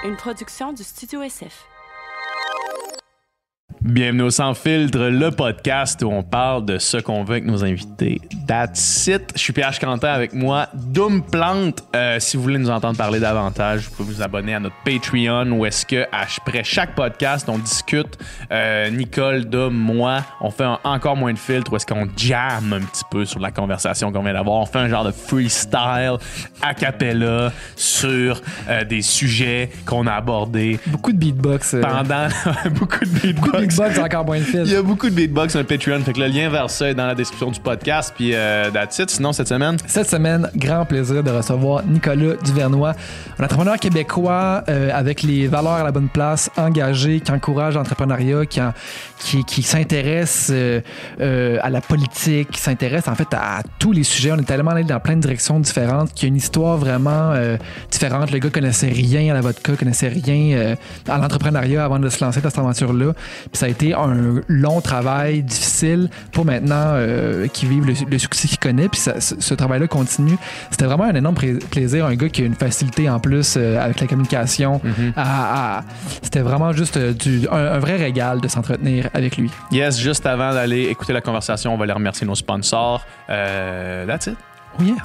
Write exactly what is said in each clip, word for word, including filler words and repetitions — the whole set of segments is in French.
une production du Studio S F. Bienvenue au Sans Filtre, le podcast où on parle de ce qu'on veut avec nos invités. That's it. Je suis P H Quentin avec moi, Doom Plante. Euh, si vous voulez nous entendre parler davantage, vous pouvez vous abonner à notre Patreon où est-ce que après chaque podcast, on discute. Euh, Nicole, Doom, moi, on fait un, encore moins de filtres où est-ce qu'on jamme un petit peu sur la conversation qu'on vient d'avoir. On fait un genre de freestyle a cappella sur euh, des sujets qu'on a abordés. Beaucoup de beatbox. Euh... Pendant beaucoup de beatbox. Beatbox, encore moins de fil. Il y a beaucoup de beatbox sur le Patreon, fait que le lien vers ça est dans la description du podcast. Puis euh, that's it. Sinon, cette semaine? Cette semaine, grand plaisir de recevoir Nicolas Duvernois, un entrepreneur québécois euh, avec les valeurs à la bonne place, engagé, qui encourage l'entrepreneuriat, qui, en, qui, qui s'intéresse euh, euh, à la politique, qui s'intéresse en fait à, à tous les sujets. On est tellement allé dans plein de directions différentes, qui a une histoire vraiment euh, différente. Le gars connaissait rien à la vodka, connaissait rien euh, à l'entrepreneuriat avant de se lancer dans cette aventure-là. Puis ça a été un long travail difficile pour maintenant euh, qu'il vive le, le succès qu'il connaît. Puis ça, ce, ce travail-là continue. C'était vraiment un énorme pré- plaisir. Un gars qui a une facilité en plus euh, avec la communication. Mm-hmm. À, à, c'était vraiment juste euh, du, un, un vrai régal de s'entretenir avec lui. Yes, juste avant d'aller écouter la conversation, on va aller remercier nos sponsors. Euh, that's it. Oh yeah.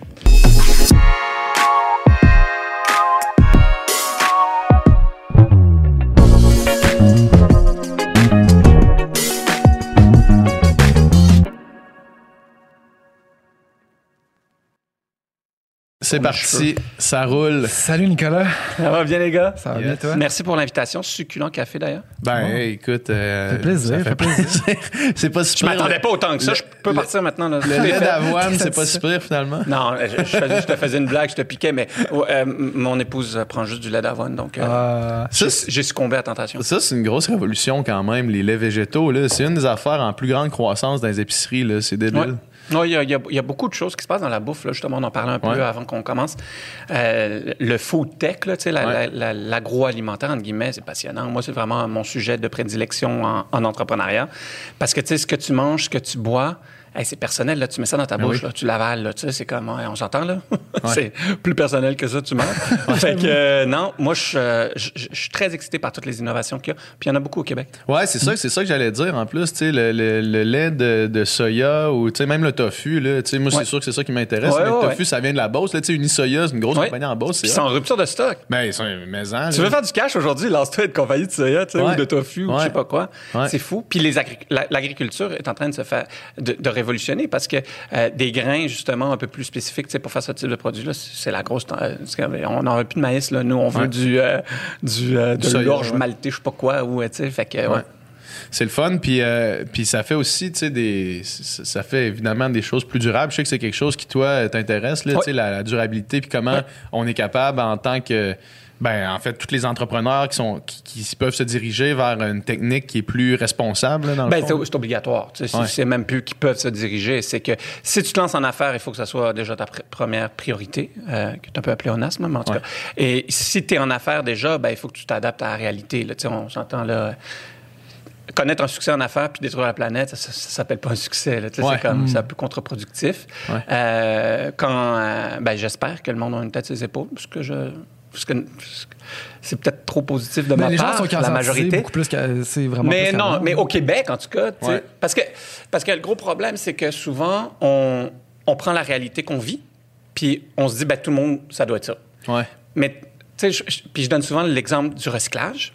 C'est parti, ça roule. Salut Nicolas. Ça va bien les gars? Ça va yes. bien toi? Merci pour l'invitation. Succulent café d'ailleurs. Ben oh. hey, écoute, euh, ça fait plaisir. Ça fait plaisir. C'est pas super. Je m'attendais pas autant que ça. Le, je peux le, partir maintenant. Là. Le lait d'avoine, c'est pas super finalement. Non, je, je, faisais, je te faisais une blague, je te piquais, mais euh, mon épouse prend juste du lait d'avoine, donc euh, euh, j'ai, j'ai succombé à la tentation. Ça, c'est une grosse révolution quand même, les laits végétaux. Là. C'est une des affaires en plus grande croissance dans les épiceries. Là. C'est débile. Ouais. Non, il y, a, il, y a, il y a beaucoup de choses qui se passent dans la bouffe. Là. Justement, on en parlait un peu ouais. avant qu'on commence. Euh, le food tech, là, la, ouais. la, la, l'agroalimentaire, entre guillemets, c'est passionnant. Moi, c'est vraiment mon sujet de prédilection en, en entrepreneuriat. Parce que, tu sais, ce que tu manges, ce que tu bois, hey, c'est personnel. Là. Tu mets ça dans ta bouche, oui. là, tu l'avales. Là, tu sais, c'est comme, on s'entend, là? Ouais. C'est plus personnel que ça, tu manges. Fait que, euh, non, moi, je, je, je, je suis très excité par toutes les innovations qu'il y a. Puis il y en a beaucoup au Québec. Oui, c'est ça, c'est ça que j'allais dire. En plus, tu sais, le, le, le lait de, de soya ou, tu sais, même le tofu, là, tu sais, moi, ouais. c'est sûr que c'est ça qui m'intéresse. Ouais, mais ouais, le tofu, ouais. ça vient de la Beauce. Tu sais, Unisoya, c'est une grosse ouais. compagnie en Beauce. Puis c'est en rupture de stock. Ben, c'est un maison. Tu veux faire du cash aujourd'hui, lance-toi une compagnie de soya, tu sais, ouais. ou de tofu, ouais. ou je sais pas quoi. Ouais. C'est fou. Puis les agric- l'agriculture est en train de se faire, de, de révolutionner parce que Euh, des grains, justement, un peu plus spécifiques, tu sais, pour faire ce type de produit-là, c'est la grosse... Euh, on n'en veut plus de maïs, là. Nous, on veut ouais. du, euh, du, euh, de Soya, l'orge ouais. maltais, je sais pas quoi, ou, tu sais, fait que, ouais. ouais. C'est le fun, puis euh, puis ça fait aussi, tu sais, des... Ça fait évidemment des choses plus durables. Je sais que c'est quelque chose qui, toi, t'intéresse, là, ouais. tu sais, la, la durabilité, puis comment ouais. on est capable, en tant que... Ben, en fait, tous les entrepreneurs qui, sont, qui, qui peuvent se diriger vers une technique qui est plus responsable, là, dans le ben, fond. C'est, c'est obligatoire. Tu sais, ouais. c'est, c'est même plus qu'ils peuvent se diriger. C'est que si tu te lances en affaires, il faut que ça soit déjà ta pr- première priorité, euh, que tu peux appeler onasme, mais en tout ouais. cas. Et si tu es en affaires déjà, ben, il faut que tu t'adaptes à la réalité. Là. Tu sais, on s'entend là... Connaître un succès en affaires puis détruire la planète, ça, ça, ça s'appelle pas un succès. Là, ouais. C'est comme, mmh. c'est un peu contre-productif. Ouais. Euh, quand, euh, ben, j'espère que le monde a une tête sur ses épaules, parce que je... Parce que c'est peut-être trop positif de mais ma part, gens sont la majorité. Beaucoup plus que c'est vraiment mais plus non, avant. mais au Québec, en tout cas, ouais. parce que parce que le gros problème, c'est que souvent, on, on prend la réalité qu'on vit, puis on se dit, ben tout le monde, ça doit être ça. Ouais. Mais, tu sais, puis je donne souvent l'exemple du recyclage.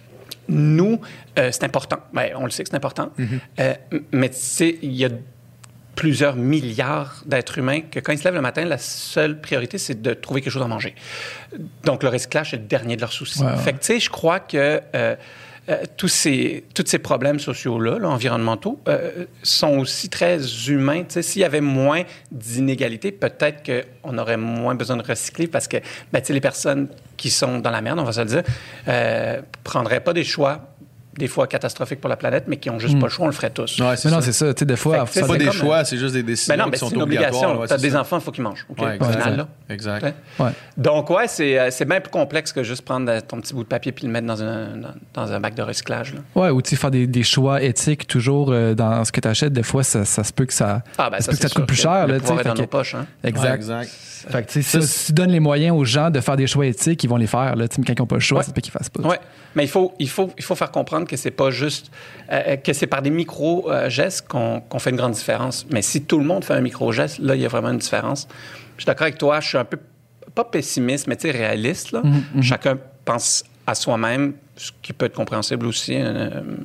Nous, euh, c'est important. Ben, on le sait que c'est important. Mm-hmm. Euh, mais tu sais, il y a plusieurs milliards d'êtres humains que quand ils se lèvent le matin, la seule priorité, c'est de trouver quelque chose à manger. Donc, le recyclage, c'est le dernier de leurs soucis. Ouais, ouais. Fait que, tu sais, je crois que euh, euh, tous ces, tous ces problèmes sociaux-là, là, environnementaux, euh, sont aussi très humains. Tu sais, s'il y avait moins d'inégalités, peut-être qu'on aurait moins besoin de recycler parce que, ben, tu sais, les personnes qui sont dans la merde, on va se le dire, euh, prendraient pas des choix des fois catastrophiques pour la planète, mais qui n'ont juste mm. pas le choix, on le ferait tous. Ouais, c'est mais ça. non, c'est ça. Tu sais, des fois, c'est pas des comme, choix, c'est juste des décisions ben non, ben qui sont c'est une obligatoires. obligation. Tu as des ça. enfants, il faut qu'ils mangent. Okay? Ouais, exact. Final, là. exact. Ouais. Donc, ouais, c'est, c'est bien plus complexe que juste prendre ton petit bout de papier puis le mettre dans un, dans, dans un bac de recyclage. Là. Ouais, ou tu sais, faire des, des choix éthiques toujours euh, dans ce que tu achètes. Des fois, ça, ça se peut que ça, ah, ben, ça, ça, peut que ça te coûte plus cher. Le là, pouvoir est dans que, nos poches. Hein? Exact. Ouais, exact. Fait que, tu sais, si, si tu donnes les moyens aux gens de faire des choix éthiques, ils vont les faire. Là, mais quand ils n'ont pas le choix, ouais. c'est pas qu'ils fassent pas. Oui, mais il faut, il, faut, il faut faire comprendre que c'est pas juste... Euh, que c'est par des micro-gestes qu'on, qu'on fait une grande différence. Mais si tout le monde fait un micro-geste, là, il y a vraiment une différence. Je suis d'accord avec toi, je suis un peu, pas pessimiste, mais tu sais, réaliste. Là. Mm-hmm. Chacun pense à soi-même, ce qui peut être compréhensible aussi, euh,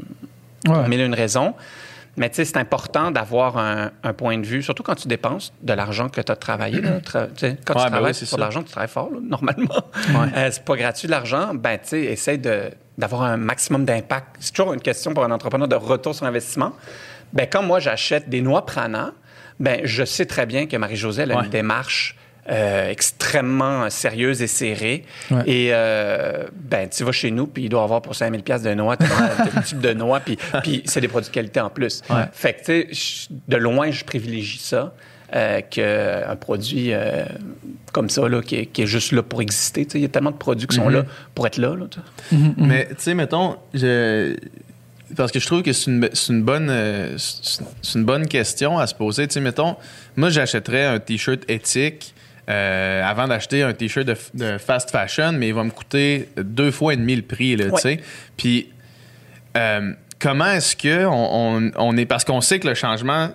pour ouais. mille et une raisons. Mais tu sais, c'est important d'avoir un, un point de vue, surtout quand tu dépenses de l'argent que tu as travaillé. Là, tra- quand ouais, tu ben travailles oui, pour de l'argent, tu travailles fort, là, normalement. Ouais. Euh, c'est pas gratuit, l'argent. Ben, tu sais, essaye de, d'avoir un maximum d'impact. C'est toujours une question pour un entrepreneur de retour sur investissement. Ben, quand moi, j'achète des noix Prana, ben, je sais très bien que Marie-Josée, elle a ouais. une démarche Euh, extrêmement sérieuse et serrée. Ouais. Et euh, ben, tu vas chez nous, puis il doit avoir pour cinq mille dollars de noix, un type de noix, puis, puis c'est des produits de qualité en plus. Ouais. Fait que, tu sais, de loin, je privilégie ça euh, qu'un produit euh, comme ça, là, qui, est, qui est juste là pour exister. Il y a tellement de produits qui sont mm-hmm. là pour être là. là mm-hmm. Mais, tu sais, mettons, je... parce que je trouve que c'est une, c'est une bonne euh, c'est une bonne question à se poser. Tu sais, mettons, moi, j'achèterais un T-shirt éthique Euh, avant d'acheter un T-shirt de, de fast fashion, mais il va me coûter deux fois et demi le prix, là, ouais. tu sais. Puis, euh, comment est-ce que on, on, on est... Parce qu'on sait que le changement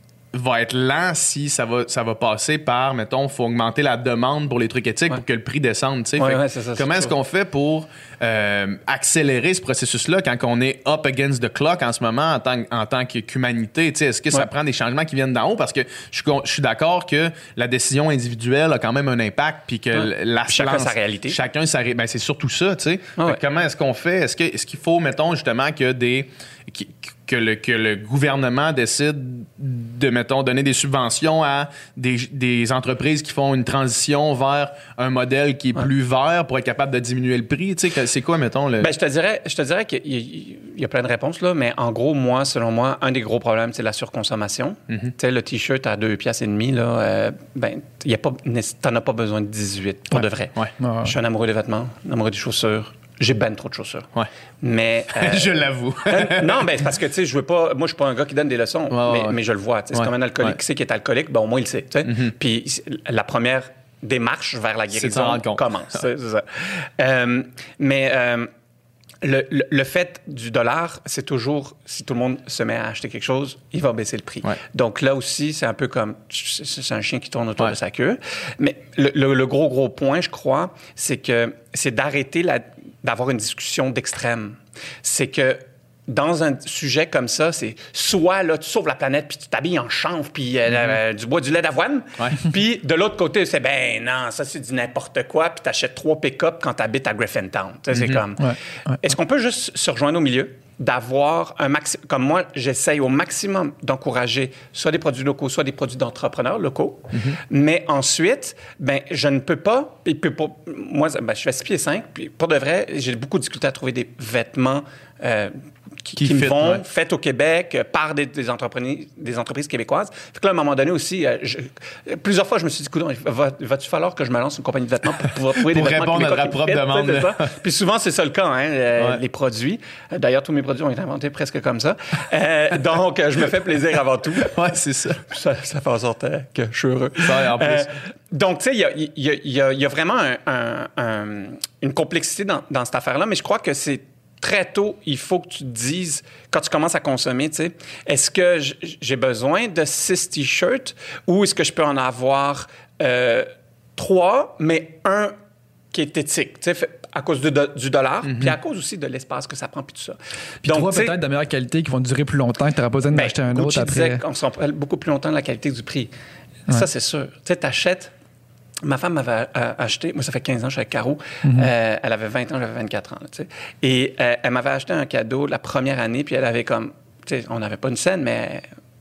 va être lent si ça va, ça va passer par, mettons, il faut augmenter la demande pour les trucs éthiques ouais. pour que le prix descende, tu sais. Ouais, ouais, c'est ça, comment c'est est-ce qu'on fait pour euh, accélérer ce processus-là quand on est up against the clock en ce moment en tant, en tant qu'humanité, tu sais? Est-ce que ça ouais. prend des changements qui viennent d'en haut? Parce que je suis, je suis d'accord que la décision individuelle a quand même un impact puis que ouais. la chacun lance, sa réalité. Chacun sa réalité. Ben, c'est surtout ça, tu sais. Ah ouais. Comment est-ce qu'on fait? Est-ce, que, est-ce qu'il faut, mettons, justement, que des... Qui, que le, que le gouvernement décide de, mettons, donner des subventions à des, des entreprises qui font une transition vers un modèle qui est ouais. plus vert pour être capable de diminuer le prix? Tu sais, c'est quoi, mettons, le... Ben, je te dirais, je te dirais qu'il y, il y a plein de réponses, là, mais en gros, moi, selon moi, un des gros problèmes, c'est la surconsommation. Mm-hmm. Tu sais, le T-shirt à deux piastres et demi, là, euh, ben, y a pas, t'en as pas besoin de dix-huit, pour ouais. de vrai. Ouais. Ouais, ouais. Je suis un amoureux des vêtements, un amoureux des chaussures. J'ai ben trop de chaussures. Ouais. Mais. Euh, je l'avoue. euh, non, ben, c'est parce que, tu sais, je veux pas. Moi, je suis pas un gars qui donne des leçons, ouais, mais, ouais. mais je le vois. C'est ouais. comme un alcoolique. Ouais. Qui sait qui est alcoolique? Ben, au moins, il le sait. Mm-hmm. Puis la première démarche vers la guérison commence. c'est, c'est ça. Euh, mais. Euh, Le, le, le fait du dollar, c'est toujours, si tout le monde se met à acheter quelque chose, il va baisser le prix. Ouais. Donc là aussi, c'est un peu comme, c'est, c'est un chien qui tourne autour ouais. de sa queue. Mais le, le, le gros, gros point, je crois, c'est que c'est d'arrêter la, d'avoir une discussion d'extrême. C'est que dans un sujet comme ça, c'est soit là, tu sauves la planète puis tu t'habilles en chanvre puis euh, mm-hmm. euh, du bois du lait d'avoine. Ouais. Puis de l'autre côté, c'est ben non, ça c'est du n'importe quoi puis t'achètes trois pick-up quand t'habites à Griffintown. Mm-hmm. C'est comme. Ouais. Ouais. Est-ce qu'on peut juste se rejoindre au milieu? D'avoir un maximum. Comme moi, j'essaye au maximum d'encourager soit des produits locaux, soit des produits d'entrepreneurs locaux. Mm-hmm. Mais ensuite, ben, je ne peux pas. Puis pour, moi, ben, je fais six pieds cinq. Puis pour de vrai, j'ai beaucoup de difficulté à trouver des vêtements euh, qui, qui, qui me vont, ouais. faits au Québec par des, des, entreprises, des entreprises québécoises. Fait que là, à un moment donné aussi, euh, je, plusieurs fois, je me suis dit, coudonc, va, va-tu falloir que je me lance une compagnie de vêtements pour pouvoir trouver des pour vêtements répondre à ta propre demande. C'est ça. Puis souvent, c'est ça le cas, hein, euh, ouais. les produits. D'ailleurs, tous mes produits ont été inventés presque comme ça. Euh, donc, je me fais plaisir avant tout. Oui, c'est ça. ça. Ça fait en sorte euh, que je suis heureux. Ça, en plus. Euh, donc, tu sais, il y a, y, a, y, a, y a vraiment un, un, un, une complexité dans, dans cette affaire-là, mais je crois que c'est très tôt, il faut que tu te dises, quand tu commences à consommer, tu sais, est-ce que j'ai besoin de six T-shirts ou est-ce que je peux en avoir euh, trois, mais un qui est éthique, tu sais, à cause de, de, du dollar, mm-hmm. puis à cause aussi de l'espace que ça prend, puis tout ça. Puis donc, trois peut-être de meilleure qualité qui vont durer plus longtemps, que tu n'auras pas besoin d'en ben, acheter un autre après. Disait qu'on s'en parle beaucoup plus longtemps de la qualité du prix. Ouais. Ça, c'est sûr. Tu sais, t'achètes... Ma femme m'avait euh, acheté, moi ça fait quinze ans, je suis avec Caro, mm-hmm. euh, elle avait vingt ans, j'avais vingt-quatre ans, tu sais. Et euh, elle m'avait acheté un cadeau la première année, puis elle avait comme, tu sais, on n'avait pas une scène, mais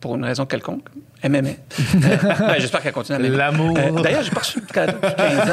pour une raison quelconque. M M A. Euh, ben, j'espère qu'elle continue à m'aimer. L'amour. Euh, d'ailleurs, j'ai pas reçu de cadeau depuis quinze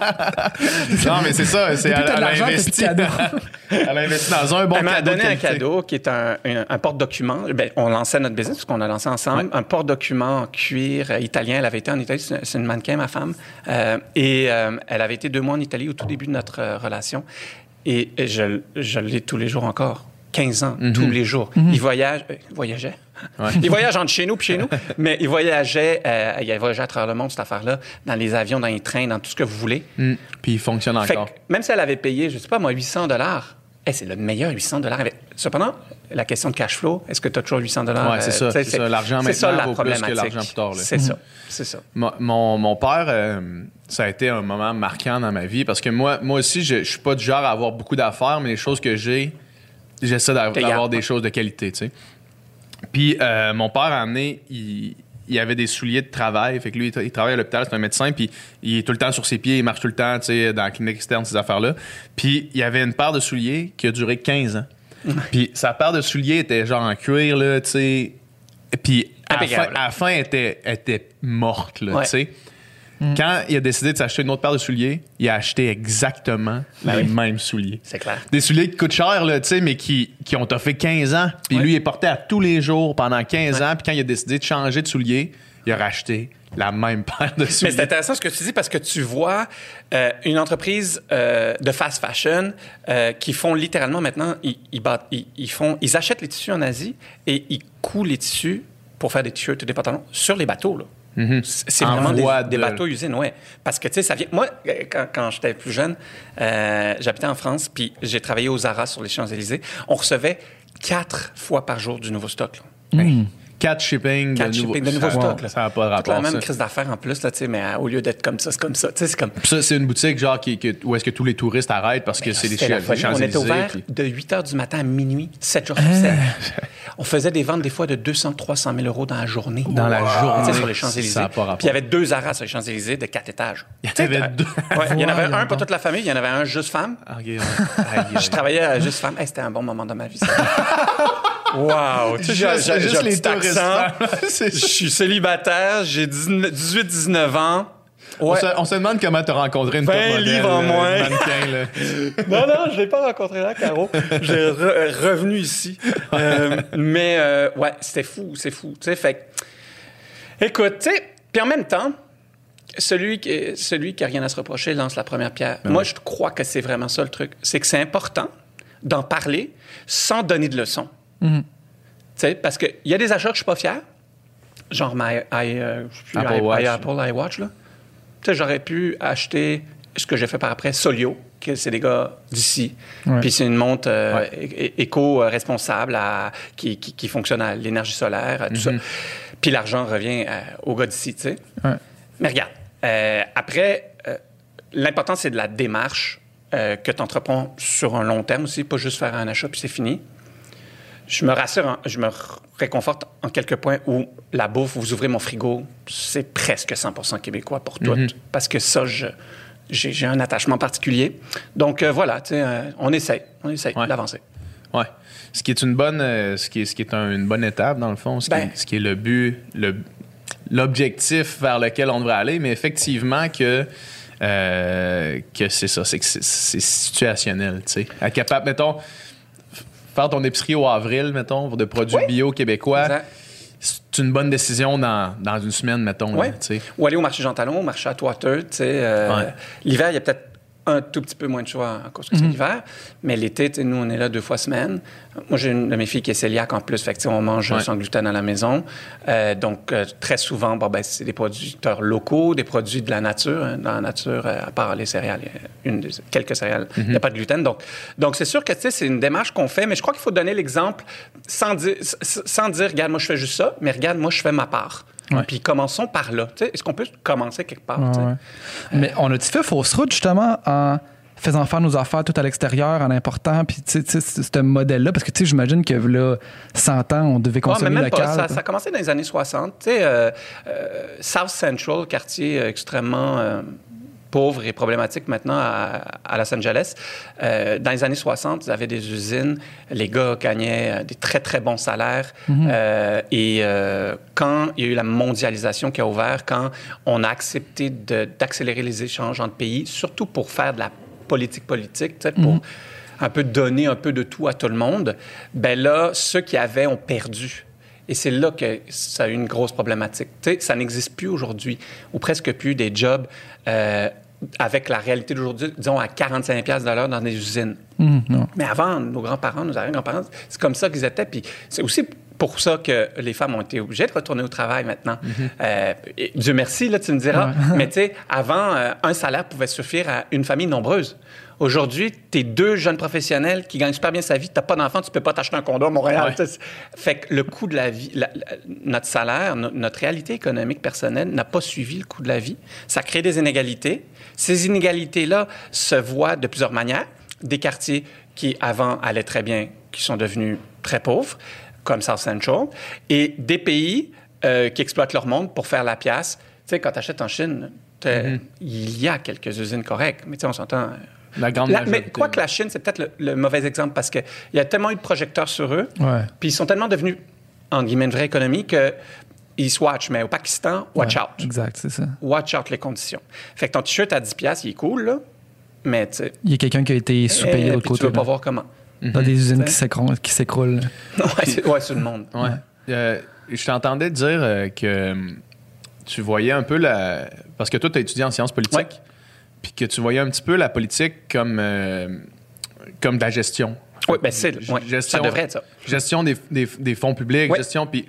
ans. Non, mais c'est ça. C'est, Depuis elle, t'as de elle, a l'argent, investi, t'as plus de cadeau. elle a investi dans un bon Elle m'a cadeau. donné un qualité. cadeau qui est un, un, un porte-document. Ben, on lançait notre business, parce qu'on a lancé ensemble. Ouais. Un porte-document en cuir euh, italien. Elle avait été en Italie. C'est, c'est une mannequin, ma femme. Euh, et euh, elle avait été deux mois en Italie au tout début de notre euh, relation. Et, et je, je l'ai tous les jours encore. quinze ans, mm-hmm. tous les jours. Mm-hmm. Il voyage, euh, voyageait. Ouais. Il voyage entre chez nous puis chez nous, mais il voyageait, euh, il a voyagé à travers le monde, cette affaire-là, dans les avions, dans les trains, dans tout ce que vous voulez. Mm. Puis il fonctionne fait encore. Que, même si elle avait payé, je sais pas moi, huit cents dollars, hey, c'est le meilleur huit cents dollars. Cependant, la question de cash flow, est-ce que tu as toujours huit cents dollars? Oui, c'est ça. Euh, c'est, c'est ça. L'argent c'est ça, maintenant la vaut plus que l'argent plus tard. Là. C'est mm. ça. C'est ça. Mon, mon, mon père, euh, ça a été un moment marquant dans ma vie parce que moi, moi aussi, je, je suis pas du genre à avoir beaucoup d'affaires, mais les choses que j'ai, j'essaie d'avoir, d'avoir des choses de qualité, tu sais. Puis euh, mon père a amené, il, il avait des souliers de travail, fait que lui, il, il travaille à l'hôpital, c'est un médecin, puis il est tout le temps sur ses pieds, il marche tout le temps, tu sais, dans la clinique externe, ces affaires-là. Puis il y avait une paire de souliers qui a duré quinze ans. Puis sa paire de souliers était genre en cuir, là, tu sais. Puis à la fin, à la fin, elle était, elle était morte, là, ouais. tu sais. Mm. Quand il a décidé de s'acheter une autre paire de souliers, il a acheté exactement ben les oui. mêmes souliers. C'est clair. Des souliers qui coûtent cher, là, tu sais, mais qui, qui ont fait quinze ans. Puis ouais. lui, il est porté à tous les jours pendant quinze ouais. ans. Puis quand il a décidé de changer de souliers, il a racheté la même paire de souliers. Mais c'est intéressant ce que tu dis parce que tu vois euh, une entreprise euh, de fast fashion euh, qui font littéralement maintenant, ils, ils, battent, ils, ils, font, ils achètent les tissus en Asie et ils coulent les tissus pour faire des t-shirts ou des pantalons sur les bateaux, là. Mm-hmm. C'est vraiment des, de... des bateaux usines, oui. Parce que, tu sais, ça vient... Moi, quand, quand j'étais plus jeune, euh, j'habitais en France, puis j'ai travaillé au Zara sur les Champs-Élysées. On recevait quatre fois par jour du nouveau stock. Là. Mm. Quatre shipping Quatre de shipping nouveau, de nouveau stock. Wow, ça n'a pas de rapport. C'est la même crise d'affaires en plus, là, mais euh, au lieu d'être comme ça, c'est comme ça. C'est comme... Ça, c'est une boutique genre qui, qui, où est-ce que tous les touristes arrêtent parce que mais c'est les Champs-Élysées. On était ouvert puis... de huit heures du matin à minuit, sept jours sur sept. On faisait des ventes des fois de deux cents à trois cent mille euros dans la journée. Dans la journée. Sur les Champs-Élysées. Ça n'a pas rapport. Puis il y avait deux Zara sur les Champs-Élysées de quatre étages. Il y avait deux. Ouais, il y en avait un pour toute la famille, il y en avait un juste femme. Okay, ouais. Je travaillais à juste femme. Hey, c'était un bon moment dans ma vie, ça. Wow! Juste, j'ai, j'ai, juste j'ai les touristes. Je suis célibataire, j'ai dix-huit dix-neuf ans. Ouais. On, se, on se demande comment tu as rencontré une vingt livres en moins. Mannequin, là. non, non, je ne l'ai pas rencontré là, Caro. J'ai re, revenu ici. Euh, mais, euh, ouais, c'était fou, c'est fou. Tu sais, fait écoute, tu sais, puis en même temps, celui qui, celui qui n'a rien à se reprocher lance la première pierre. Ben Moi, oui. je crois que c'est vraiment ça le truc. C'est que c'est important d'en parler sans donner de leçons. Mm-hmm. Tu sais, parce qu'il y a des achats que je suis pas fier. Genre ma I, euh, Apple, I, Watch. I, Apple iWatch, là. Tu sais, j'aurais pu acheter ce que j'ai fait par après, Solio, que c'est des gars d'ici. Ouais. Puis c'est une montre euh, ouais. é- éco-responsable à, qui, qui, qui fonctionne à l'énergie solaire, tout mm-hmm. ça. Puis l'argent revient euh, aux gars d'ici, tu sais. Ouais. Mais regarde, euh, après, euh, l'important, c'est de la démarche euh, que tu entreprends sur un long terme aussi, pas juste faire un achat puis c'est fini. Je me rassure, en, je me réconforte en quelques points où la bouffe, vous ouvrez mon frigo, c'est presque cent pour cent québécois pour tout. Mm-hmm. Parce que ça, je, j'ai, j'ai un attachement particulier. Donc euh, voilà, tu sais, euh, on essaye, on essaye ouais. d'avancer. Oui. Ce qui est une bonne, euh, ce qui est, ce qui est un, une bonne étape, dans le fond, ce, ben, qui, est, ce qui est le but, le, l'objectif vers lequel on devrait aller, mais effectivement que, euh, que c'est ça, c'est que c'est, c'est situationnel, tu sais. Être capable, mettons... Faire ton épicerie au avril, mettons, pour de produits oui. bio québécois, exact. C'est une bonne décision dans, dans une semaine, mettons. Oui. Là, ou aller au marché Jean Talon, au marché Atwater. Euh, ouais. L'hiver, il y a peut-être un tout petit peu moins de choix à cause que mm-hmm. c'est l'hiver. Mais l'été, nous, on est là deux fois semaine. Moi, j'ai une de mes filles qui est cœliaque en plus. Fait que, on mange ouais. sans gluten à la maison. Euh, donc, euh, très souvent, bon, ben, c'est des producteurs locaux, des produits de la nature. Hein. Dans la nature, euh, à part les céréales, il y a une, quelques céréales, mm-hmm. il n'y a pas de gluten. Donc, donc c'est sûr que c'est une démarche qu'on fait. Mais je crois qu'il faut donner l'exemple sans dire, sans dire, regarde, moi, je fais juste ça. Mais regarde, moi, je fais ma part. Ouais. Puis commençons par là. T'sais, est-ce qu'on peut commencer quelque part? Ouais, ouais. Euh, Mais on a-tu fait fausse route, justement, en faisant faire nos affaires tout à l'extérieur, en important, puis tu sais, ce modèle-là? Parce que tu sais, j'imagine que là, cent ans, on devait consommer ouais, mais même local. Pas, ça, ça a commencé dans les années soixante. Tu sais, euh, euh, South Central, quartier extrêmement... Euh, pauvre et problématique maintenant à, à Los Angeles. Euh, dans les années soixante, ils avaient des usines, les gars gagnaient des très, très bons salaires. Mm-hmm. Euh, et euh, quand il y a eu la mondialisation qui a ouvert, quand on a accepté de, d'accélérer les échanges entre pays, surtout pour faire de la politique politique, tu sais, pour... Mm-hmm. un peu donner un peu de tout à tout le monde, ben là, ceux qui avaient ont perdu. Et c'est là que ça a eu une grosse problématique. Tu sais, ça n'existe plus aujourd'hui, ou presque plus, des jobs euh, avec la réalité d'aujourd'hui, disons, à quarante-cinq dollars de l'heure dans des usines. Mmh, non. Mais avant, nos grands-parents, nos arrière-grands-parents, c'est comme ça qu'ils étaient. Puis c'est aussi pour ça que les femmes ont été obligées de retourner au travail maintenant. Mm-hmm. Euh, et Dieu merci, là, tu me diras. Ouais. Mais tu sais, avant, euh, un salaire pouvait suffire à une famille nombreuse. Aujourd'hui, t'es deux jeunes professionnels qui gagnent super bien sa vie, t'as pas d'enfant, tu peux pas t'acheter un condo à Montréal. Ouais. Fait que le coût de la vie, la, la, notre salaire, no, notre réalité économique personnelle n'a pas suivi le coût de la vie. Ça crée des inégalités. Ces inégalités-là se voient de plusieurs manières. Des quartiers qui, avant, allaient très bien, qui sont devenus très pauvres, comme South Central, et des pays euh, qui exploitent leur monde pour faire la pièce. Tu sais, quand tu achètes en Chine, mm-hmm. il y a quelques usines correctes, mais tu sais, on s'entend... La grande la, majorité. Mais quoi que la Chine, c'est peut-être le, le mauvais exemple parce qu'il y a tellement eu de projecteurs sur eux, ouais. puis ils sont tellement devenus, en guillemets, une vraie économie qu'ils se watch. Mais au Pakistan, watch ouais, out. Exact, c'est ça. Watch out les conditions. Fait que ton T-shirt à dix dollars, il est cool, là, mais tu sais... Il y a quelqu'un qui a été sous-payé de l'autre côté. Tu veux là. pas voir comment. Mm-hmm. Dans des usines qui s'écroulent. Qui s'écroulent. ouais, c'est, ouais, c'est le monde. Ouais. Euh, je t'entendais dire euh, que tu voyais un peu la... Parce que toi, tu as étudié en sciences politiques. Ouais. Puis que tu voyais un petit peu la politique comme, euh, comme de la gestion. Oui, bien c'est... Ouais, gestion, ça devrait être ça. Gestion des, des, des fonds publics, ouais. gestion... Puis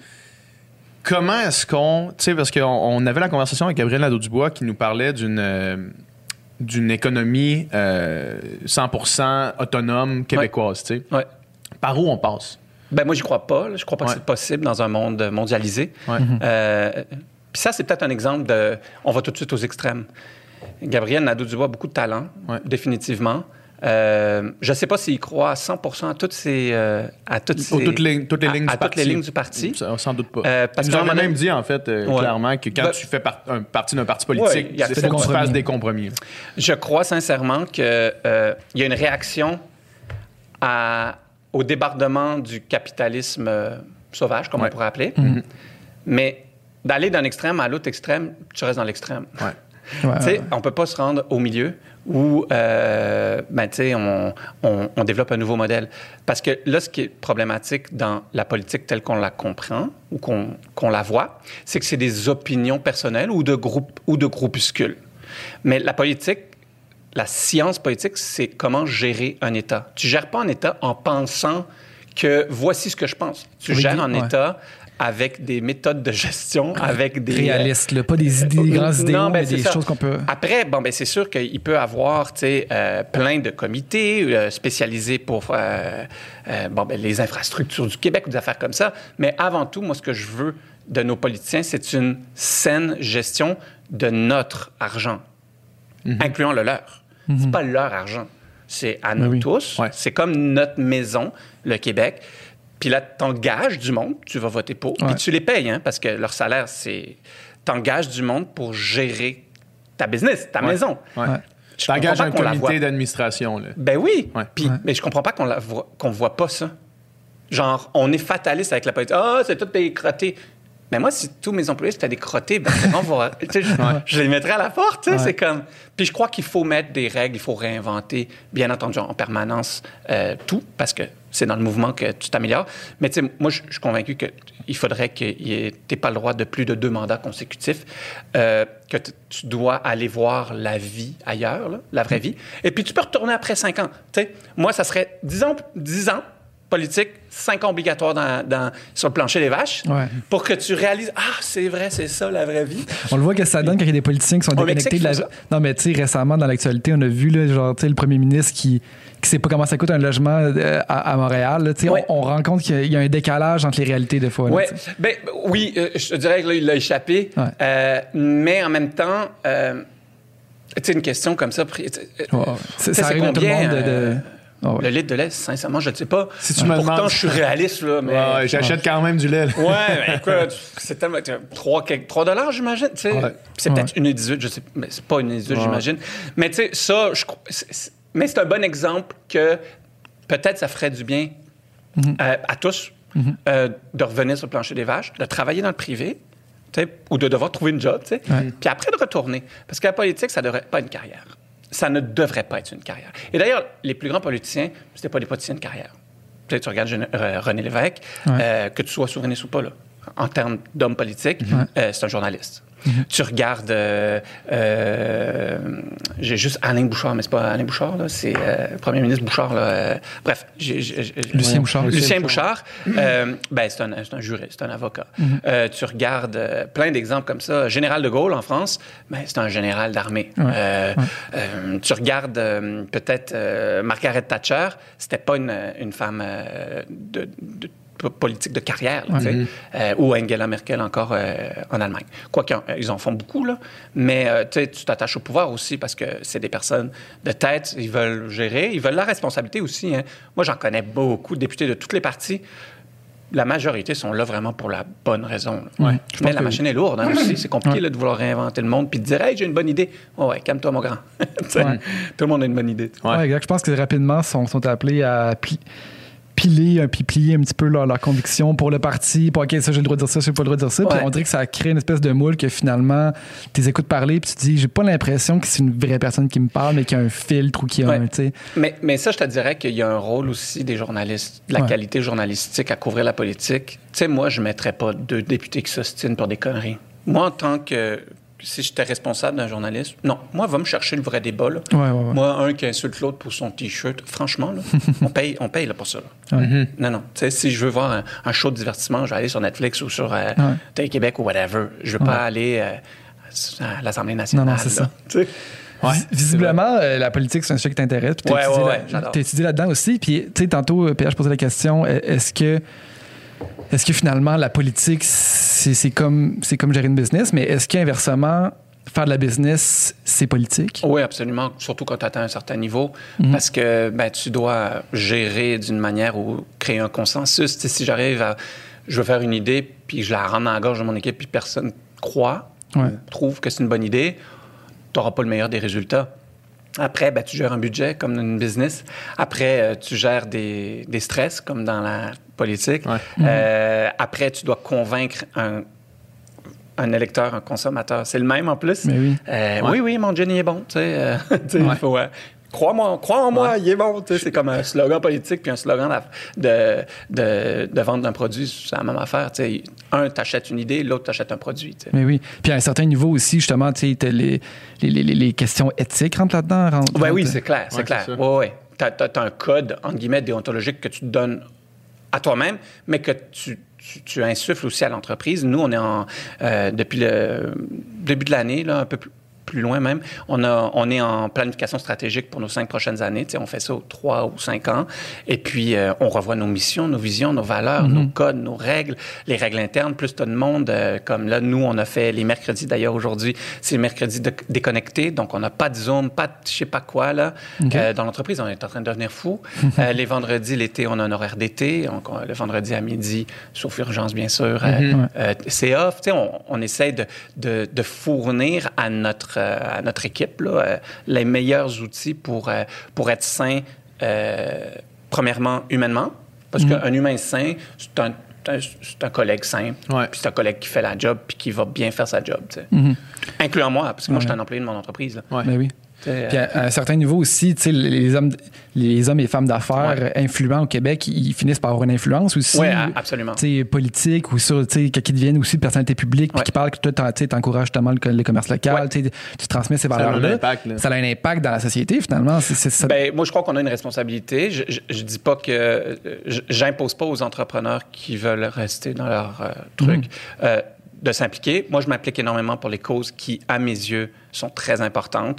comment est-ce qu'on... Tu sais, parce qu'on on avait la conversation avec Gabriel Nadeau-Dubois qui nous parlait d'une... Euh, d'une économie euh, cent pour cent autonome québécoise, ouais. tu sais. Ouais. Par où on passe? Ben moi, j'y crois pas. Là. Je crois pas ouais. que c'est possible dans un monde mondialisé. Ouais. Euh, Puis ça, c'est peut-être un exemple de... On va tout de suite aux extrêmes. Gabriel Nadeau-Dubois a beaucoup de talent, ouais. définitivement. Euh, je ne sais pas s'il croit à cent pour cent à toutes ces... Euh, à toutes, ces, toutes les, toutes les lignes à, du à parti. toutes les lignes du parti. Ça, sans doute pas. Euh, parce Il nous en a même même dit, en fait, euh, ouais. clairement, que quand ben, tu fais par, un parti d'un parti politique, il ouais, faut que tu fasses des compromis. Je crois sincèrement qu'il euh, y a une réaction à, au débordement du capitalisme euh, sauvage, comme ouais. on pourrait appeler. Mm-hmm. Mais d'aller d'un extrême à l'autre extrême, tu restes dans l'extrême. Ouais. Ouais, ouais. On ne peut pas se rendre au milieu où euh, ben, on, on, on développe un nouveau modèle. Parce que là, ce qui est problématique dans la politique telle qu'on la comprend ou qu'on, qu'on la voit, c'est que c'est des opinions personnelles ou de, groupe, ou de groupuscules. Mais la politique, la science politique, c'est comment gérer un État. Tu ne gères pas un État en pensant que voici ce que je pense. Tu oui, gères un ouais. État avec des méthodes de gestion, avec des... Réalistes, là, pas des idées, des grandes idées, non, ben, mais des ça. choses qu'on peut... Après, bon, ben, c'est sûr qu'il peut avoir, tu sais, euh, plein de comités euh, spécialisés pour euh, euh, bon, ben, les infrastructures du Québec ou des affaires comme ça. Mais avant tout, moi, ce que je veux de nos politiciens, c'est une saine gestion de notre argent, mm-hmm. incluant le leur. Mm-hmm. C'est pas leur argent. C'est à nous oui. tous. Ouais. C'est comme notre maison, le Québec. Puis là, t'engages du monde, tu vas voter pour, ouais. puis tu les payes, hein, parce que leur salaire, c'est... T'engages du monde pour gérer ta business, ta ouais. maison. Ouais. Je t'engages un comité d'administration, là. Ben oui, ouais. Puis, ouais. mais je comprends pas qu'on la voit, qu'on voit pas ça. Genre, on est fataliste avec la politique. Ah, oh, c'est tout des crottés. Mais moi, si tous mes employés c'était des crottés, ben on va, je, ouais. je les mettrais à la porte. Ouais. C'est comme. Puis je crois qu'il faut mettre des règles, il faut réinventer, bien entendu, en permanence euh, tout, parce que c'est dans le mouvement que tu t'améliores. Mais tu sais, moi, je suis convaincu qu'il faudrait que tu n'aies pas le droit de plus de deux mandats consécutifs, euh, que t- tu dois aller voir la vie ailleurs, là, la vraie vie. Et puis tu peux retourner après cinq ans. Tu sais, moi, ça serait dix ans, dix ans. Politique, cinq ans obligatoires dans, dans, sur le plancher des vaches, ouais. pour que tu réalises « Ah, c'est vrai, c'est ça, la vraie vie. » On le voit que ça donne quand il y a des politiciens qui sont déconnectés de la... Non, mais tu sais, récemment, dans l'actualité, on a vu, là, genre, tu sais, le premier ministre qui ne sait pas comment ça coûte un logement euh, à, à Montréal. Tu sais, ouais. on, on rend compte qu'il y a, il y a un décalage entre les réalités, des fois. Là, ouais. ben, oui, euh, je te dirais qu'il a échappé. Ouais. Euh, mais en même temps, euh, tu sais, une question comme ça... Euh, oh, ça arrive à tout le monde de... de... Oh, ouais. Le litre de lait, sincèrement, je ne sais pas. Si tu me Pourtant, demandes... je suis réaliste, là, mais... Ouais, ouais, j'achète quand même du lait. Là. Ouais, mais écoute, c'est tellement... trois dollars, j'imagine, tu sais. Ouais. C'est peut-être Ouais. une dix-huit, je sais mais c'est pas une dix-huit, Ouais. j'imagine. Mais tu sais, ça, je... c'est, c'est... mais c'est un bon exemple que peut-être ça ferait du bien mm-hmm. euh, à tous mm-hmm. euh, de revenir sur le plancher des vaches, de travailler dans le privé, tu sais, ou de devoir trouver une job, tu sais, ouais. puis après de retourner. Parce que la politique, ça ne devrait pas être une carrière. Ça ne devrait pas être une carrière. Et d'ailleurs, les plus grands politiciens, c'était pas des politiciens de carrière. Tu sais, tu regardes euh, René Lévesque, ouais. euh, que tu sois souverainiste ou pas, là, en termes d'homme politique, ouais. euh, c'est un journaliste. Mm-hmm. Tu regardes, euh, euh, j'ai juste Alain Bouchard, mais c'est pas Alain Bouchard, là, c'est euh, le premier ministre Bouchard. Là, euh, bref, j'ai, j'ai, j'ai, Lucien Bouchard. Lucien, Lucien Bouchard, Bouchard euh, ben, c'est, un, c'est un juriste, c'est un avocat. Mm-hmm. Euh, tu regardes euh, plein d'exemples comme ça. Général de Gaulle en France, ben, c'est un général d'armée. Ouais. Euh, ouais. Euh, tu regardes euh, peut-être euh, Margaret Thatcher, c'était pas une, une femme euh, de, de politique de carrière, là, mm-hmm. euh, ou Angela Merkel encore euh, en Allemagne. Quoique, ils en font beaucoup, là, mais euh, tu t'attaches au pouvoir aussi parce que c'est des personnes de tête, ils veulent gérer, ils veulent la responsabilité aussi. Hein. Moi, j'en connais beaucoup de députés de toutes les partis. La majorité sont là vraiment pour la bonne raison. Ouais, mais la machine est lourde hein, aussi. C'est compliqué ouais. là, de vouloir réinventer le monde puis de dire « Hey, j'ai une bonne idée. Oh, » Ouais, calme-toi, mon grand. ouais. Tout le monde a une bonne idée. Ouais, ouais exact. Je pense que rapidement, ils sont, sont appelés à... Pli- piler puis plier un petit peu leur, leur conviction pour le parti, pour OK, ça j'ai le droit de dire ça, j'ai pas le droit de dire ça, ouais. Puis on dirait que ça crée une espèce de moule que finalement tu écoutes parler puis tu te dis j'ai pas l'impression que c'est une vraie personne qui me parle mais qu'il y a un filtre ou qu'il y a ouais. un, tu sais. Mais, mais ça, je te dirais qu'il y a un rôle aussi des journalistes, de la ouais. qualité journalistique à couvrir la politique. Tu sais, moi, je mettrais pas deux députés qui s'ostinent pour des conneries. Moi, en tant que si j'étais responsable d'un journaliste, non. Moi, va me chercher le vrai débat. Là. Ouais, ouais, ouais. Moi, un qui insulte l'autre pour son T-shirt, franchement, là, on paye, on paye là, pour ça. Là. Mm-hmm. Non, non. Tu sais, si je veux voir un, un show de divertissement, je vais aller sur Netflix ou sur euh, ouais. Télé-Québec ou whatever. Je veux ouais. pas aller euh, à l'Assemblée nationale. Non, non, c'est là. ça. Ouais, Visiblement, euh, la politique, c'est un sujet qui t'intéresse. Tu ouais, ouais, ouais, là, étudié là-dedans aussi. Puis, tu sais, tantôt, P H posait la question, est-ce que est-ce que finalement, la politique, c'est, c'est, comme, c'est comme gérer une business, mais est-ce qu'inversement, faire de la business, c'est politique? Oui, absolument. Surtout quand tu atteins un certain niveau. Mm-hmm. Parce que ben, tu dois gérer d'une manière ou créer un consensus. T'sais, si j'arrive à... Je veux faire une idée, puis je la rentre dans la gorge de mon équipe, puis personne croit, ouais. trouve que c'est une bonne idée, tu n'auras pas le meilleur des résultats. Après, ben, tu gères un budget comme dans une business. Après, euh, tu gères des, des stress comme dans la politique. Ouais. Euh, mm-hmm. Après, tu dois convaincre un, un électeur, un consommateur. C'est le même en plus. Mais oui. Euh, ouais. oui, oui, mon gin, il est bon. Tu sais, euh, ouais. il faut... Euh, Crois-moi, crois en moi, ouais. il est bon. C'est comme un slogan politique puis un slogan de, de, de vente d'un produit, c'est la même affaire. T'sais. Un, t'achètes une idée, l'autre, t'achètes un produit. T'sais. Mais oui. Puis à un certain niveau aussi, justement, les, les, les, les questions éthiques rentrent là-dedans. Rentrent, ben oui, c'est clair. C'est ouais, clair. C'est ouais, ouais. T'as, t'as, t'as un code, entre guillemets, déontologique que tu te donnes à toi-même, mais que tu, tu, tu insuffles aussi à l'entreprise. Nous, on est en, euh, depuis le début de l'année, là, un peu plus. plus loin même. On, a, on est en planification stratégique pour nos cinq prochaines années. T'sais, on fait ça aux trois ou cinq ans. Et puis, euh, on revoit nos missions, nos visions, nos valeurs, mm-hmm. nos codes, nos règles, les règles internes. Plus tu as de monde, euh, comme là, nous, on a fait les mercredis, d'ailleurs, aujourd'hui, c'est les mercredis de, déconnectés. Donc, on n'a pas de Zoom, pas de je sais pas quoi, là. Okay. Euh, dans l'entreprise, on est en train de devenir fou. euh, les vendredis, l'été, on a un horaire d'été. Donc, on, le vendredi à midi, sauf urgence, bien sûr, mm-hmm. euh, euh, c'est off. T'sais, on, on essaie de, de, de fournir à notre à notre équipe, là, euh, les meilleurs outils pour, euh, pour être sain, euh, premièrement, humainement, parce mmh. qu'un humain sain, c'est un, c'est un collègue sain, ouais. puis c'est un collègue qui fait la job puis qui va bien faire sa job, mmh. incluant moi, parce que moi, ouais. je suis un employé de mon entreprise. Là. Ouais. Ben oui. Puis à, à un certain niveau aussi, les hommes, les hommes et femmes d'affaires ouais. influents au Québec, ils finissent par avoir une influence aussi. Oui, absolument. Politique ou sur, qui deviennent aussi de personnalités publiques, puis ouais. qui parlent que toi, tu encourages justement le, le commerce local, ouais. tu transmets ces valeurs-là. Ça a un impact, là. Ça a un impact dans la société, finalement. C'est, c'est, ça... Ben, moi, je crois qu'on a une responsabilité. Je, je, je dis pas que... Je, j'impose pas aux entrepreneurs qui veulent rester dans leur euh, truc. Mmh. Euh, de s'impliquer. Moi, je m'implique énormément pour les causes qui, à mes yeux, sont très importantes.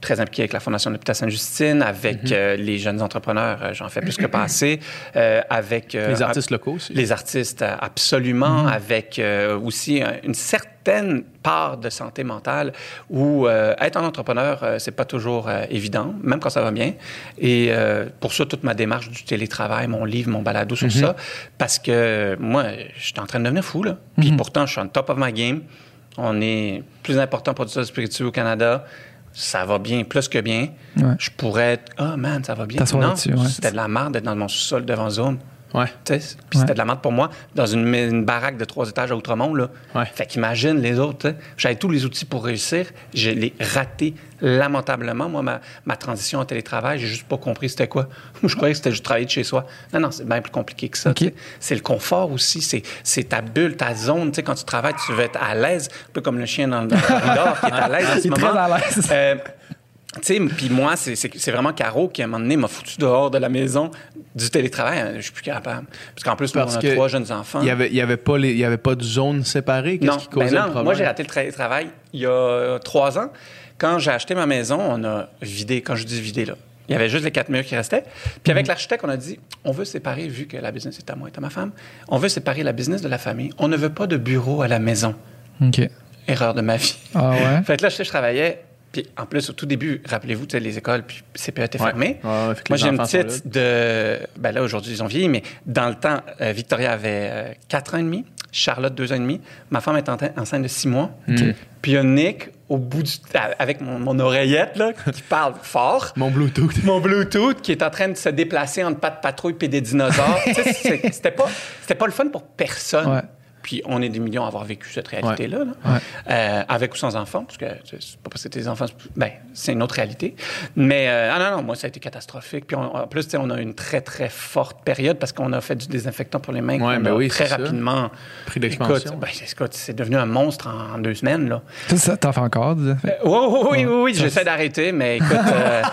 très impliqué avec la Fondation de l'Hôpital Sainte-Justine, avec mm-hmm. euh, les jeunes entrepreneurs, euh, j'en fais plus que pas assez, euh, avec... Euh, les artistes locaux aussi. Les artistes, absolument, mm-hmm. avec euh, aussi une certaine part de santé mentale où euh, être un entrepreneur, euh, c'est pas toujours euh, évident, même quand ça va bien. Et euh, pour ça, toute ma démarche du télétravail, mon livre, mon balado sur mm-hmm. ça, parce que moi, je suis en train de devenir fou, là. Puis mm-hmm. pourtant, je suis on top of my game. On est plus important producteur spiritueux au Canada. Ça va bien, plus que bien. Ouais. Je pourrais être, ah, oh, man, ça va bien. Non, ouais. C'était de la merde d'être dans mon sous-sol devant Zoom. Ouais. Puis ouais. c'était de la merde pour moi, dans une, une baraque de trois étages à Outremont. Là. Ouais. Fait qu'imagine les autres. T'sais. J'avais tous les outils pour réussir. Je l'ai raté lamentablement. Moi, ma, ma transition en télétravail, j'ai juste pas compris c'était quoi. Je croyais que c'était juste travailler de chez soi. Non, non, c'est bien plus compliqué que ça. Okay. C'est le confort aussi. C'est, c'est ta bulle, ta zone. T'sais, quand tu travailles, tu veux être à l'aise. Un peu comme le chien dans le corridor qui est à l'aise en ce moment. Il est très à l'aise. Euh, Tu sais, puis moi, c'est, c'est, c'est vraiment Caro qui, à un moment donné, m'a foutu dehors de la maison du télétravail. Je suis plus capable. Parce qu'en plus, Parce on a trois jeunes enfants. Il n'y avait, y avait, pas les, y avait pas de zone séparée? Qu'est-ce non, qui causait ben non, le problème? Moi, j'ai raté le télétravail il y a trois ans. Quand j'ai acheté ma maison, on a vidé. Quand je dis vidé, là, il y avait juste les quatre murs qui restaient. Puis avec mm-hmm. l'architecte, on a dit, on veut séparer, vu que la business est à moi et à ma femme, on veut séparer la business de la famille. On ne veut pas de bureau à la maison. OK. Erreur de ma vie. Ah ouais? Fait que là, je, je travaillais... Puis en plus, au tout début, rappelez-vous, les écoles, puis C P E étaient ouais. fermées. Ouais, ouais, Moi, j'ai une petite de... Ben là, aujourd'hui, ils ont vieilli, mais dans le temps, euh, Victoria avait euh, quatre ans et demi, Charlotte, deux ans et demi. Ma femme est enceinte de six mois. Okay. Puis il y a Nick, au bout du... avec mon, mon oreillette, là, qui parle fort. Mon Bluetooth. Mon Bluetooth, qui est en train de se déplacer entre pas de patrouille et des dinosaures. Tu sais, c'était pas, c'était pas le fun pour personne. Ouais. Puis on est des millions à avoir vécu cette réalité-là, ouais. là. Ouais. Euh, avec ou sans enfants, parce que c'est pas parce que c'est tes enfants, ben c'est une autre réalité. Mais euh, ah non, non, moi, ça a été catastrophique. Puis on, en plus, on a eu une très, très forte période parce qu'on a fait du désinfectant pour les mains ouais, ben oui, très rapidement. Pris d'expansion. Écoute, ben, écoute, c'est devenu un monstre en, en deux semaines, là. Ça, t'en fais encore, des effets? Euh, oui, oui, oui, oui, oui, j'essaie d'arrêter, mais écoute... Euh,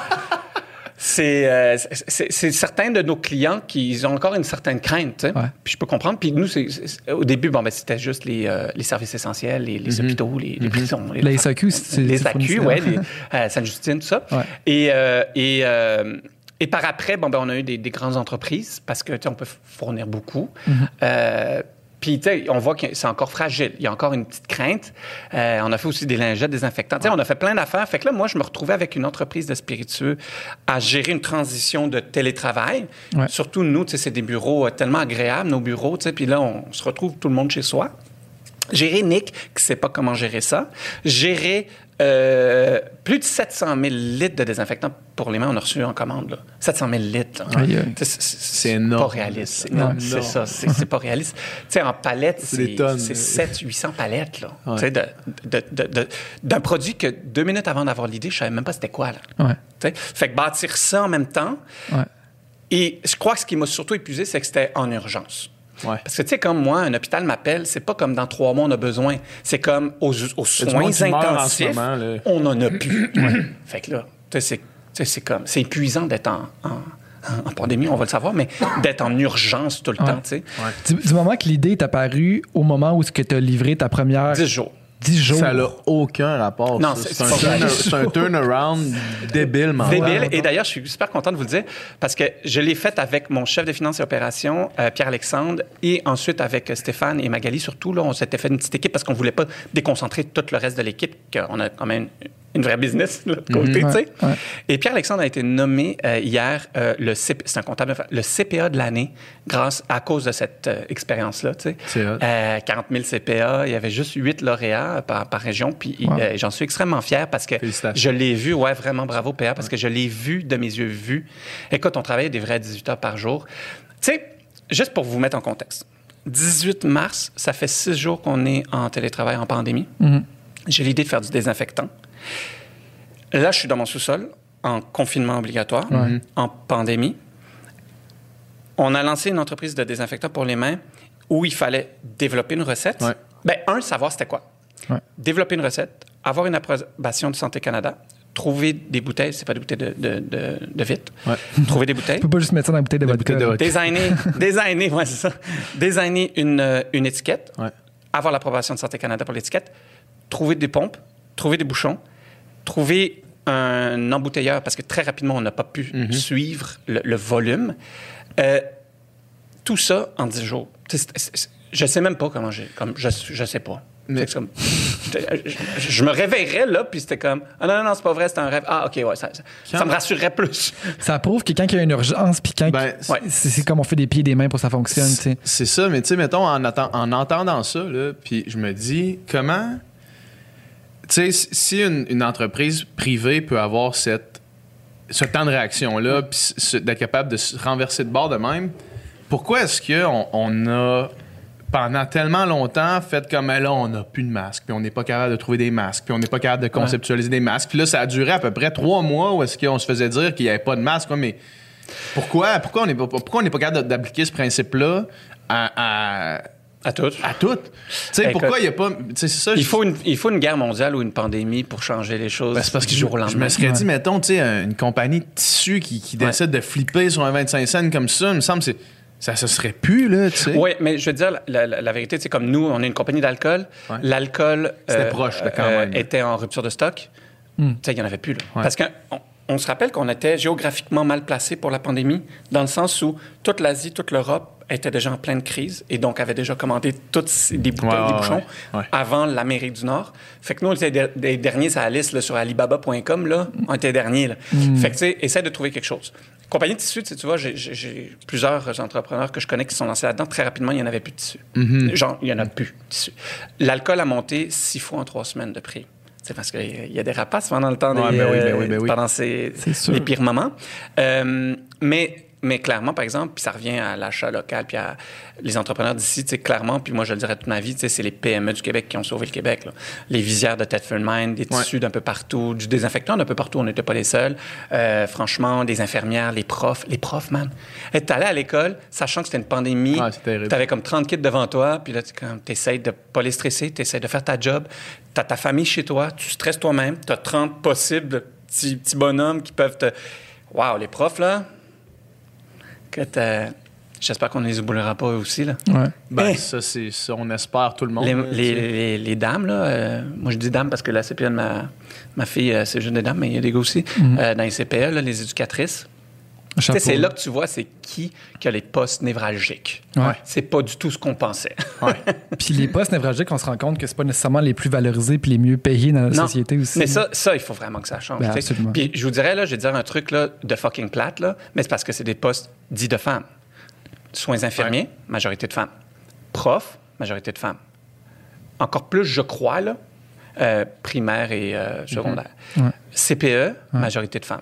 C'est, euh, c'est, c'est certains de nos clients qui ont encore une certaine crainte. Ouais. Puis je peux comprendre. Puis nous, c'est, c'est, au début, bon, ben, c'était juste les, euh, les services essentiels, les, les mm-hmm. hôpitaux, les, les prisons. Les, les S A Q, c'est Les S A Q, oui, euh, Sainte-Justine, tout ça. Ouais. Et, euh, et, euh, et par après, bon, ben, on a eu des, des grandes entreprises parce que, tu sais, on peut fournir beaucoup. Mm-hmm. Euh, Puis, tu sais, on voit que c'est encore fragile. Il y a encore une petite crainte. Euh, on a fait aussi des lingettes désinfectants. Tu sais, on a fait plein d'affaires. Fait que là, moi, je me retrouvais avec une entreprise de spiritueux à gérer une transition de télétravail. Ouais. Surtout, nous, tu sais, c'est des bureaux tellement agréables, nos bureaux, tu sais. Puis là, on se retrouve tout le monde chez soi. Gérer Nick, qui ne sait pas comment gérer ça. Gérer euh, plus de sept cent mille litres de désinfectant pour les mains, on a reçu en commande. Là. sept cent mille litres. Là. Aïe, c'est, c'est, c'est, c'est énorme. Pas réaliste. C'est, non, c'est ça, c'est, c'est pas réaliste. Tu sais, en palette, c'est, c'est, tonnes, c'est sept cents à huit cents palettes. Là. Ouais. Tu sais, de, de, de, de, d'un produit que deux minutes avant d'avoir l'idée, je savais même pas c'était quoi. Là. Ouais. Tu sais, fait que bâtir ça en même temps. Ouais. Et je crois que ce qui m'a surtout épuisé, c'est que c'était en urgence. Ouais. Parce que, tu sais, comme moi, un hôpital m'appelle, c'est pas comme dans trois mois, on a besoin. C'est comme aux, aux soins intensifs, en moment, on en a plus. Ouais. Fait que là, tu sais, c'est, c'est comme... C'est épuisant d'être en, en, en pandémie, on va le savoir, mais d'être en urgence tout le ouais. temps, tu sais. Ouais. Du, du moment que l'idée est apparue au moment où tu as livré ta première... Dix jours. dix jours. Ça n'a aucun rapport. Non, c'est, c'est, c'est, un, turn, c'est un turnaround débile, man. Débile. Et d'ailleurs, je suis super content de vous le dire parce que je l'ai fait avec mon chef de finances et opérations, euh, Pierre-Alexandre, et ensuite avec Stéphane et Magali. Surtout, là, on s'était fait une petite équipe parce qu'on ne voulait pas déconcentrer tout le reste de l'équipe, qu'on a quand même une vraie business de l'autre côté, mm-hmm. tu sais. Ouais, ouais. Et Pierre-Alexandre a été nommé euh, hier euh, le C P, c'est un comptable, le C P A de l'année grâce à cause de cette euh, expérience-là, tu sais. C'est euh, quarante mille C P A, il y avait juste huit lauréats par, par région, puis wow. euh, j'en suis extrêmement fier parce que je l'ai vu, ouais, vraiment bravo P A, parce ouais. que je l'ai vu de mes yeux vus. Écoute, on travaillait des vrais dix-huit heures par jour. Tu sais, juste pour vous mettre en contexte, dix-huit mars, ça fait six jours qu'on est en télétravail en pandémie. Mm-hmm. J'ai l'idée de faire du désinfectant. Là, je suis dans mon sous-sol, en confinement obligatoire, ouais. en pandémie. On a lancé une entreprise de désinfectant pour les mains où il fallait développer une recette. Ouais. Bien, un, savoir c'était quoi. Ouais. Développer une recette, avoir une approbation de Santé Canada, trouver des bouteilles, c'est pas des bouteilles de, de, de, de vitre, ouais. trouver des bouteilles. Tu peux pas juste mettre ça dans la bouteille de vodka. De designer, designer, ouais, c'est ça. Designer une, une étiquette, ouais. avoir l'approbation de Santé Canada pour l'étiquette, trouver des pompes, trouver des bouchons, trouver un embouteilleur, parce que très rapidement, on n'a pas pu mm-hmm. suivre le, le volume. Euh, tout ça en dix jours. C'est, c'est, c'est, je sais même pas comment j'ai... Comme, je, je sais pas. Mais... C'est comme, je, je, je me réveillerais, là, puis c'était comme... Ah non, non, non, c'est pas vrai, c'était un rêve. Ah, OK, ouais, ça, ça, ça me rassurerait plus. Ça prouve que quand il y a une urgence, puis quand... Ben, ouais. c'est, c'est comme on fait des pieds et des mains pour que ça fonctionne, tu sais. C'est ça, mais tu sais, mettons, en, atten- en entendant ça, là, puis je me dis, comment... Tu sais, si une, une entreprise privée peut avoir cette, ce temps de réaction-là, puis d'être capable de se renverser de bord de même, pourquoi est-ce qu'on on a... pendant tellement longtemps, fait comme là, on n'a plus de masques, puis on n'est pas capable de trouver des masques, puis on n'est pas capable de conceptualiser ouais. des masques. Puis là, ça a duré à peu près trois mois où est-ce qu'on se faisait dire qu'il n'y avait pas de masque. Mais pourquoi, pourquoi on n'est pas, pourquoi on n'est pas capable d'appliquer ce principe-là à... à À toutes. À toutes. Tu sais, pourquoi il n'y a pas... C'est ça, il, faut une, il faut une guerre mondiale ou une pandémie pour changer les choses ben, c'est parce que du jour au lendemain. Je me serais dit, mettons, tu sais, une compagnie de tissus qui, qui ouais. décide de flipper sur un vingt-cinq cents comme ça, il me semble que c'est... Ça se serait plus, là, tu sais. Oui, mais je veux dire, la, la, la vérité, c'est comme nous, on est une compagnie d'alcool. Ouais. L'alcool euh, proche, là, quand euh, même. était en rupture de stock. Mm. Tu sais, il n'y en avait plus, là. Ouais. Parce qu'on on se rappelle qu'on était géographiquement mal placé pour la pandémie, dans le sens où toute l'Asie, toute l'Europe était déjà en pleine crise et donc avait déjà commandé tous des, bouteilles, ouais, des bouchons ouais, ouais. avant l'Amérique du Nord. Fait que nous, on était des, des derniers sur la liste là, sur alibaba point com, là. On était derniers, là. Mm. Fait que, tu sais, essaie de trouver quelque chose. Compagnie de tissus, tu vois, j'ai, j'ai plusieurs entrepreneurs que je connais qui sont lancés là-dedans. Très rapidement, il n'y en avait plus de tissus. Mm-hmm. Genre, il n'y en a plus de tissus. L'alcool a monté six fois en trois semaines de prix. C'est parce qu'il y a des rapaces pendant le temps des, ouais, ben oui, ben oui, ben oui. pendant ces, les pires moments. Euh, mais... Mais clairement, par exemple, puis ça revient à l'achat local, puis à les entrepreneurs d'ici, tu sais, clairement, puis moi, je le dirais toute ma vie, tu sais, c'est les P M E du Québec qui ont sauvé le Québec, là. Les visières de Thetford Mine, des tissus ouais. d'un peu partout, du désinfectant d'un peu partout, on n'était pas les seuls. Euh, franchement, des infirmières, les profs, les profs, man. Hey, t'allais à l'école, sachant que c'était une pandémie, ouais, t'avais comme trente kits devant toi, puis là, tu t'essayes de pas les stresser, t'essayes de faire ta job, t'as ta famille chez toi, tu stresses toi-même, t'as trente possibles petits, petits bonhommes qui peuvent te... Wow, les profs, là... Que j'espère qu'on ne les oubliera pas eux aussi. Là. Ouais. Ben, ça, c'est ça, on espère tout le monde. Les, là, les, les, les dames, là, euh, moi je dis dames parce que la C P E de ma, ma fille, euh, c'est juste des dames, mais il y a des gars aussi. Mm-hmm. Euh, dans les C P E, là, les éducatrices, c'est là que tu vois c'est qui qui a les postes névralgiques. Ouais. C'est pas du tout ce qu'on pensait. Ouais. Puis les postes névralgiques, on se rend compte que c'est pas nécessairement les plus valorisés puis les mieux payés dans la non, société aussi. Mais ça, ça, il faut vraiment que ça change. Ben, puis je vous dirais, là, je vais dire un truc là, de fucking plate, là, mais c'est parce que c'est des postes dits de femmes. Soins infirmiers, ouais. majorité de femmes. Profs, majorité de femmes. Encore plus, je crois, là, euh, primaire et euh, secondaire. Mm-hmm. Ouais. C P E, ouais. majorité de femmes.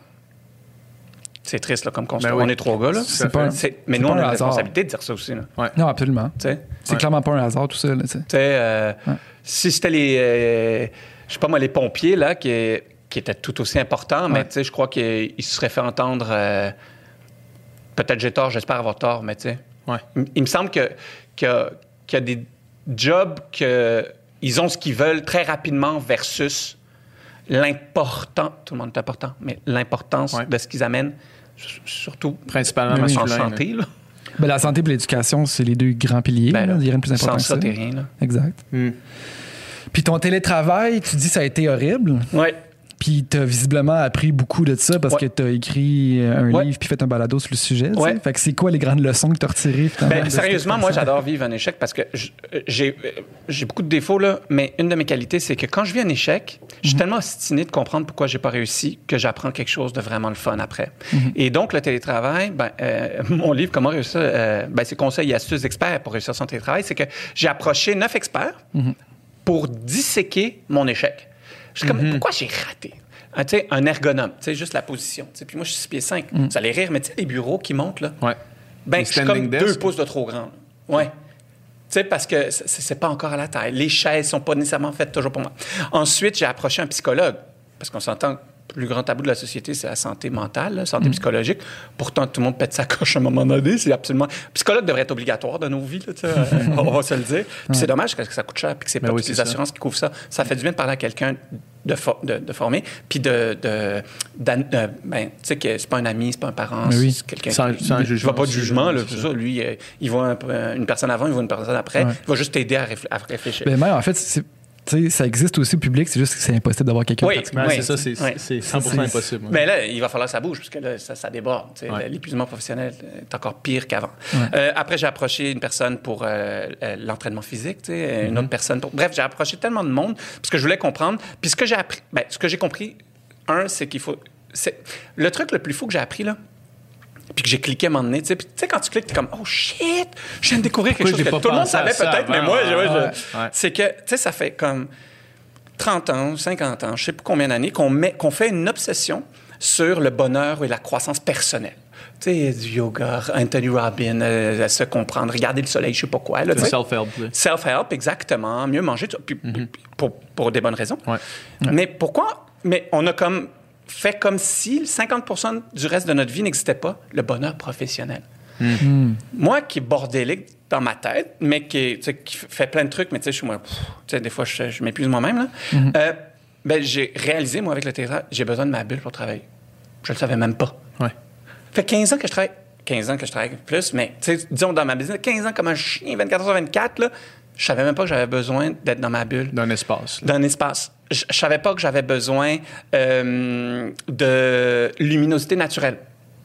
C'est triste là, comme constat. Ben oui. On est trois gars, là. C'est pas un, c'est, mais c'est nous, on a la responsabilité de dire ça aussi. Là. Ouais. Non, absolument. T'sais? C'est ouais. clairement pas un hasard, tout ça. Là, euh, ouais. Si c'était les... Euh, je sais pas moi, les pompiers, là, qui, qui étaient tout aussi importants, ouais. mais je crois qu'ils se seraient fait entendre... Euh, peut-être j'ai tort, j'espère avoir tort, mais tu sais... Ouais. Il, il me semble que, que, qu'il y a des jobs qu'ils ont ce qu'ils veulent très rapidement versus l'important... Tout le monde est important, mais l'importance ouais. de ce qu'ils amènent... Surtout, principalement oui, en santé. Là. Ben, la santé et l'éducation, c'est les deux grands piliers. Ben, là, là, il y a rien de plus important sans que ça. ça. T'es rien, là. Exact. Mm. Puis ton télétravail, tu dis ça a été horrible. Oui. Puis tu as visiblement appris beaucoup de ça parce ouais. que tu as écrit un ouais. livre puis fait un balado sur le sujet. Ouais. Fait que c'est quoi les grandes leçons que tu as retirées? Ben, sérieusement, moi, j'adore vivre un échec parce que j'ai, j'ai beaucoup de défauts, là, mais une de mes qualités, c'est que quand je vis un échec, je suis mm-hmm. tellement obstiné de comprendre pourquoi j'ai pas réussi que j'apprends quelque chose de vraiment le fun après. Mm-hmm. Et donc, le télétravail, ben, euh, mon livre, Comment réussir, euh, ben, c'est conseils et astuces d'experts pour réussir son télétravail, c'est que j'ai approché neuf experts mm-hmm. pour disséquer mon échec. Je suis comme, mm-hmm. pourquoi j'ai raté? Un, un ergonome, juste la position. T'sais. Puis moi, je suis six pieds cinq. Mm. Vous allez rire, mais tu sais, les bureaux qui montent, là, ouais. ben, je suis comme desk. deux pouces de trop grand. Oui. Tu sais, parce que c'est, c'est pas encore à la taille. Les chaises sont pas nécessairement faites toujours pour moi. Ensuite, j'ai approché un psychologue, parce qu'on s'entend... Le plus grand tabou de la société, c'est la santé mentale, la santé mmh. psychologique. Pourtant, tout le monde pète sa coche à un moment donné. C'est absolument... Le psychologue devrait être obligatoire dans nos vies, là, on va se le dire. Puis ouais. c'est dommage parce que ça coûte cher puis que c'est pas oui, toutes les assurances ça. Qui couvrent ça. Ça fait du bien de parler à quelqu'un de, for... de, de formé puis de... de, de ben, tu sais que c'est pas un ami, c'est pas un parent, oui. c'est quelqu'un sans, qui... Sans il ne va pas de jugement, là, c'est ça. Lui, il voit un, une personne avant, il voit une personne après. Ouais. Il va juste t'aider à, réfl... à réfléchir. Ben, même, en fait, c'est... tu sais, ça existe aussi au public, c'est juste que c'est impossible d'avoir quelqu'un Oui, pratiquement. Ouais, oui. c'est ça, c'est, Oui. c'est cent pour cent C'est- impossible. ouais. Mais là, il va falloir que ça bouge, parce que là, ça, ça déborde. tu sais. Ouais. L'épuisement professionnel est encore pire qu'avant. Ouais. Euh, après, j'ai approché une personne pour euh, euh, l'entraînement physique, tu sais, une autre personne pour... Bref, j'ai approché tellement de monde, parce que je voulais comprendre. Puis ce que j'ai appris... Ben, ce que j'ai compris, un, c'est qu'il faut... C'est... Le truc le plus fou que j'ai appris, là, puis que j'ai cliqué à un moment donné, tu sais, puis tu sais, quand tu cliques, t'es comme « Oh shit! Je viens de découvrir quelque Pourquoi chose j'ai que pas tout le monde pensé à savait ça peut-être, mais avant? moi, je- Ouais, je- ouais. Ouais. c'est que, tu sais, ça fait comme trente ans, cinquante ans, je sais pas combien d'années, qu'on, met, qu'on fait une obsession sur le bonheur et la croissance personnelle. Tu sais, du yoga, Anthony Robbins, euh, se comprendre, regarder le soleil, je sais pas quoi. Là, Le tu sais. self-help. là. Self-help, exactement. Mieux manger, tout ça. Puis, puis, pour, pour des bonnes raisons. Ouais. Mais pourquoi? Mais on a comme fait comme si cinquante pour cent du reste de notre vie n'existait pas, le bonheur professionnel. Moi, qui est bordélique dans ma tête, mais qui, tu sais, qui fait plein de trucs, mais tu sais, je suis moi, pff, tu sais, des fois, je, je m'épuise moi-même, là. Euh, ben, j'ai réalisé, moi, avec le télétravail, j'ai besoin de ma bulle pour travailler. Je le savais même pas. Ouais. Fait quinze ans que je travaille, quinze ans que je travaille plus, mais tu sais, disons dans ma business, quinze ans comme un chien, vingt-quatre heures sur vingt-quatre, là, je savais même pas que j'avais besoin d'être dans ma bulle. D'un espace. là. D'un espace. Je, je savais pas que j'avais besoin euh, de luminosité naturelle.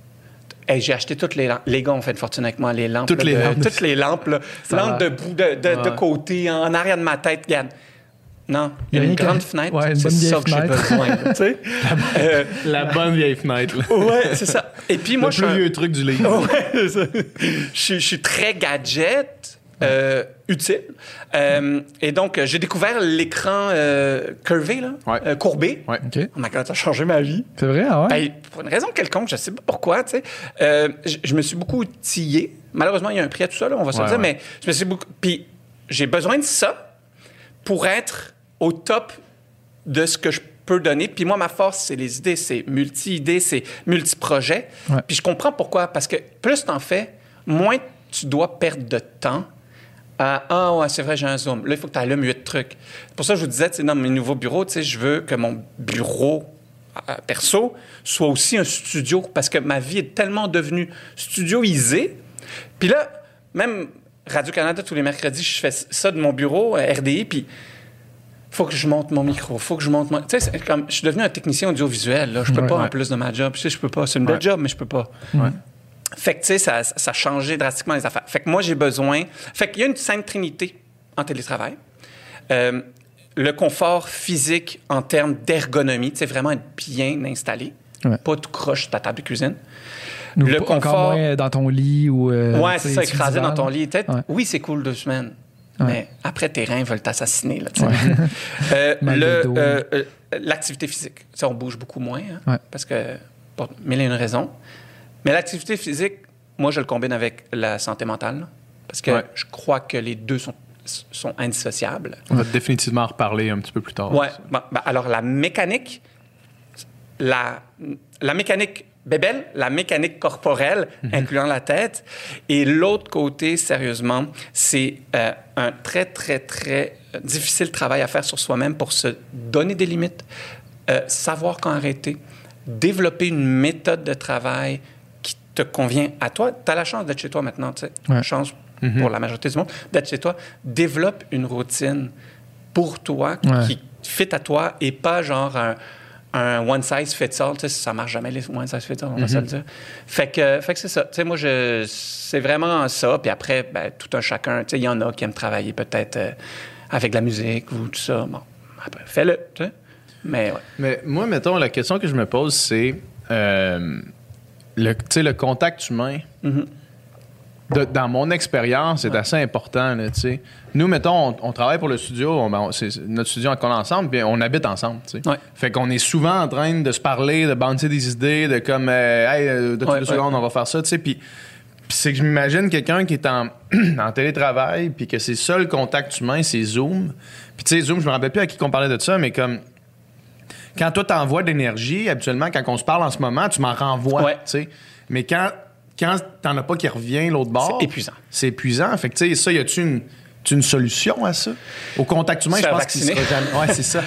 Hey, j'ai acheté toutes les lampes. Les gars ont fait une fortune avec moi, les lampes. Toutes là, les de- lampes. Toutes les lampes, là. Ça Lampes va. debout, de, de, de Ouais. côté, en, en arrière de ma tête. Regarde. Non, il y a Il y a une rien grande que- fenêtre. ouais, une c'est bonne vieille ça que j'ai fenêtre. besoin. là, tu sais. Euh, La bonne vieille fenêtre. Là. ouais, c'est ça. Et puis moi, Le je suis plus un- vieux truc du livre. Ouais, c'est ça. je, suis- je suis très gadget, euh, utile. Euh, et donc, euh, j'ai découvert l'écran euh, curvé, là, Ouais. euh, courbé. Ouais. OK. Oh my God, ça a changé ma vie. C'est vrai, ah ouais? Ben, pour une raison quelconque, je ne sais pas pourquoi, tu sais. Euh, je, je me suis beaucoup outillé. Malheureusement, il y a un prix à tout ça, là, on va se Ouais, le dire, ouais. mais je me suis beaucoup... Puis j'ai besoin de ça pour être au top de ce que je peux donner. Puis moi, ma force, c'est les idées, c'est multi-idées, c'est multi-projets. Ouais. Puis je comprends pourquoi. Parce que plus t'en fais, moins tu dois perdre de temps à « Ah, ouais, c'est vrai, j'ai un Zoom. Là, il faut que tu allumes huit trucs. » C'est pour ça que je vous disais, tu sais, dans mes nouveaux bureaux, tu sais, je veux que mon bureau euh, perso soit aussi un studio parce que ma vie est tellement devenue studioisée. Puis là, même Radio-Canada, tous les mercredis, je fais ça de mon bureau, euh, R D I, puis faut que je monte mon micro, faut que je monte mon... Tu sais, c'est comme, je suis devenu un technicien audiovisuel, là. Je peux Ouais, pas, ouais. en plus de ma job. Tu sais, je peux pas. C'est une belle Ouais. job, mais je peux pas. Ouais. Fait que, tu sais, ça, ça a changé drastiquement les affaires. Fait que moi, j'ai besoin... Fait qu'il y a une sainte trinité en télétravail. Euh, le confort physique en termes d'ergonomie, tu sais, vraiment être bien installé. Ouais. Pas tout croche ta table de cuisine. Ou le pas- confort- Encore moins dans ton lit ou. euh, ouais, tu c'est sais, ça, sur le écrasé divan. dans ton lit. Peut-être, Ouais. oui, c'est cool deux semaines. Ouais. Mais après, tes reins veulent t'assassiner. Là, tu sais. Ouais. Euh, Mal de le, dos. euh, euh, l'activité physique, ça, on bouge beaucoup moins, hein, Ouais. parce que pour mille et une raisons. Mais l'activité physique, moi, je le combine avec la santé mentale, là, parce que Ouais. je crois que les deux sont, sont indissociables. On va définitivement en reparler un petit peu plus tard. Ouais. Bon, ben, alors, la mécanique, la, la mécanique bébelle, la mécanique corporelle, incluant la tête. Et l'autre côté, sérieusement, c'est euh, un très, très, très difficile travail à faire sur soi-même pour se donner des limites, euh, savoir quand arrêter, développer une méthode de travail qui te convient à toi. Tu as la chance d'être chez toi maintenant, tu sais. Ouais. Chance pour la majorité du monde d'être chez toi. Développe une routine pour toi Ouais. qui fit à toi et pas genre un, un one size fits all. Tu sais, ça marche jamais, les one size fits all, on va se le dire. Fait que, fait que c'est ça. Tu sais, moi, je, c'est vraiment ça. Puis après, ben, tout un chacun. Tu sais, il y en a qui aiment travailler peut-être euh, avec de la musique ou tout ça. Bon, après, fais-le, tu sais. Mais ouais. Mais moi, mettons, la question que je me pose, c'est euh, le, tu sais, le contact humain. Mhm. De- dans mon expérience, c'est assez important. Là, tu sais. Nous, mettons, on, on travaille pour le studio, on, ben, on- c'est c'est notre studio qu'on a ensemble, puis on habite ensemble. Tu sais. Ouais. Fait qu'on est souvent en train de se parler, de bouncer des idées, de comme, euh, hey, euh, de toutes Ouais, les ouais. secondes, on va faire ça. Tu sais. Puis, puis c'est que je m'imagine quelqu'un qui est en, en télétravail, puis que ses seuls contacts humains, c'est Zoom. Puis, tu sais, Zoom, je me rappelle plus à qui qu'on parlait de ça, mais comme. Quand toi, t'envoies de l'énergie, habituellement, quand on se parle en ce moment, tu m'en renvoies. Ouais. Tu sais. Mais quand, quand t'en as pas qui revient l'autre bord. C'est épuisant. C'est épuisant. Fait que, tu sais, ça, y a-tu une, tu une solution à ça? Au contact humain, Se je faire pense qu'il vacciner. sera jamais. Ouais, c'est ça.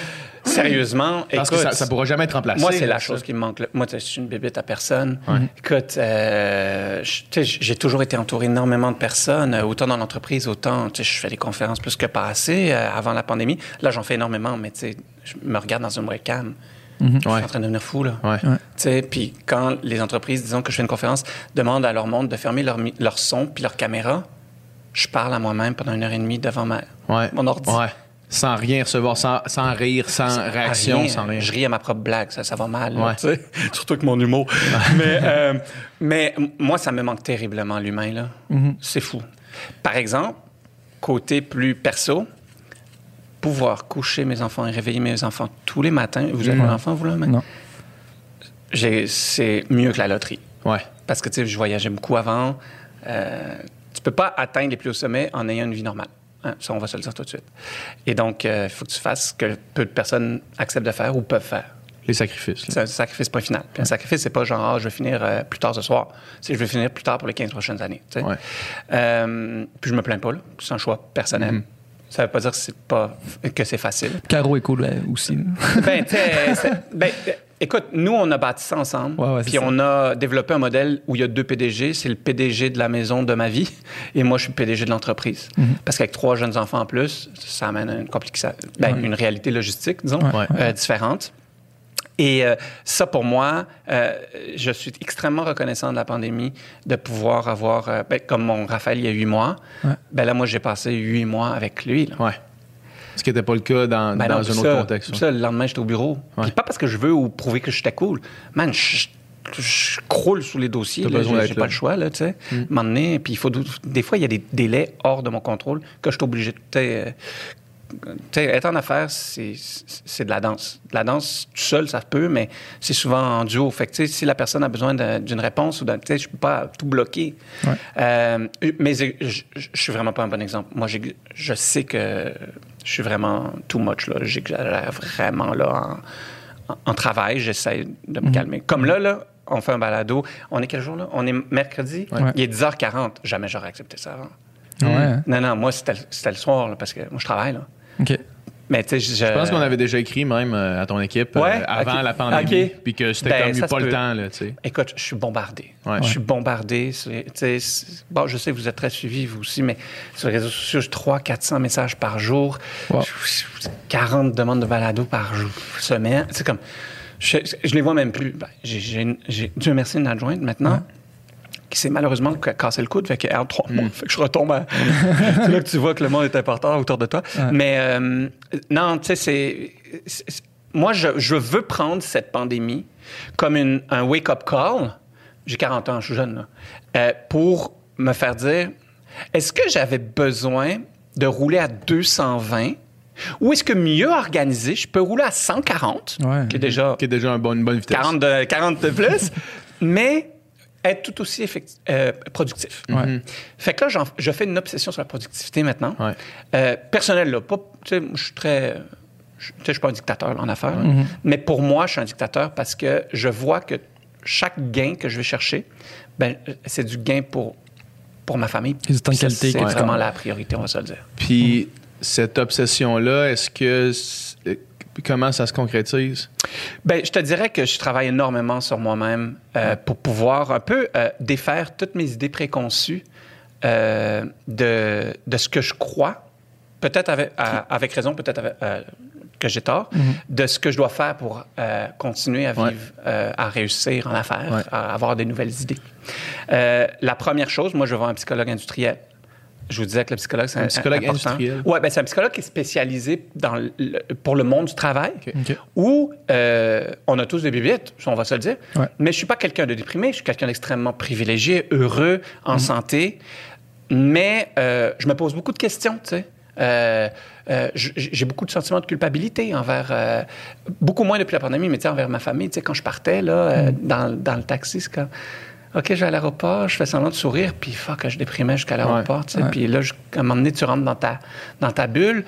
Sérieusement, Parce écoute, que ça ne pourra jamais être remplacé. moi, c'est la ça. chose qui me manque. Là. Moi, je suis une bébête à personne. Ouais. Écoute, euh, je, j'ai toujours été entouré énormément de personnes, autant dans l'entreprise, autant, je fais des conférences plus que pas assez euh, avant la pandémie. Là, j'en fais énormément, mais tu sais, je me regarde dans une webcam. Mm-hmm. Je suis ouais. en train de devenir fou, là. Ouais. Ouais. Puis quand les entreprises, disons que je fais une conférence, demandent à leur monde de fermer leur, leur son puis leur caméra, je parle à moi-même pendant une heure et demie devant ma, ouais. mon ordi. Ouais. Sans rien recevoir, sans, sans rire, sans, sans réaction, rien. sans rien. Je ris à ma propre blague, ça, ça va mal. Ouais. Là, surtout avec mon humour. mais, euh, mais moi, ça me manque terriblement, l'humain. Là. Mm-hmm. C'est fou. Par exemple, côté plus perso, pouvoir coucher mes enfants et réveiller mes enfants tous les matins. Vous avez mmh. un enfant, vous, là, maintenant? Non. J'ai, c'est mieux que la loterie. Ouais. Parce que, tu sais, je voyageais beaucoup avant. Euh, tu peux pas atteindre les plus hauts sommets en ayant une vie normale. Hein? Ça, on va se le dire tout de suite. Et donc, il euh, faut que tu fasses ce que peu de personnes acceptent de faire ou peuvent faire. Les sacrifices. C'est un sacrifice point final. Puis un sacrifice, c'est pas genre, ah, je vais finir euh, plus tard ce soir. C'est je vais finir plus tard pour les quinze prochaines années. Tu sais. Ouais. Euh, puis je me plains pas, là. C'est un choix personnel. Mm-hmm. Ça veut pas dire que c'est, pas, que c'est facile. Caro est cool ouais, aussi. ben, tu sais, ben, écoute, nous, on a bâti ça ensemble. Ouais, ouais, puis on a développé un modèle où il y a deux P D G. C'est le P D G de la maison de ma vie et moi, je suis le P D G de l'entreprise. Mm-hmm. Parce qu'avec trois jeunes enfants en plus, ça amène une, complica... ben, ouais. une réalité logistique, disons, ouais. euh, différente. Et euh, ça, pour moi, euh, je suis extrêmement reconnaissant de la pandémie de pouvoir avoir, euh, ben, comme mon Raphaël, il y a huit mois, ouais. ben là, moi, j'ai passé huit mois avec lui. Là. Ouais. Ce qui n'était pas le cas dans, ben dans non, un ça, autre contexte. Ça, le lendemain, j'étais au bureau. Ouais. Puis pas parce que je veux ou prouver que j'étais cool. Man, je, je croule sous les dossiers. Là, j'ai, j'ai pas le choix, là, tu sais. Mm. M'emmener, puis il faut... Des fois, il y a des délais hors de mon contrôle que je suis obligé de... Euh, Tu sais, être en affaires, c'est, c'est de la danse. De la danse, tout seul, ça peut, mais c'est souvent en duo. Fait que, tu sais, si la personne a besoin de, d'une réponse, ou d'un, tu sais, je peux pas tout bloquer. Ouais. Euh, mais je, je, je suis vraiment pas un bon exemple. Moi, j'ai, je sais que je suis vraiment too much, là. J'exagère vraiment, là, en, en, en travail. J'essaie de me mm-hmm. calmer. Comme là, là, on fait un balado. On est quel jour, là? On est mercredi. Ouais. Il est dix heures quarante. Jamais j'aurais accepté ça avant. Ouais, hein? Non, non, moi, c'était, c'était le soir, là, parce que moi, je travaille, là. OK. Mais tu sais, je... je pense qu'on avait déjà écrit même euh, à ton équipe ouais? euh, avant okay. la pandémie, okay. puis que c'était ben, comme eu pas peut. le temps, là, tu sais. Écoute, je suis bombardé. Ouais. Je suis bombardé. Tu sais, bon, je sais que vous êtes très suivis, vous aussi, mais sur les réseaux sociaux, j'ai trois cents, quatre cents messages par jour, wow. quarante demandes de balado par jour, semaine. C'est comme... Je, je les vois même plus. Ben, j'ai, j'ai, j'ai, Dieu merci, une adjointe maintenant. Ouais. Qui s'est malheureusement cassé le coude, fait que, alors, trois mois, mm. fait que je retombe à... c'est là que tu vois que le monde est important autour de toi. Ouais. Mais euh, non, tu sais, c'est, c'est... Moi, je, je veux prendre cette pandémie comme une, un wake-up call. J'ai quarante ans, je suis jeune, là. Euh, pour me faire dire, est-ce que j'avais besoin de rouler à deux cent vingt ou est-ce que mieux organisé, je peux rouler à cent quarante, ouais. qui est déjà... Qui est déjà un bon, une bonne vitesse. quarante de, quarante de plus, mais... être tout aussi effectif, euh, productif. Ouais. Fait que là, j'en, je fais une obsession sur la productivité maintenant. Ouais. Euh, personnel, là, pas, tu sais, je suis très... Je ne suis pas un dictateur là, en affaires, mm-hmm. mais pour moi, je suis un dictateur parce que je vois que chaque gain que je vais chercher, ben, c'est du gain pour, pour ma famille. C'est du temps de qualité. C'est ouais. vraiment la priorité, on va se le dire. Puis, mm. cette obsession-là, est-ce que... C'est... Comment ça se concrétise? Bien, je te dirais que je travaille énormément sur moi-même euh, ouais. pour pouvoir un peu euh, défaire toutes mes idées préconçues euh, de, de ce que je crois, peut-être avec, à, avec raison, peut-être avec, euh, que j'ai tort, mm-hmm. de ce que je dois faire pour euh, continuer à vivre, ouais. euh, à réussir en affaires, ouais. à avoir des nouvelles idées. Euh, la première chose, moi, je vais voir un psychologue industriel. Je vous disais que le psychologue, c'est un psychologue important. industriel. Oui, ben c'est un psychologue qui est spécialisé dans le, pour le monde du travail, okay. Okay. où euh, on a tous des bébites, on va se le dire. Ouais. Mais je suis pas quelqu'un de déprimé, je suis quelqu'un d'extrêmement privilégié, heureux, en mm-hmm. santé. Mais euh, je me pose beaucoup de questions, tu sais. Euh, euh, j'ai beaucoup de sentiments de culpabilité envers, euh, beaucoup moins depuis la pandémie, mais tu sais, envers ma famille. Tu sais, quand je partais là, euh, mm. dans, dans le taxi, c'est comme... OK, je vais à l'aéroport, je fais semblant de sourire, puis fuck, je déprimais jusqu'à l'aéroport, ouais, tu sais. Ouais. Puis là, je, à un moment donné, tu rentres dans ta, dans ta bulle.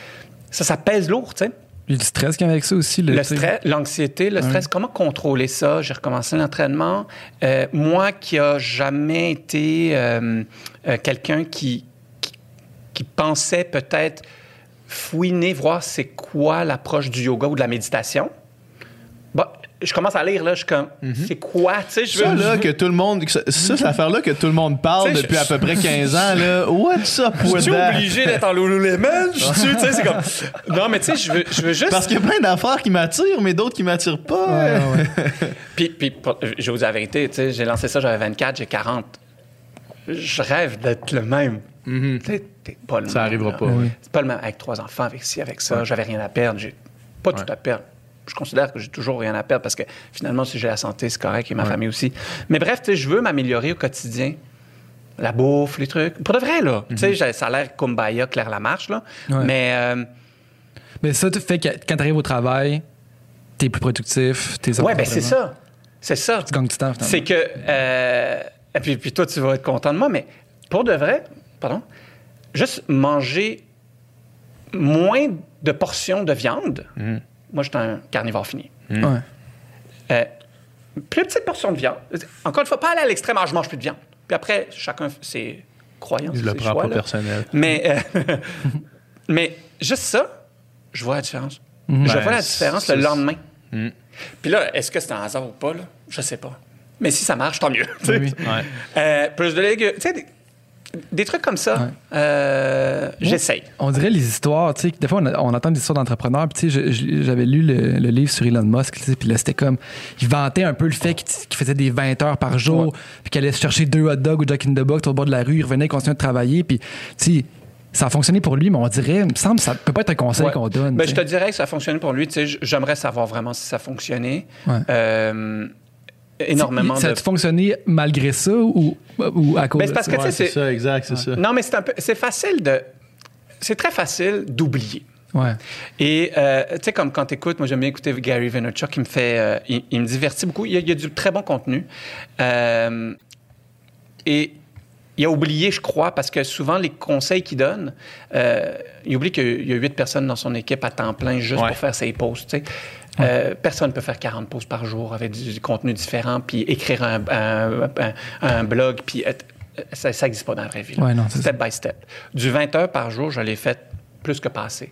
Ça, ça pèse lourd, tu sais. Il y a du stress qui vient avec ça aussi. Le, le stress, l'anxiété, le ouais. stress, comment contrôler ça? J'ai recommencé l'entraînement. Euh, moi qui a jamais été euh, euh, quelqu'un qui, qui, qui pensait peut-être fouiner, voir c'est quoi l'approche du yoga ou de la méditation. Bon, je commence à lire, là, je suis comme, mm-hmm. c'est quoi, tu sais, je veux... Ça, là, que tout le monde... Ça, cette affaire-là que tout le monde parle t'sais, depuis je, à peu près quinze ans, là, what's up with that? Je suis obligé d'être en Lululemon, je suis, tu sais, c'est comme... Non, mais tu sais, je veux, je veux juste... Parce qu'il y a plein d'affaires qui m'attirent, mais d'autres qui m'attirent pas. Ouais, ouais. puis, puis pour, je vous dis la vérité, tu sais, j'ai lancé ça, j'avais vingt-quatre, j'ai quarante. Je rêve d'être le même. Mm-hmm. Tu sais, t'es pas le ça même. arrivera là. pas. Oui. C'est pas le même avec trois enfants, avec ci, avec ça. Ouais. J'avais rien à perdre. J'ai pas ouais. tout à perdre. Je considère que j'ai toujours rien à perdre parce que finalement, si j'ai la santé, c'est correct et ma ouais. famille aussi. Mais bref, tu sais, je veux m'améliorer au quotidien. La bouffe, les trucs. Pour de vrai, là. Mm-hmm. Tu sais, ça a l'air kumbaya, Claire Lamarche, là. Ouais. Mais... Euh... Mais ça, tu fais que quand tu arrives au travail, t'es plus productif. T'es oui, bien, c'est ça. C'est ça. Tu gagnes du temps, finalement. C'est que... Euh... Et puis, puis toi, tu vas être content de moi, mais pour de vrai, pardon, juste manger moins de portions de viande... Mm. Moi, j'étais un carnivore fini. Mmh. Ouais. Euh, plus petite portion de viande. Encore une fois, pas aller à l'extrême, ah, je mange plus de viande. Puis après, chacun ses croyances. Je le prends pas personnel. Mais, euh, mais juste ça, je vois la différence. Mmh. Je ben, vois la différence le lendemain. Mmh. Puis là, est-ce que c'est un hasard ou pas? Là? Je sais pas. Mais si ça marche, tant mieux. Oui. Ouais. Euh, plus de légumes. Tu sais, des, des trucs comme ça, ouais. euh, ouais. j'essaye. On dirait les histoires, tu sais, des fois, on, a, on entend des histoires d'entrepreneurs, puis tu sais, j'avais lu le, le livre sur Elon Musk, tu sais, puis là, c'était comme, il vantait un peu le fait qu'il, qu'il faisait des vingt heures par jour, ouais. puis qu'il allait se chercher deux hot dogs ou Jack in the Box au bord de la rue, il revenait, il continuait de travailler, puis, tu sais, ça a fonctionné pour lui, mais on dirait, il me semble, ça peut pas être un conseil ouais. qu'on donne. Ben, je te dirais que ça a fonctionné pour lui, tu sais, j'aimerais savoir vraiment si ça fonctionnait. Ouais. Euh, énormément ça de... a fonctionné malgré ça ou, ou à cause ben, c'est parce de ça? Que, ouais, c'est ça, exact, c'est ouais. ça. Non, mais c'est un peu... C'est facile de... C'est très facile d'oublier. Ouais. Et, euh, tu sais, comme quand tu écoutes, moi, j'aime bien écouter Gary Vaynerchuk, qui me fait... Euh, il, il me divertit beaucoup. Il y a, il y a du très bon contenu. Euh, et il a oublié, je crois, parce que souvent, les conseils qu'il donne, euh, il oublie qu'il y a huit personnes dans son équipe à temps plein juste ouais. pour faire ses posts, tu sais. Ouais. Euh, personne ne peut faire quarante posts par jour avec du, du contenu différent, puis écrire un, un, un, un blog, puis ça n'existe pas dans la vraie vie. Ouais, non, step by step. Du vingt heures par jour, je l'ai fait plus que passer.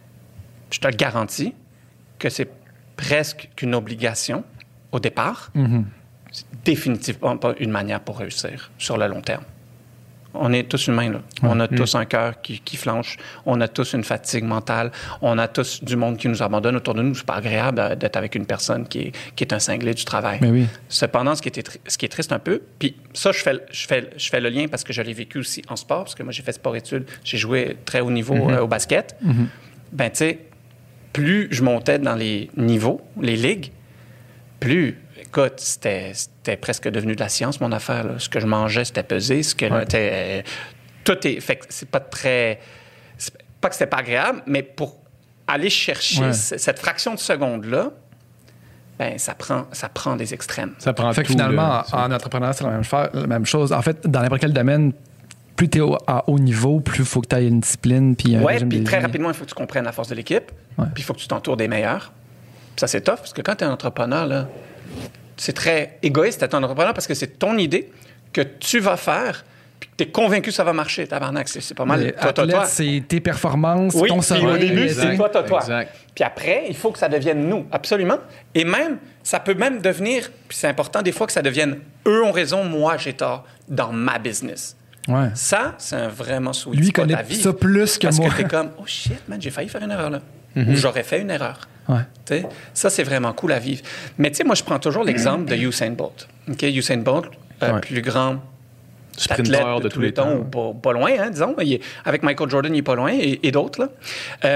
Je te garantis que c'est presque qu'une obligation au départ. Mm-hmm. C'est définitivement pas une manière pour réussir sur le long terme. On est tous humains, là. Ouais. On a mmh. tous un cœur qui, qui flanche. On a tous une fatigue mentale. On a tous du monde qui nous abandonne autour de nous. C'est pas agréable d'être avec une personne qui est, qui est un cinglé du travail. Mais oui. Cependant, ce qui, est, ce qui est triste un peu, puis ça, je fais, je, fais, je fais le lien parce que je l'ai vécu aussi en sport, parce que moi, j'ai fait sport-études. J'ai joué très haut niveau mmh. euh, au basket. Mmh. Ben, tu sais, plus je montais dans les niveaux, les ligues, plus... Écoute, c'était, c'était presque devenu de la science, mon affaire. Là. Ce que je mangeais, c'était pesé. Ce que ouais. euh, tout est... Fait que c'est pas très... C'est pas que c'était pas agréable, mais pour aller chercher ouais. c- cette fraction de seconde-là, ben ça prend, ça prend des extrêmes. Ça prend fait tout, que finalement, là, en, en entrepreneuriat, c'est la même, chose, la même chose. En fait, dans n'importe quel domaine, plus tu es à haut niveau, plus il faut que tu aies une discipline. Puis oui, puis très vie. rapidement, il faut que tu comprennes la force de l'équipe. Ouais. Puis il faut que tu t'entoures des meilleurs. Puis ça, c'est tough, parce que quand tu es un entrepreneur, là... C'est très égoïste d'être un entrepreneur parce que c'est ton idée que tu vas faire puis que tu es convaincu que ça va marcher. Tabarnak, c'est, c'est pas mal. Mais toi, athlète, toi, toi. C'est tes performances, oui, ton sommeil. Au début, exact. c'est toi, toi, toi. Exact. Puis après, il faut que ça devienne nous, absolument. Et même, ça peut même devenir, puis c'est important des fois que ça devienne eux ont raison, moi j'ai tort dans ma business. Ouais. Ça, c'est un vraiment sweet Lui spot connaît à vivre. ça plus que parce moi. Parce que t'es comme, oh shit, man, j'ai failli faire une erreur là. Mm-hmm. Ou j'aurais fait une erreur. Ouais. T'sais, ça, c'est vraiment cool à vivre. Mais tu sais, moi, je prends toujours l'exemple de Usain Bolt. Okay? Usain Bolt, euh, ouais. plus grand athlète de, de tous les temps, ou pas, pas loin, hein, disons. Il est, avec Michael Jordan, il n'est pas loin, et, et d'autres. Là. Euh,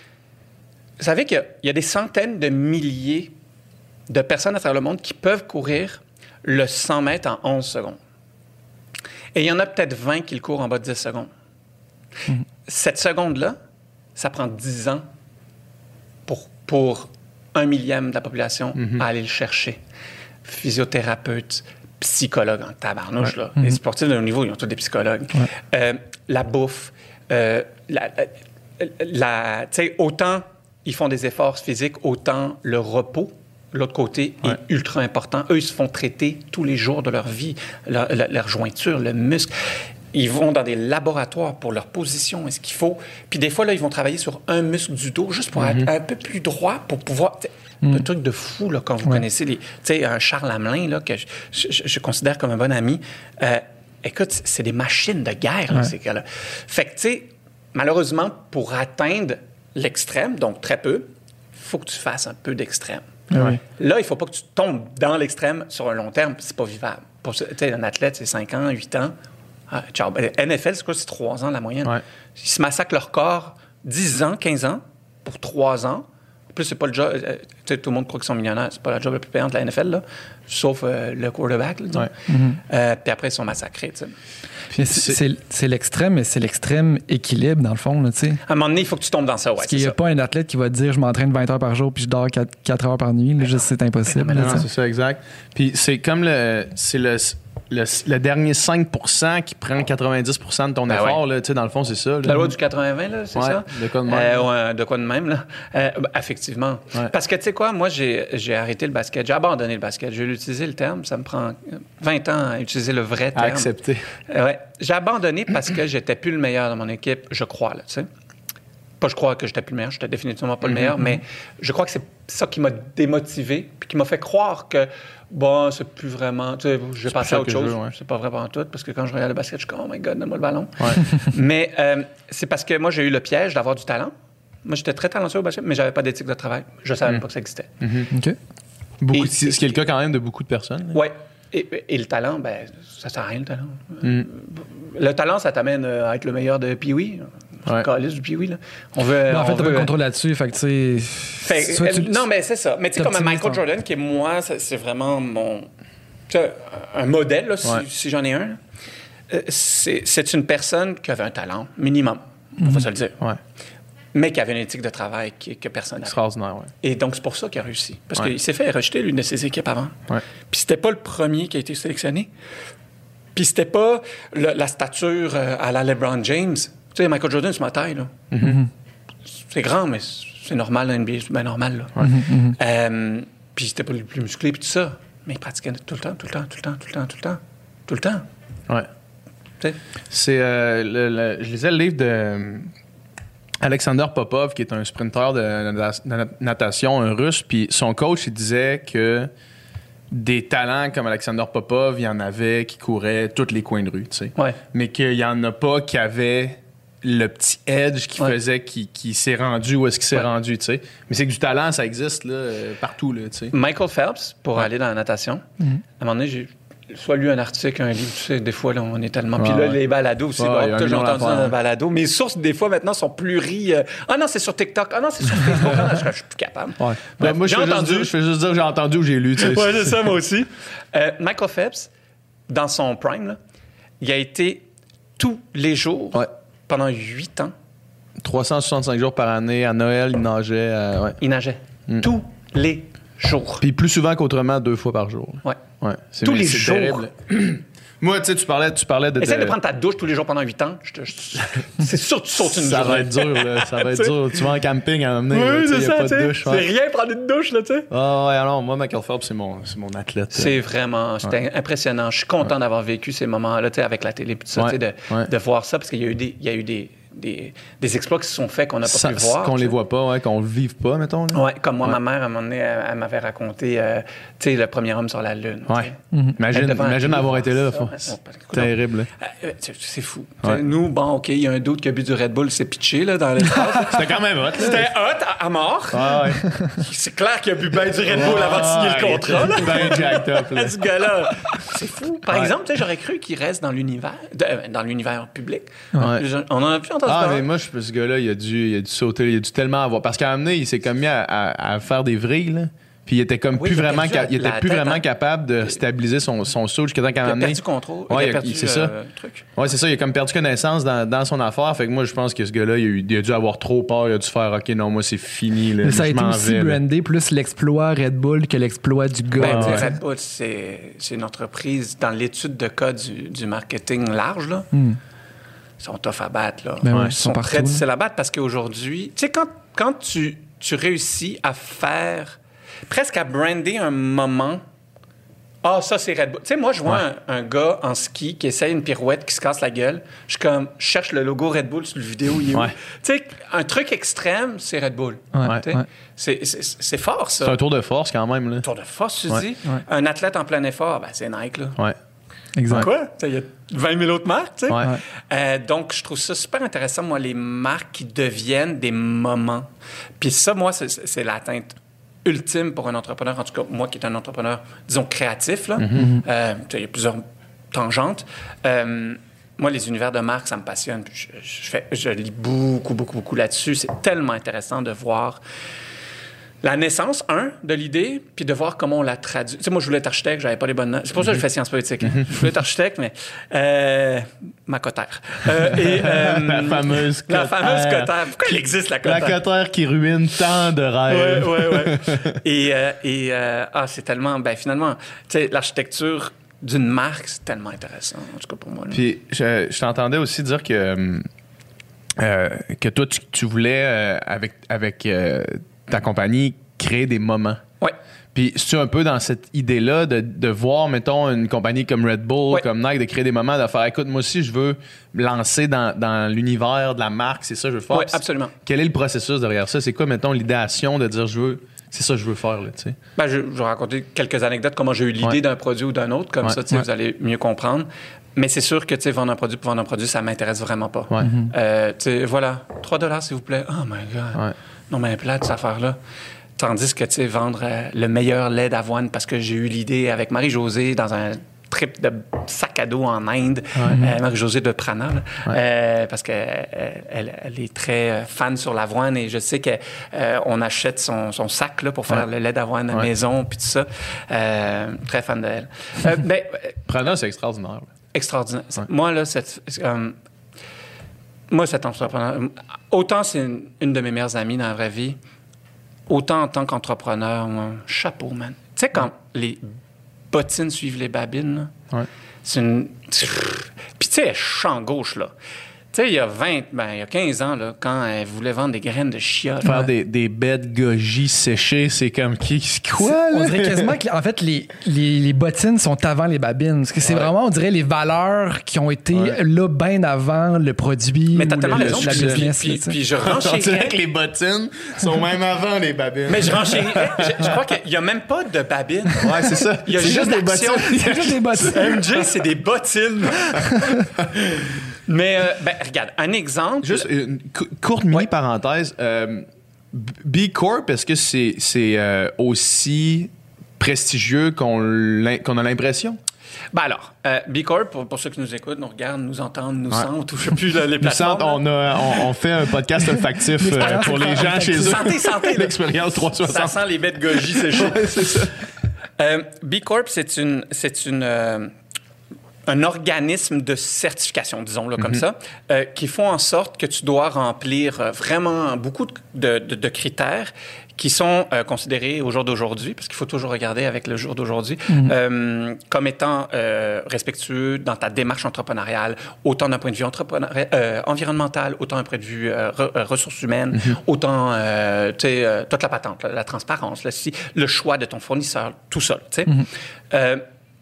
vous savez qu'il y a, il y a des centaines de milliers de personnes à travers le monde qui peuvent courir le cent mètres en onze secondes. Et il y en a peut-être vingt qui le courent en bas de dix secondes. Mm-hmm. Cette seconde-là, ça prend dix ans pour, pour un millième de la population mm-hmm. à aller le chercher. Physiothérapeute, psychologue en tabarnouche, ouais. là. Mm-hmm. Les sportifs de haut niveau, ils ont tous des psychologues. Ouais. Euh, la bouffe, euh, la, la, la, tu sais, autant ils font des efforts physiques, autant le repos, l'autre côté, ouais. est ultra important. Eux, ils se font traiter tous les jours de leur vie, leur, leur, leur jointure, le muscle. ils vont dans des laboratoires pour leur position, est-ce qu'il faut... Puis des fois, là, ils vont travailler sur un muscle du dos juste pour mm-hmm. être un peu plus droit, pour pouvoir... Mm. Un truc de fou, là, quand vous ouais. connaissez les... Tu sais, un Charles Hamelin, là, que je, je, je considère comme un bon ami. Euh, écoute, c'est des machines de guerre, là, ouais. ces gars-là. Fait que, tu sais, malheureusement, pour atteindre l'extrême, donc très peu, il faut que tu fasses un peu d'extrême. Ouais. Là, il ne faut pas que tu tombes dans l'extrême sur un long terme, c'est pas vivable. Tu sais, un athlète, c'est cinq ans, huit ans. Ah, ciao. N F L, c'est quoi? C'est trois ans la moyenne. Ouais. Ils se massacrent leur corps dix ans, quinze ans pour trois ans. En plus, c'est pas le job. Euh, tout le monde croit qu'ils sont millionnaires. C'est pas la job la plus payante de la N F L, là, sauf euh, le quarterback. Là, ouais. mm-hmm. euh, puis après, ils sont massacrés. Puis c'est, c'est, c'est l'extrême, mais c'est l'extrême équilibre, dans le fond. Là, à un moment donné, il faut que tu tombes dans ça. Ouais, Parce qu'il n'y a ça. Pas un athlète qui va te dire je m'entraîne vingt heures par jour puis je dors quatre heures par nuit. Là, juste, c'est impossible. Non, non, c'est ça, exact. Puis c'est comme le. C'est le Le, le dernier cinq pour cent qui prend quatre-vingt-dix pour cent de ton ben effort, ouais. là, dans le fond, c'est ça. Là. La loi du quatre-vingts vingt, là, c'est ouais, ça? De quoi de même. Euh, ouais, de quoi de même, là. Euh, ben, effectivement. Ouais. Parce que, tu sais quoi, moi, j'ai, j'ai arrêté le basket. J'ai abandonné le basket. Je vais utiliser le terme. Ça me prend vingt ans à utiliser le vrai terme. À accepter. Euh, ouais. J'ai abandonné parce que j'étais plus le meilleur dans mon équipe, je crois, là, tu sais. Pas je crois que j'étais plus le meilleur, j'étais définitivement pas le meilleur, mm-hmm. mais je crois que c'est ça qui m'a démotivé puis qui m'a fait croire que, bon, c'est plus vraiment... Tu sais, je vais passer à autre chose. Veux, ouais. C'est pas vrai pendant tout, parce que quand je regarde le basket, je suis comme « Oh my God, donne-moi le ballon. Ouais. » Mais euh, c'est parce que moi, j'ai eu le piège d'avoir du talent. Moi, j'étais très talentueux au basket, mais j'avais pas d'éthique de travail. Je savais mm. même pas que ça existait. Mm-hmm. OK. Beaucoup, et, ce qui est le cas quand même de beaucoup de personnes. Oui. Et, et le talent, ben ça sert à rien, le talent. Mm. Le talent, ça t'amène à être le meilleur de Pee-Wee. Ouais. Calice du Pee-Wee, là. On veut, mais en on fait, t'as veut... pas de contrôle là-dessus, fait que tu sais... Tu... Non, mais c'est ça. Mais tu sais, comme Michael Jordan, qui est moi, c'est vraiment mon... Tu sais, un modèle, là, si, ouais. si j'en ai un. C'est, c'est une personne qui avait un talent, minimum, on mm-hmm. va se le dire. Ouais. Mais qui avait une éthique de travail qui, que personne n'avait. Extraordinaire, oui. Et donc, c'est pour ça qu'il a réussi. Parce ouais. qu'il s'est fait rejeter l'une de ses équipes avant. Ouais. Puis c'était pas le premier qui a été sélectionné. Puis c'était pas le, la stature euh, à la LeBron James. Tu sais, Michael Jordan, c'est ma taille, là. Mm-hmm. C'est grand, mais c'est normal dans N B A. C'est bien normal, là. Ouais. Mm-hmm. Euh, puis c'était pas le plus musclé, puis tout ça. Mais il pratiquait tout le temps, tout le temps, tout le temps, tout le temps, tout le temps. Tout le temps. Ouais. Tu sais? C'est... Euh, le, le, je lisais le livre de... Alexander Popov, qui est un sprinteur de natation, un russe, puis son coach, il disait que des talents comme Alexander Popov, il y en avait qui couraient tous les coins de rue, tu sais. Ouais. Mais qu'il y en a pas qui avaient le petit edge qui ouais. faisait qui, qui s'est rendu où est-ce qu'il s'est ouais. rendu, tu sais. Mais c'est que du talent, ça existe là, partout, là, tu sais. Michael Phelps, pour ouais. aller dans la natation, mm-hmm. à un moment donné, j'ai soit lu un article, un livre, tu sais, des fois, là, on est tellement... Ouais, Puis là, ouais. les balados aussi, ouais, bon, j'ai entendu un balado. Mes sources, des fois, maintenant, sont plus ri. Euh, ah non, c'est sur TikTok. Ah non, c'est sur Facebook. Ah non, je, je suis plus capable. Ouais. Bref, moi, j'ai je, entendu... dire, je fais juste dire que j'ai entendu ou j'ai lu, tu sais. Ouais, c'est ça, moi aussi. Euh, Michael Phelps, dans son prime, là, il a été tous les jours, ouais. pendant huit ans. trois cent soixante-cinq jours par année. À Noël, il nageait. Euh, ouais. Il nageait. Mm. Tous les jours. Puis plus souvent qu'autrement, deux fois par jour. Ouais. Ouais, c'est, tous les c'est jours. Terrible. Moi, tu sais, tu parlais, tu parlais de... Essaye de... de prendre ta douche tous les jours pendant huit ans. Je te... c'est sûr que tu sautes une ça journée. Va être dur, là. Ça va être dur. Tu vas en camping à emmener. Oui, là, c'est ça, pas de douche, ouais. C'est rien prendre une douche, là, tu sais. Ah ouais, alors, moi, Michael Phelps, c'est mon, c'est mon athlète. C'est là. Vraiment... C'était ouais. impressionnant. Je suis content ouais. d'avoir vécu ces moments-là, tu sais, avec la télé, tout ça, ouais. tu sais, de, ouais. de voir ça, parce qu'il y a eu des... Il y a eu des Des, des exploits qui se sont faits qu'on n'a pas ça, pu voir. Qu'on les voit pas, ouais, qu'on le vive pas, mettons. Oui, comme moi, ouais. ma mère, à un moment donné, elle, elle m'avait raconté, euh, tu sais, le premier homme sur la Lune. Ouais. Mm-hmm. Imagine, imagine avoir été là. Faut... C'est terrible. Euh, c'est fou. Ouais. Nous, bon, OK, il y a un doute qui a bu du Red Bull, c'est pitché là, dans l'espace. C'était quand même hot. Là. C'était hot à, à mort. Ah, ouais. C'est clair qu'il a bu bien du Red Bull avant de signer le contrat. Bien jacked up. Là. Ce gars-là. C'est fou. Par ouais. exemple, j'aurais cru qu'il reste dans l'univers, de, euh, dans l'univers public. Ouais. On en a plus entendu ah, parler. Mais moi, je ce gars-là, il a dû, il a dû sauter, il a dû tellement avoir. Parce qu'à un moment donné, il s'est comme mis à, à, à faire des vrilles, là. Puis il était comme oui, plus il vraiment, ca- il était plus vraiment en... capable de stabiliser son, son saut jusqu'à temps qu'à un moment donné. Il a perdu contrôle. Ouais, il a perdu il, c'est euh, ça. Truc. Ouais, c'est ça. Il a comme perdu connaissance dans, dans son affaire. Fait que moi, je pense que ce gars-là, il a, eu, il a dû avoir trop peur. Il a dû faire, OK, non, moi, c'est fini. Là, mais ça a été aussi vais, brandé là. Plus l'exploit Red Bull que l'exploit du gars. Ben, ouais. Red Bull, c'est, c'est une entreprise dans l'étude de cas du, du marketing large, là. Mm. Ils sont tough à battre, là. Ben ouais, ils sont, sont très difficiles à battre parce qu'aujourd'hui, tu sais, quand, quand tu, tu réussis à faire, presque à brander un moment Ah, ça, c'est Red Bull. Tu sais, moi, je vois ouais. un, un gars en ski qui essaye une pirouette, qui se casse la gueule. Je suis comme, je cherche le logo Red Bull sur le vidéo. Il est ouais. où? Tu sais, un truc extrême, c'est Red Bull. Ouais. Ouais. C'est, c'est, c'est fort, ça. C'est un tour de force, quand même. Là. Un tour de force, tu ouais. dis. Ouais. Un athlète en plein effort, ben, c'est Nike, là. Ouais. Exact. Quoi? Il y a vingt mille autres marques, tu sais. Ouais. Euh, donc, je trouve ça super intéressant, moi, les marques qui deviennent des moments. Puis ça, moi, c'est, c'est l'atteinte ultime pour un entrepreneur, en tout cas, moi qui est un entrepreneur, disons, créatif, là. Mm-hmm. Euh, il y a plusieurs tangentes. Euh, moi, les univers de marque, ça me passionne. Je, je, fais, je lis beaucoup, beaucoup, beaucoup là-dessus. C'est tellement intéressant de voir la naissance, un, de l'idée, puis de voir comment on la traduit. Tu sais, moi, je voulais être architecte, j'avais pas les bonnes notes. C'est pour ça que je fais sciences politiques. Hein. Je voulais être architecte, mais... Euh, ma cotère. Euh, et, euh, la fameuse cotère. La fameuse cotère. Pourquoi elle existe, la cotère? La cotère qui ruine tant de rêves. Oui, oui, oui. Et, euh, et euh, ah, c'est tellement... Ben, finalement, tu sais, l'architecture d'une marque, c'est tellement intéressant, en tout cas pour moi. Là. Puis, je, je t'entendais aussi dire que, euh, que toi, tu, tu voulais, euh, avec... avec euh, ta compagnie, créer des moments. Oui. Puis, c'est-tu un peu dans cette idée-là de, de voir, mettons, une compagnie comme Red Bull, ouais. comme Nike, de créer des moments, de faire, écoute, moi aussi, je veux me lancer dans, dans l'univers de la marque, c'est ça que je veux faire. Oui, absolument. Quel est le processus derrière ça? C'est quoi, mettons, l'idéation de dire, je veux, c'est ça que je veux faire, là, tu sais? Ben, je, je vais raconter quelques anecdotes, comment j'ai eu l'idée ouais. d'un produit ou d'un autre, comme ouais. ça, tu sais, ouais. vous allez mieux comprendre. Mais c'est sûr que, tu sais, vendre un produit pour vendre un produit, ça m'intéresse vraiment pas. Ouais. Mm-hmm. Euh, tu sais, voilà, trois dollars, s'il vous plaît. Oh my God. Ouais. Non, mais plate, cette affaire-là. Tandis que, tu sais, vendre euh, le meilleur lait d'avoine parce que j'ai eu l'idée avec Marie-Josée dans un trip de sac à dos en Inde, ouais. euh, Marie-Josée de Prana, là, ouais. euh, parce qu'elle elle, elle est très fan sur l'avoine et je sais qu'on euh, achète son, son sac là, pour faire ouais. le lait d'avoine à la ouais. maison, puis tout ça. Euh, très fan d'elle. Euh, ben, Prana, c'est extraordinaire. Extraordinaire. Ouais. Moi, là, cette... Euh, moi, cet entrepreneur... Autant c'est une, une de mes meilleures amies dans la vraie vie, autant en tant qu'entrepreneur, moi, chapeau, man. Tu sais, quand ouais. les bottines suivent les babines, là, ouais. c'est une... Puis tu sais, elle champ gauche, là. Tu sais, il y a vingt, ben, il y a quinze ans, là, quand elle voulait vendre des graines de chia. Faire là, des, des baies de goji séchées, c'est comme qui? Quoi, là? On dirait quasiment que, en fait, les, les, les bottines sont avant les babines. Parce que c'est ouais. vraiment, on dirait, les valeurs qui ont été ouais. là bien avant le produit. Mais t'as tellement le, raison. La puis, business, puis, puis, puis je renchérirais. On dirait que les bottines sont même avant les babines. Mais je renchérirais. je, je crois qu'il n'y a même pas de babines. Ouais, c'est ça. Il y a juste, juste des bottines. C'est juste des bottines. M J, c'est des bottines. Mais, euh, ben, regarde, un exemple. Juste une courte mini-parenthèse. Ouais. Euh, B Corp, est-ce que c'est, c'est euh, aussi prestigieux qu'on, qu'on a l'impression? Ben alors, euh, B Corp, pour, pour ceux qui nous écoutent, nous regardent, nous entendent, nous ouais. sentent, je ne sais plus les plateformes. Nous sentent, on, a, on, on fait un podcast olfactif euh, pour les gens chez eux. Santé, santé. L'expérience trois cent soixante. Ça sent les bêtes goji, c'est chaud. Ouais, c'est ça. Euh, B Corp, c'est une... C'est une euh, un organisme de certification, disons-le comme mm-hmm. ça, euh, qui font en sorte que tu dois remplir euh, vraiment beaucoup de, de, de critères qui sont euh, considérés au jour d'aujourd'hui, parce qu'il faut toujours regarder avec le jour d'aujourd'hui, mm-hmm. euh, comme étant euh, respectueux dans ta démarche entrepreneuriale, autant d'un point de vue entrepreneur, euh, environnemental, autant d'un point de vue euh, re, euh, ressources humaines, mm-hmm. autant, euh, tu sais, euh, toute la patente, la, la transparence, là, si, le choix de ton fournisseur, tout ça, tu sais. Mm-hmm. Euh,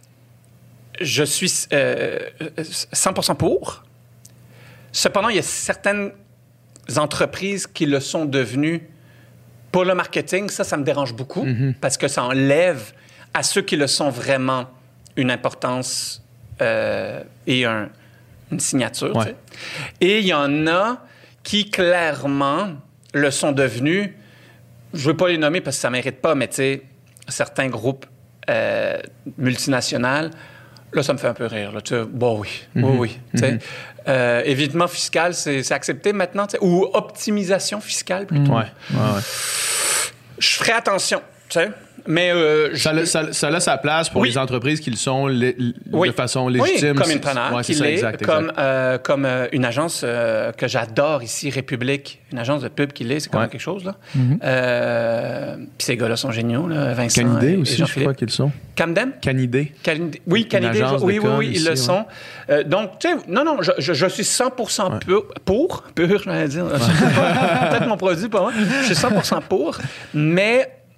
Je suis euh, cent pour cent pour. Cependant, il y a certaines entreprises qui le sont devenues pour le marketing. Ça, ça me dérange beaucoup mm-hmm. parce que ça enlève à ceux qui le sont vraiment une importance euh, et un, une signature. Ouais. Tu sais. Et il y en a qui, clairement, le sont devenus, je ne veux pas les nommer parce que ça ne mérite pas, mais tu sais, certains groupes euh, multinationaux. Là, ça me fait un peu rire. Là. Tu sais, bon, oui, mm-hmm. oui, oui. Mm-hmm. Euh, évitement fiscal, c'est, c'est accepté maintenant, ou optimisation fiscale plutôt. Ouais, ouais, ouais. Je ferai attention, tu sais. Mais euh, ça, je... ça, ça a sa place pour oui. les entreprises qui le sont lé, oui. de façon légitime. Oui, comme une preneur, ouais, qui ça, l'est, exact, comme, exact. Euh, comme euh, une agence euh, que j'adore ici, République, une agence de pub qui l'est, c'est quand même ouais. quelque chose. Là. Mm-hmm. Euh, puis ces gars-là sont géniaux, là, Vincent Canidé et, aussi, et je crois qu'ils sont. Camden? Canidé. Canidé. Oui, Canidé. Oui, oui, oui, ils le ouais. sont. Euh, donc, tu sais, non, non, je, je, je suis cent pour cent ouais. pour, pour, pur, je vais dire. Peut-être mon produit, pas moi. Je suis cent pour cent pour, mais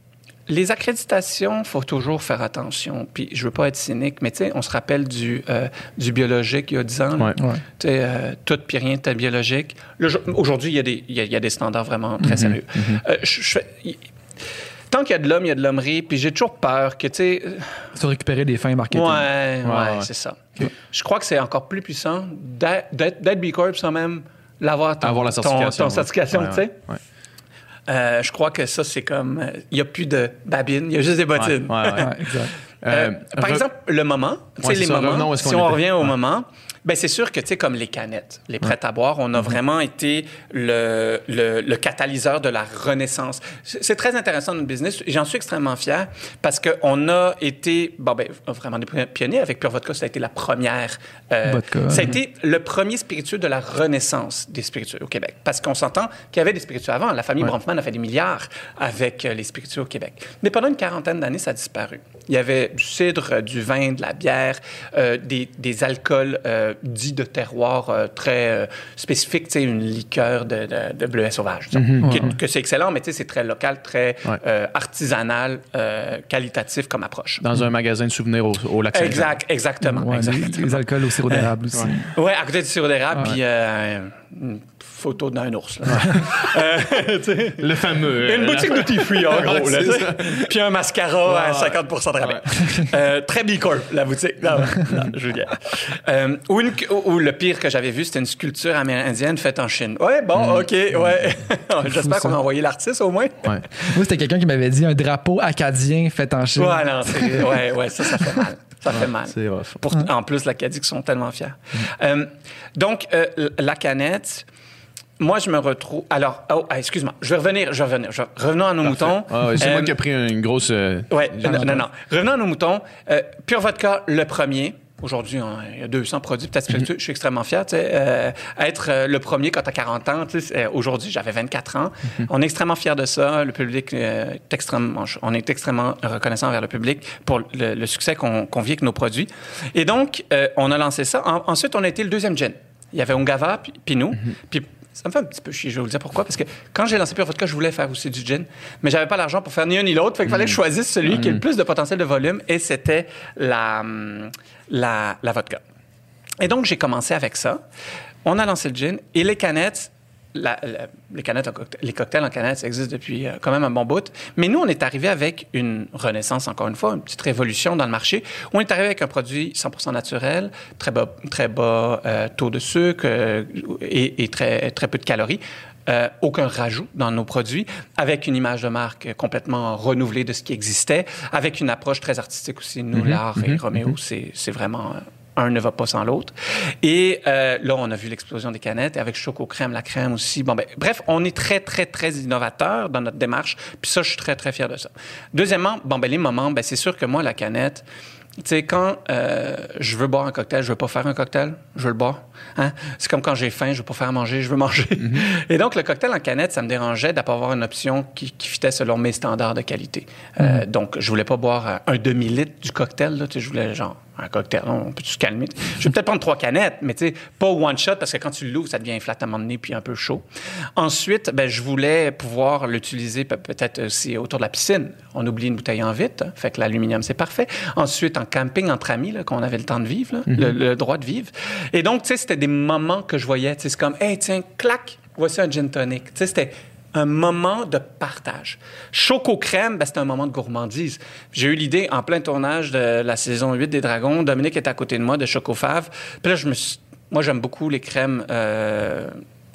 les accréditations, il faut toujours faire attention. Puis je veux pas être cynique, mais tu sais, on se rappelle du, euh, du biologique il y a dix ans. Ouais. Ouais. Tu sais, euh, tout puis rien était biologique. Là, je- aujourd'hui, il y, a des- il y, a, il y a des standards vraiment très sérieux. Euh, je- je fais- il- tant qu'il y a de l'homme, il y a de l'hommerie. Puis j'ai toujours peur que, tu sais... euh, Se récupérer des fins marketing. Ouais, ouais, ouais. c'est ça. Je crois que c'est encore plus puissant d'être, d'être d'être B Corp sans même l'avoir ton, Avoir la ton- certification. ton certification, Ouais, tu sais. ouais, ouais. Euh, je crois que ça, c'est comme... Il n'y a plus de babines, il y a juste des bottines. Ouais, ouais, ouais. Ouais, exact. Euh, Euh, par re- exemple, le moment, tu sais, Ouais, les c'est ça, revenons où moments, est-ce qu'on si on était. revient au Ouais. moment, ben c'est sûr que, tu sais, comme les canettes, les prêts à boire, on a vraiment été le, le, le catalyseur de la renaissance. C'est c'est très intéressant dans notre business. J'en suis extrêmement fier parce qu'on a été, bon, ben, vraiment des pionniers. Avec Pure Vodka, ça a été la première. euh, Vodka. Ça a été le premier spiritueux de la renaissance des spiritueux au Québec. Parce qu'on s'entend qu'il y avait des spiritueux avant. La famille Ouais. Bronfman a fait des milliards avec euh, les spiritueux au Québec. Mais pendant une quarantaine d'années, ça a disparu. Il y avait du cidre, euh, du vin, de la bière, euh, des, des alcools euh, dits de terroir euh, très euh, spécifiques, tu sais, une liqueur de, de, de bleuet sauvage, disons, qui- Ouais. que c'est excellent, mais tu sais, c'est très local, très Ouais. euh, artisanal, euh, qualitatif comme approche. Dans un magasin de souvenirs au, au lac Saint-Jean. Exact, exactement. Ouais, les, exactement. les alcools au sirop d'érable aussi. Ouais, à côté du sirop d'érable, Ouais. puis euh, une photo d'un ours. Là. Euh, tu sais, Le fameux. une euh, boutique duty free, en gros. Ouais, là, c'est tu sais. ça. Puis un mascara à Ouais. cinquante pour cent de rabais. Euh, très B Corp, la boutique. Non, non, je veux dire. Euh, ou, une- ou le pire que j'avais vu, c'était une sculpture amérindienne faite en Chine. Ouais, bon, OK, ouais. J'espère ça. qu'on a envoyé l'artiste au moins. Ouais. Moi, c'était quelqu'un qui m'avait dit un drapeau acadien fait en Chine. Ouais, non, c'est- ouais, ouais, ça, ça fait mal. Ça fait mal. C'est rough. Pour, En plus, l'Acadie qui sont tellement fiers. Euh, donc, euh, la canette, moi, je me retrouve... Alors, oh, ah, excuse-moi, je vais revenir, je vais revenir. Je... Revenons à nos moutons. Ah ouais, c'est Euh, moi qui ai pris une grosse. euh, Ouais, non, non, non. Revenons à nos moutons. Euh, Pure Vodka, le premier. Aujourd'hui, on- il y a deux cents produits, peut-être spiritueux. Je suis extrêmement fier. Tu sais, euh, être euh, le premier quand tu as quarante ans. Tu sais, c'est- euh, aujourd'hui, j'avais vingt-quatre ans. On est extrêmement fiers de ça. Le public euh, est extrêmement... On est extrêmement reconnaissant envers le public pour le, le succès qu'on qu'on vit avec nos produits. Et donc, euh, on a lancé ça. En- ensuite, on a été le deuxième gin. Il y avait Ungava, puis, puis nous. Puis ça me fait un petit peu chier, je vais vous dire pourquoi. Parce que quand j'ai lancé Pure Vodka, je voulais faire aussi du gin, mais j'avais pas l'argent pour faire ni un ni l'autre. Fait qu'il fallait que je choisisse celui qui a le plus de potentiel de volume, et c'était la, hum, la, la vodka. Et donc, j'ai commencé avec ça. On a lancé le gin, et les canettes, la- la- les, canettes en cocktail- les cocktails en canettes, ça existe depuis euh, quand même un bon bout. Mais nous, on est arrivé avec une renaissance, encore une fois, une petite révolution dans le marché. On est arrivé avec un produit cent pour cent naturel, très bas, très bas euh, taux de sucre euh, et, et très, très peu de calories. Euh, aucun rajout dans nos produits, avec une image de marque complètement renouvelée de ce qui existait, avec une approche très artistique aussi. Nous, l'art et Roméo, c'est c'est vraiment... euh, un ne va pas sans l'autre. Et euh, là, on a vu l'explosion des canettes, avec Choco Crème, la crème aussi. Bon, ben, bref, on est très, très, très innovateur dans notre démarche. Puis ça, je suis très, très fier de ça. Deuxièmement, bon, ben, les moments, ben, c'est sûr que moi, la canette, tu sais, quand euh, je veux boire un cocktail, je veux pas faire un cocktail, je veux le boire. Hein? C'est comme quand j'ai faim, je veux pas faire à manger, je veux manger. Mm-hmm. Et donc, le cocktail en canette, ça me dérangeait de ne pas avoir une option qui, qui fitait selon mes standards de qualité. Mm-hmm. Euh, donc, je voulais pas boire un demi-litre du cocktail, là, tu sais, je voulais genre un cocktail, on peut se calmer. Je vais peut-être prendre trois canettes, mais tu sais, pas one shot, parce que quand tu l'ouvres, ça devient inflatamment de nez puis un peu chaud. Ensuite, ben, je voulais pouvoir l'utiliser pe- peut-être aussi autour de la piscine. On oublie une bouteille en vitre, hein, fait que l'aluminium, c'est parfait. Ensuite, en camping entre amis, là, qu'on avait le temps de vivre, là, mm-hmm. le, le droit de vivre. Et donc, tu sais, c'était des moments que je voyais. C'est comme, hey, tiens, clac, voici un gin tonic. Tu sais, c'était un moment de partage. Choco crème, ben, c'était un moment de gourmandise. J'ai eu l'idée en plein tournage de la saison huit des Dragons. Dominique était à côté de moi de Choco Fave. Puis là, je me suis... moi, j'aime beaucoup les crèmes. Euh...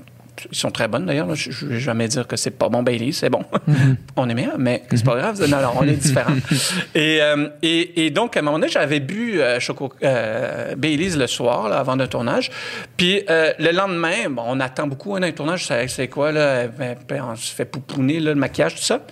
Ils sont très bonnes d'ailleurs. Là. Je ne vais jamais dire que c'est pas bon Baileys, c'est bon. Mm-hmm. On est meilleur, mais c'est pas grave. Non, non, on est différents. et, euh, et, et donc, à un moment donné, j'avais bu euh, Choco, euh, Baileys le soir, là, avant le tournage. Puis euh, le lendemain, bon, on attend beaucoup hein, dans le tournage. C'est, c'est quoi, là? Ben, ben, on se fait pouponner là, le maquillage, tout ça.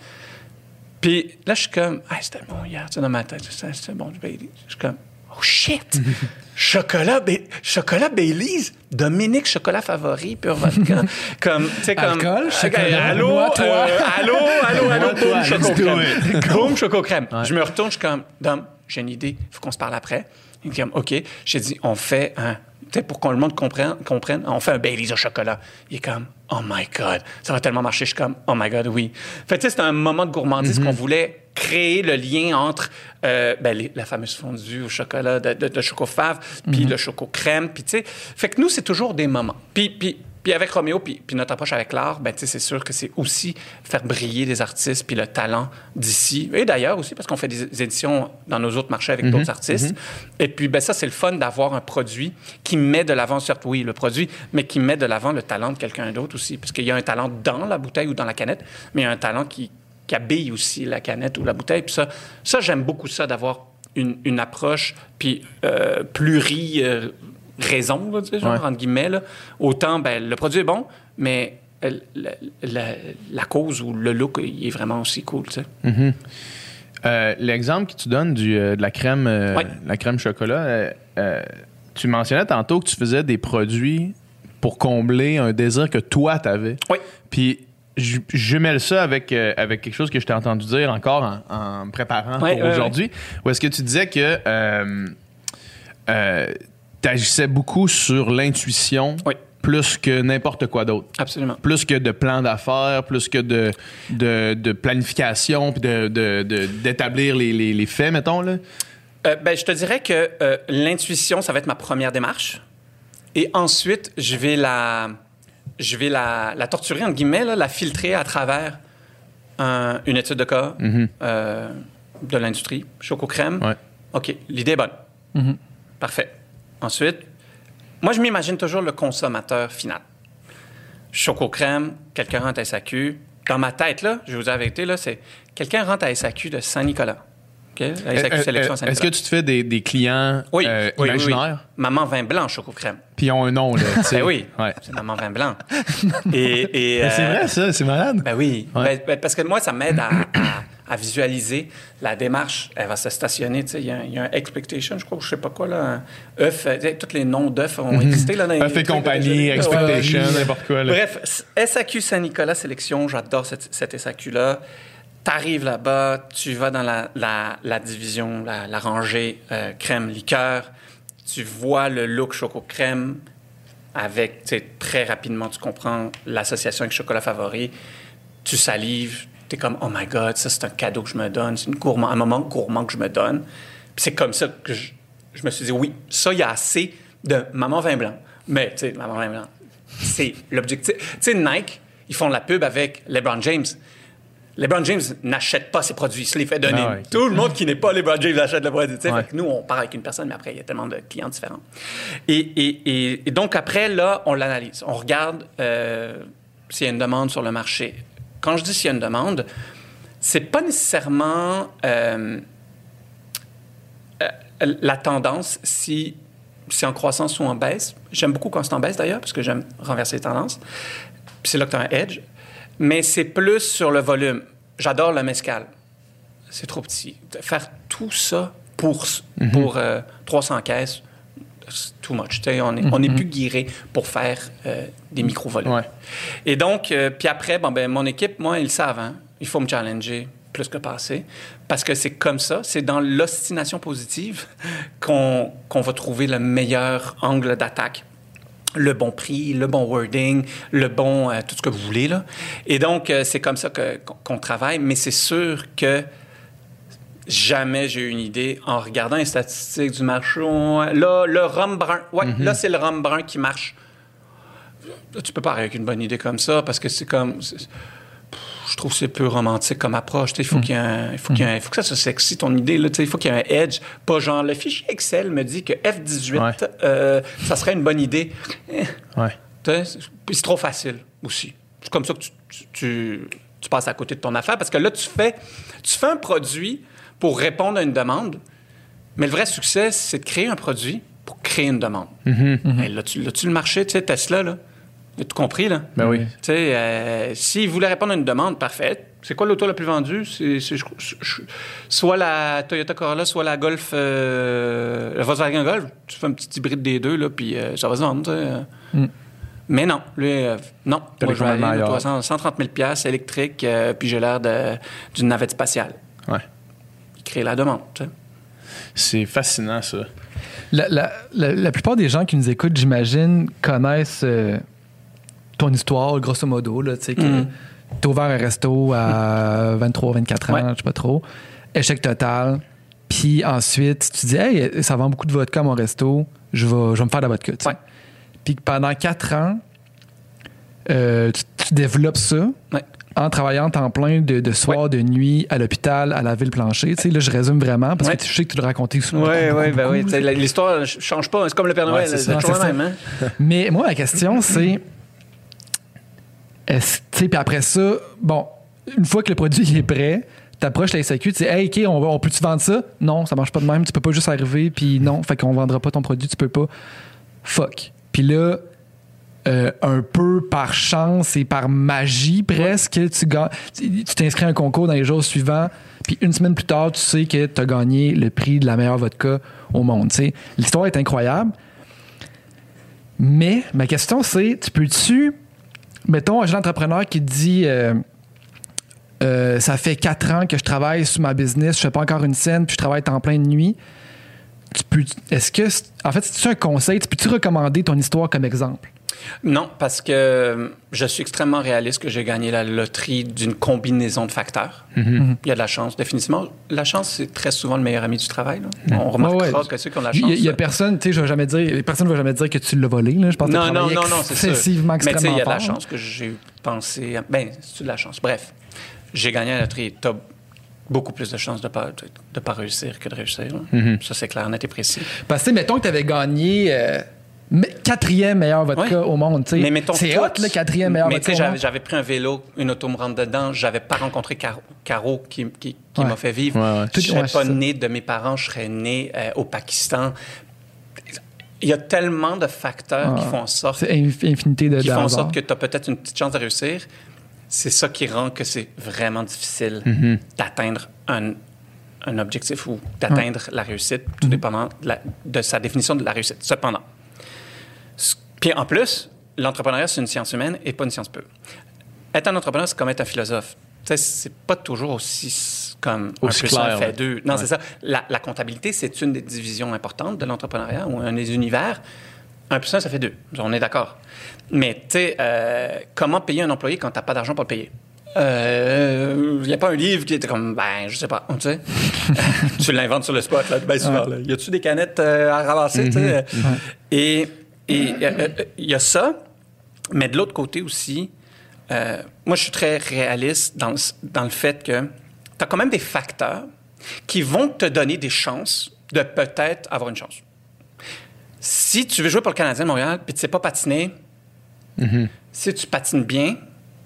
Puis là, je suis comme, ah, c'était bon hier, tu sais, dans ma tête, c'était, c'était bon du Baileys. Je suis comme, oh shit! Chocolat, ba- chocolat Baileys, Dominique, chocolat favori, Pure Vodka. Comme, tu sais, comme. Alcool, chocolat, euh, allô, moi, toi. euh, allô, allô, allô, Moi, boum, toi, choco let's do crème. Boum, choco crème. Je me retourne, je suis comme, Dom, j'ai une idée, il faut qu'on se parle après. Il est comme, OK. J'ai dit, on fait un. Tu sais, pour que le monde comprenne, comprenne, on fait un Baileys au chocolat. Il est comme, oh my God, ça va tellement marcher. Je suis comme, oh my God, oui. Fait tu sais, c'était un moment de gourmandise mm-hmm. qu'on voulait créer le lien entre euh, ben, les, la fameuse fondue au chocolat de, de, de choco-fave, puis mm-hmm. le choco-crème, puis tu sais. Fait que nous, c'est toujours des moments. Puis, puis, puis avec Roméo, puis, puis notre approche avec l'art, ben, tu sais, c'est sûr que c'est aussi faire briller les artistes, puis le talent d'ici. Et d'ailleurs aussi, parce qu'on fait des éditions dans nos autres marchés avec mm-hmm. d'autres artistes. Mm-hmm. Et puis, ben, ça, c'est le fun d'avoir un produit qui met de l'avant, certes, oui, le produit, mais qui met de l'avant le talent de quelqu'un d'autre aussi. Parce qu'il y a un talent dans la bouteille ou dans la canette, mais il y a un talent qui, qui habille aussi la canette ou la bouteille. Puis ça, ça j'aime beaucoup ça, d'avoir une, une approche, puis euh, pluri... Euh, raison, là, tu sais, genre, ouais. entre guillemets. Là. Autant, ben, le produit est bon, mais euh, la, la, la cause ou le look, il est vraiment aussi cool, tu sais. Mm-hmm. Euh, l'exemple que tu donnes du, euh, de la crème, euh, ouais. la crème chocolat, euh, euh, tu mentionnais tantôt que tu faisais des produits pour combler un désir que toi, t'avais. Oui. Puis, je, je mêle ça avec, euh, avec quelque chose que je t'ai entendu dire encore en, en me préparant ouais, pour ouais, aujourd'hui, ouais. où est-ce que tu disais que... Euh, euh, t'agissais beaucoup sur l'intuition oui. plus que n'importe quoi d'autre. Absolument. Plus que de plan d'affaires, plus que de, de, de planification, puis de, de, de, d'établir les, les, les faits, mettons, là. Euh, ben, je te dirais que euh, l'intuition, ça va être ma première démarche. Et ensuite, je vais la, je vais la, la torturer, entre guillemets, là, la filtrer à travers un, une étude de cas mm-hmm. euh, de l'industrie. Choco-crème. Ouais. OK, l'idée est bonne. Mm-hmm. Parfait. Ensuite, moi, je m'imagine toujours le consommateur final. Choco-crème, quelqu'un rentre à S A Q. Dans ma tête, là, je vais vous dire la vérité, là, c'est quelqu'un rentre à S A Q de Saint-Nicolas. Okay? La S A Q euh, Sélection euh, Saint-Nicolas. Est-ce que tu te fais des, des clients oui, euh, oui, imaginaires? Oui, oui. Maman vin blanc, choco-crème. Puis ils ont un nom, là. Ben oui, ouais. c'est Maman vin blanc. et, et, euh, c'est vrai, ça, c'est malade. Ben oui, ouais. ben, ben, parce que moi, ça m'aide à, à, à visualiser la démarche. Elle va se stationner, tu sais, il y, y a un expectation, je crois, je sais pas quoi, là, un œuf, tous les noms d'œufs ont mm-hmm. existé. Là, dans œuf et compagnie, expectation, ouais, n'importe quoi. Là. Bref, S A Q Saint-Nicolas Sélection, j'adore cette, cette S A Q-là. T'arrives là-bas, tu vas dans la, la, la division, la, la rangée euh, crème-liqueur, tu vois le look choco-crème avec, tu sais, très rapidement, tu comprends l'association avec chocolat favori, tu salives, t'es comme « Oh my God, ça, c'est un cadeau que je me donne, c'est une gourmand, un moment gourmand que je me donne. » Puis c'est comme ça que je, je me suis dit « Oui, ça, il y a assez de Maman vin blanc. » Mais, tu sais, Maman vin blanc, c'est l'objectif. Tu sais, Nike, ils font de la pub avec LeBron James. LeBron James n'achète pas ses produits, il se les fait donner. Ah ouais. Tout le monde qui n'est pas LeBron James achète le produit. Ouais. Fait que nous, on part avec une personne, mais après, il y a tellement de clients différents. Et, et, et, et donc, après, là, on l'analyse. On regarde euh, s'il y a une demande sur le marché. Quand je dis s'il y a une demande, c'est pas nécessairement euh, euh, la tendance, si c'est en croissance ou en baisse. J'aime beaucoup quand c'est en baisse, d'ailleurs, parce que j'aime renverser les tendances. Puis c'est là que tu as un edge. Mais c'est plus sur le volume. J'adore le mezcal. C'est trop petit. Faire tout ça pour, mm-hmm. pour euh, trois cents caisses, c'est too much. T'sais, on n'est mm-hmm. plus guiré pour faire euh, des micro-volumes. Ouais. Et donc, euh, puis après, bon, ben, mon équipe, moi, ils le savent. Hein? Il faut me challenger plus que passer. Parce que c'est comme ça, c'est dans l'ostination positive qu'on, qu'on va trouver le meilleur angle d'attaque. Le bon prix, le bon wording, le bon... Euh, tout ce que vous voulez, là. Et donc, euh, c'est comme ça que, qu'on, qu'on travaille. Mais c'est sûr que jamais j'ai eu une idée en regardant les statistiques du marché. On, là, le rhum brun. Ouais, mm-hmm. là, c'est le rhum brun qui marche. Là, tu peux pas arriver avec une bonne idée comme ça parce que c'est comme... C'est, je trouve que c'est peu romantique comme approche. Il faut, mm. qu'il y ait un, il faut, qu'il y ait un, il faut que ça soit sexy, ton idée. Là, il faut qu'il y ait un edge. Pas genre, le fichier Excel me dit que F dix-huit, ouais. euh, ça serait une bonne idée. Ouais. C'est trop facile aussi. C'est comme ça que tu, tu, tu, tu passes à côté de ton affaire parce que là, tu fais, tu fais un produit pour répondre à une demande, mais le vrai succès, c'est de créer un produit pour créer une demande. Mm-hmm. Mm-hmm. Hey, là, tu, là, tu le marché, tu sais, Tesla, là. Tu as tout compris, là? Ben oui. Tu sais, euh, s'il voulait répondre à une demande, parfaite. C'est quoi l'auto la plus vendue? C'est, c'est je, je, soit la Toyota Corolla, soit la Golf, euh, la Volkswagen Golf. Tu fais un petit hybride des deux, là, puis euh, ça va se vendre, tu sais. Mm. Mais non, lui, euh, non. Moi, je vais aller cent trente mille dollars électrique, euh, puis j'ai l'air de, d'une navette spatiale. Ouais. Il crée la demande, tu sais. C'est fascinant, ça. La, la, la, la plupart des gens qui nous écoutent, j'imagine, connaissent... Euh ton histoire, grosso modo, là, tu sais, que mm. T'as ouvert un resto à vingt-trois, vingt-quatre ans, Ouais. je sais pas trop. Échec total. Puis ensuite, tu dis, hey, ça vend beaucoup de vodka à mon resto, je vais, je vais me faire de la vodka. tu sais. Ouais. Puis pendant quatre ans, euh, tu, tu développes ça Ouais. en travaillant temps plein de, de soir, Ouais. de nuit, à l'hôpital, à la ville plancher. Tu sais, là, je résume vraiment parce Ouais. que tu sais que tu le racontais souvent. Oui, beaucoup, oui, ben beaucoup, oui. là. Tu sais, la- L'histoire ne change pas. C'est comme le Père Noël. c'est c'est ça. toujours C'est le même. Hein? Mais moi, ma question, c'est. Est-ce, tu sais, puis après ça, bon, une fois que le produit il est prêt, t'approches la S A Q, tu dis, hey, OK, on, va- on peut-tu vendre ça? Non, ça marche pas de même. Tu peux pas juste arriver, puis non, fait qu'on vendra pas ton produit, tu peux pas. Fuck. Puis là, euh, un peu par chance et par magie presque, tu, ga- tu tu t'inscris à un concours dans les jours suivants, puis une semaine plus tard, tu sais que tu as gagné le prix de la meilleure vodka au monde. tu sais. L'histoire est incroyable. Mais ma question, c'est, tu peux-tu, mettons, un jeune entrepreneur qui te dit, euh, euh, ça fait quatre ans que je travaille sur ma business, je fais pas encore une scène, puis je travaille temps plein de nuit. Tu peux, est-ce que, en fait, c'est-tu un conseil? Tu peux-tu recommander ton histoire comme exemple? Non, parce que je suis extrêmement réaliste que j'ai gagné la loterie d'une combinaison de facteurs. Mm-hmm. Il y a de la chance, définitivement. La chance, c'est très souvent le meilleur ami du travail. Là. On remarquera Ouais, ouais. que ceux qui ont de la Il chance... y a, il y a personne, tu sais, je vais jamais dire, personne ne va jamais dire que tu l'as volé. Là. Je pense que tu Non, as non, travaillé non, non, c'est sûr. excessivement, Mais tu sais, extrêmement il y a de la fort. chance que j'ai pensé... Ben, c'est de la chance. Bref, j'ai gagné la loterie. T'as beaucoup plus de chances de ne pas, de pas réussir que de réussir. là. Mm-hmm. Ça, c'est clair, net et précis. Parce que, mettons que tu avais gagné euh, me- quatrième meilleur vodka Ouais. au monde. tu sais. Mais mettons C'est tout- hot, le quatrième meilleur Mais vodka tu sais, au j'avais, monde. j'avais pris un vélo, une auto me rentre dedans. J'avais pas rencontré Caro, Caro qui, qui, qui Ouais. m'a fait vivre. Ouais, ouais. Je serais Ouais, pas c'est ça. né de mes parents, je serais né euh, au Pakistan. Il y a tellement de facteurs qui Ah. font en sorte, C'est inf- infinité de, qui de font en hasard. sorte que tu as peut-être une petite chance de réussir. C'est ça qui rend que c'est vraiment difficile Mm-hmm. d'atteindre un, un objectif ou d'atteindre la réussite, Mm-hmm. tout dépendant de, la- de sa définition de la réussite. Cependant, ce- puis en plus, l'entrepreneuriat, c'est une science humaine et pas une science pure. Être un entrepreneur, c'est comme être un philosophe. Tu sais, c'est pas toujours aussi s- comme Aussi un plus clair, un fait ouais. deux. Non, Ouais. c'est ça. La, la comptabilité, c'est une des divisions importantes de l'entrepreneuriat ou un des univers. Un plus un, ça fait deux. On est d'accord. Mais tu sais, euh, comment payer un employé quand t'as pas d'argent pour le payer? Il n'y a pas un livre qui était comme, ben, je sais pas, tu sais. Tu l'inventes sur le spot, là, bien souvent. Là. Y a-tu des canettes euh, à ramasser, tu sais? Et il et, euh, euh, y a ça, mais de l'autre côté aussi, euh, moi, je suis très réaliste dans le, dans le fait que tu as quand même des facteurs qui vont te donner des chances de peut-être avoir une chance. Si tu veux jouer pour le Canadien de Montréal puis tu ne sais pas patiner, si tu patines bien,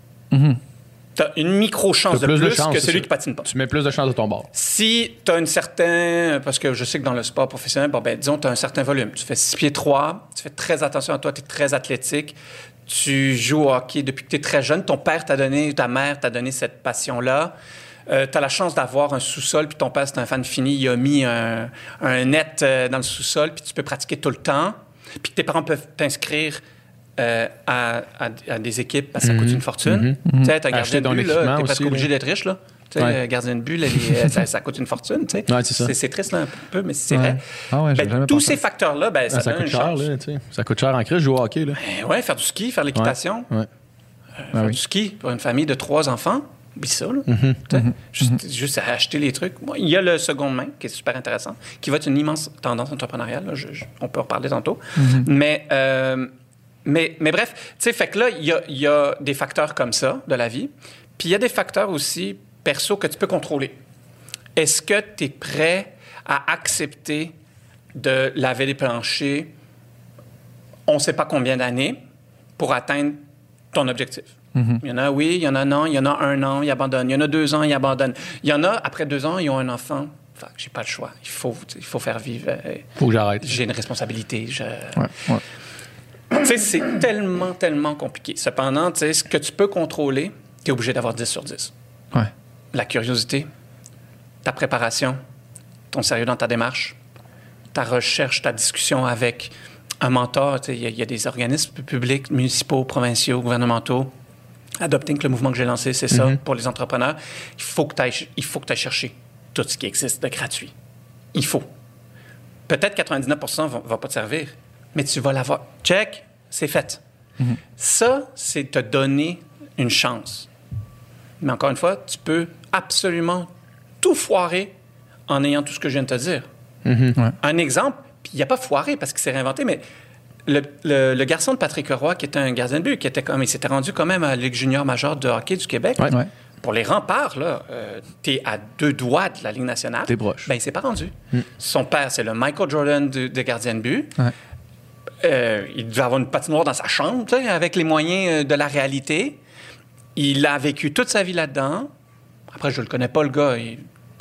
tu as une micro-chance T'as de plus plus, de chance, que c'est celui ça. qui patine pas. Tu mets plus de chances de ton bord. Si tu as une certaine... Parce que je sais que dans le sport professionnel, bon, ben, disons, tu as un certain volume. Tu fais six pieds trois, tu fais très attention à toi, tu es très athlétique, tu joues au hockey depuis que tu es très jeune, ton père t'a donné, ta mère t'a donné cette passion-là. Euh, tu as la chance d'avoir un sous-sol, puis ton père, c'est un fan fini, il a mis un, un net euh, dans le sous-sol, puis tu peux pratiquer tout le temps, puis que tes parents peuvent t'inscrire euh, à, à, à des équipes parce que ça coûte une fortune. Tu sais, t'as un Acheter gardien de ton but, là, équipement t'es presque aussi, obligé là. d'être riche, là. Tu sais, Ouais. le gardien de but, là, les- ça, ça coûte une fortune, tu sais. Ouais, c'est ça. C'est triste, là, un peu, mais c'est Ouais. vrai. Ah ouais, j'ai Ben, jamais tous pensé ces à ça. facteurs-là, ben, ça, Ah, ça donne coûte une cher, chance. là, tu sais. Ça coûte cher en crise, jouer au hockey, là. Ben ouais, faire du ski, faire l'équitation, Ouais. faire oui. du ski pour une famille de trois enfants, oublie ça, là. Mm-hmm. Tu sais, juste, juste à acheter les trucs. Bon, il y a le seconde main, qui est super intéressant, qui va être une immense tendance entrepreneuriale. Là. Je- je- on peut en reparler tantôt. Mais, euh, mais, mais bref, tu sais, fait que là, il y a, il y a des facteurs comme ça de la vie. Puis il y a des facteurs aussi perso que tu peux contrôler. Est-ce que tu es prêt à accepter de laver les planchers on ne sait pas combien d'années pour atteindre ton objectif? Il y en a oui, il y en a non, il y en a un an, ils abandonnent. Il y en a deux ans, ils abandonnent. Il y en a, après deux ans, ils ont un enfant. Enfin, j'ai pas le choix. Il faut, il faut faire vivre. euh, Faut que j'arrête. J'ai une responsabilité. Je... Ouais, ouais. Tu sais, c'est tellement, tellement compliqué. Cependant, tu sais, ce que tu peux contrôler, tu es obligé d'avoir dix sur dix. Ouais. La curiosité, ta préparation, ton sérieux dans ta démarche, ta recherche, ta discussion avec un mentor. Tu sais, il y, a- il y a des organismes publics, municipaux, provinciaux, gouvernementaux. Adopting, le mouvement que j'ai lancé, c'est ça, pour les entrepreneurs. Il faut que tu ailles, il faut que tu ailles chercher tout ce qui existe de gratuit. Il faut. Peut-être quatre-vingt-dix-neuf pour cent ne va, va pas te servir, mais tu vas l'avoir. Check, c'est fait. Ça, c'est te donner une chance. Mais encore une fois, tu peux absolument tout foirer en ayant tout ce que je viens de te dire. Mm-hmm. Ouais. Un exemple, puis il n'y a pas foiré parce qu'il s'est réinventé, mais le, le, le garçon de Patrick Roy, qui était un gardien de but, qui était comme, il s'était rendu quand même à la Ligue junior majeure de hockey du Québec. Ouais. Ouais. Pour les remparts, là, euh, t'es à deux doigts de la Ligue nationale. T'es proche. Ben, il s'est pas rendu. Mm. Son père, c'est le Michael Jordan de, de gardien de but. Ouais. Euh, il devait avoir une patinoire dans sa chambre, tu sais, avec les moyens de la réalité. Il a vécu toute sa vie là-dedans. Après, je le connais pas, le gars. Il,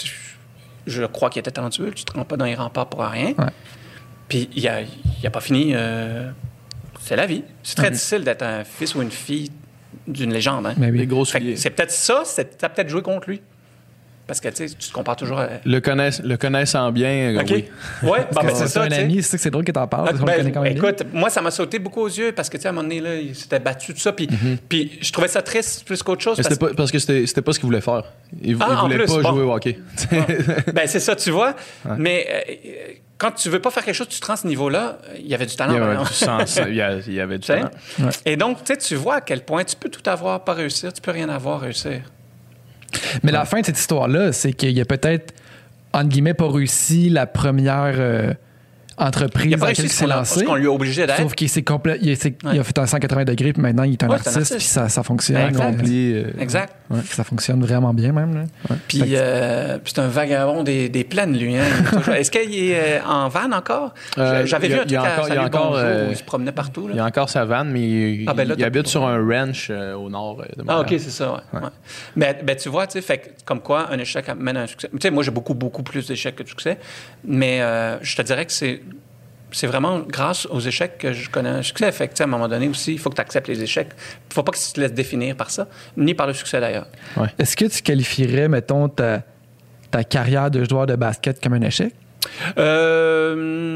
je crois qu'il était talentueux. Tu te rends pas dans les remparts pour rien. Ouais. Puis, il a, il a pas fini. Euh, c'est la vie. C'est très Ouais. difficile d'être un fils ou une fille d'une légende. Hein? Mais oui. Des gros Fait que souliers. c'est peut-être ça, c'est, ça a peut-être joué contre lui. Parce que, tu sais, tu te compares toujours à... Le, connaiss- le connaissant bien, euh, OK. oui. Ouais, ben, ben, c'est c'est ça, un tu sais. ami, c'est ça que c'est drôle que t'en parles. Ah, parce qu'on ben, le connaît quand même bien. écoute, moi, ça m'a sauté beaucoup aux yeux parce que, tu sais, à un moment donné, là, il s'était battu, tout ça. Puis, puis je trouvais ça triste plus qu'autre chose. Mais Parce... C'était pas, parce que c'était, c'était pas ce qu'il voulait faire. Il, Ah, il en voulait plus, pas bon. jouer au hockey. Ben, c'est ça, tu vois. Mais euh, quand tu veux pas faire quelque chose, tu te rends à ce niveau-là, il y avait du talent. Il y avait vraiment. du sens. Il y a- il y avait du Tu sais? talent. Ouais. Et donc, tu sais, tu vois à quel point tu peux tout avoir, pas réussir, tu peux rien avoir, réussir. Mais la fin de cette histoire-là, c'est qu'il a peut-être, entre guillemets, pas réussi la première euh, entreprise Il a dans pas laquelle réussi il ce s'est qu'on, a- lancé. ce qu'on lui a obligé d'être. Sauf qu'il s'est complet, il, s'est- il a fait un cent quatre-vingts degrés, puis maintenant il est un Ouais, c'est un artiste, artiste. puis ça, ça fonctionne. Exact. Accompli, euh, Exact. Ouais, ça fonctionne vraiment bien, même. Là. Puis, euh, puis c'est un vagabond des, des plaines, lui. Hein. Il est toujours- Est-ce qu'il est euh, en van encore? Euh, J'avais il y vu a- un il y truc a à encore- il y a Salut encore, Bonjour euh, où il se promenait partout. Là. Il y a encore sa vanne, mais il, Ah, ben là, il t'as habite pas- sur un ranch euh, au nord euh, de Ah, Montréal. OK, c'est ça, ouais. ouais. Mais ben, tu vois, tu sais, fait que, comme quoi un échec amène à un succès. Tu sais, moi, j'ai beaucoup, beaucoup plus d'échecs que de succès, mais euh, je te dirais que c'est, c'est vraiment grâce aux échecs que je connais un succès. Fait que, tu sais, à un moment donné aussi, il faut que tu acceptes les échecs. Il ne faut pas que tu te laisses définir par ça, ni par le succès d'ailleurs. Est-ce que tu qualifierais, mettons, ta, ta carrière de joueur de basket comme un échec? Euh,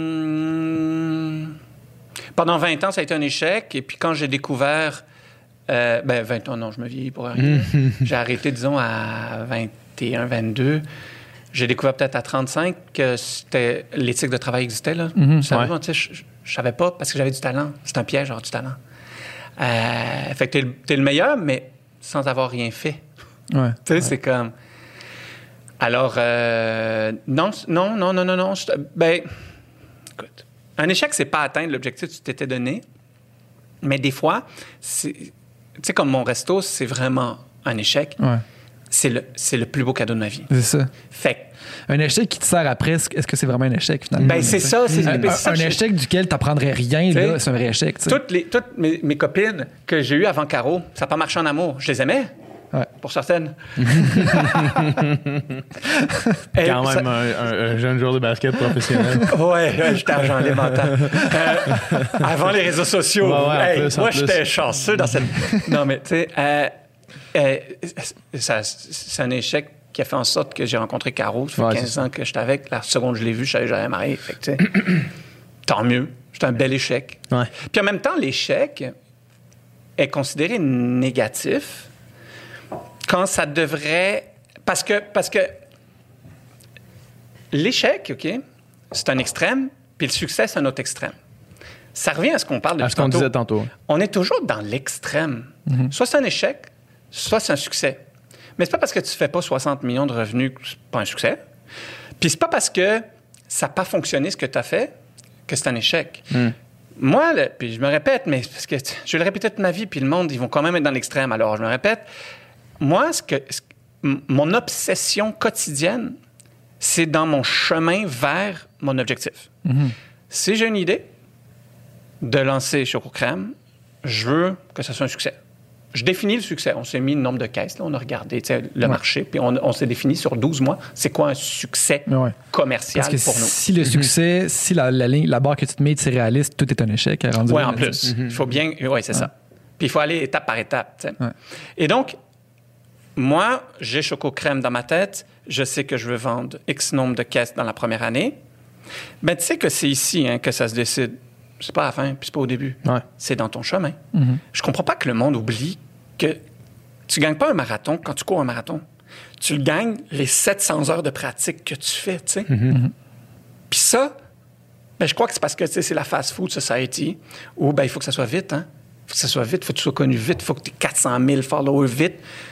hum, pendant vingt ans, ça a été un échec. Et puis quand j'ai découvert... Euh, ben, vingt ans, non, je me vieillis pour rien. J'ai arrêté, disons, à vingt et un, vingt-deux. J'ai découvert peut-être à trente-cinq que c'était, l'éthique de travail existait. Là. Mhm. Sérieusement, tu sais, je, je, je savais pas parce que j'avais du talent. C'est un piège, avoir du talent. Euh, fait que t'es, le- t'es le meilleur, mais sans avoir rien fait. Ouais. Tu sais, c'est comme... Alors, euh, non, c- non, non, non, non, non. je- Ben, écoute, un échec, c'est pas atteindre l'objectif que tu t'étais donné, mais des fois, c'est... Tu sais, comme mon resto, c'est vraiment un échec. Ouais. C'est le, c'est le plus beau cadeau de ma vie. C'est ça. Fait Un échec qui te sert après, est-ce que est-ce que c'est vraiment un échec, finalement? Ben, c'est ça, c'est- un, ben, c'est ça un que je- échec duquel tu n'apprendrais rien, T'sais, là, c'est un vrai échec. tu sais. toutes, les, toutes mes, mes copines que j'ai eues avant Caro, ça n'a pas marché en amour. Je les aimais, Ouais. pour certaines. Et Quand ça- même un, un- un jeune joueur de basket professionnel. Ouais, ouais, j'étais agent libre en temps. Euh, avant les réseaux sociaux. Ouais, ouais, en Hey, plus, en moi, plus. j'étais chanceux dans cette. Non, mais tu sais, euh, euh, ça- c'est un échec qui a fait en sorte que j'ai rencontré Caro. Ça fait Ouais, quinze c'est ans que j'étais avec. La seconde que je l'ai vu, je savais que j'allais marier. Fait que, tu sais, tant mieux. C'est un bel échec. Ouais. Puis en même temps, l'échec est considéré négatif quand ça devrait... Parce que, parce que l'échec, OK, c'est un extrême, puis le succès, c'est un autre extrême. Ça revient à ce qu'on parle depuis À ce qu'on tantôt. disait tantôt. On est toujours dans l'extrême. Soit c'est un échec, soit c'est un succès. Mais c'est pas parce que tu fais pas soixante millions de revenus que c'est pas un succès. Puis c'est pas parce que ça n'a pas fonctionné ce que tu as fait que c'est un échec. Moi, le- puis je me répète, mais parce que t- je vais le répéter toute ma vie, puis le monde, ils vont quand même être dans l'extrême. Alors, je me répète, moi, ce que, ce- m- mon obsession quotidienne, c'est dans mon chemin vers mon objectif. Si j'ai une idée de lancer Choco Crème, je veux que ce soit un succès. Je définis le succès. On s'est mis le nombre de caisses, là, on a regardé tu sais, le Ouais. marché, puis on, on s'est défini sur douze mois, c'est quoi un succès Ouais. commercial Parce que pour nous. si le succès, si la, la, ligne, la barre que tu te mets, c'est réaliste, tout est un échec. rendu Oui, là, en tu sais. plus. Il faut bien... Oui, c'est ça. Puis il faut aller étape par étape. tu sais. Ouais. Et donc, moi, j'ai Choco Crème dans ma tête. Je sais que je veux vendre X nombre de caisses dans la première année. Mais tu sais que c'est ici hein, que ça se décide. C'est pas à la fin, puis c'est pas au début. Ouais. C'est dans ton chemin. Mhm. Je comprends pas que le monde oublie que tu gagnes pas un marathon quand tu cours un marathon. Tu le gagnes les sept cents heures de pratique que tu fais, tu sais. Puis ça, ben, je crois que c'est parce que tu sais, c'est la fast food society où ben, il faut que ça soit vite. Hein? Il faut que ça soit vite, il faut que tu sois connu vite, il faut que tu aies quatre cent mille followers vite.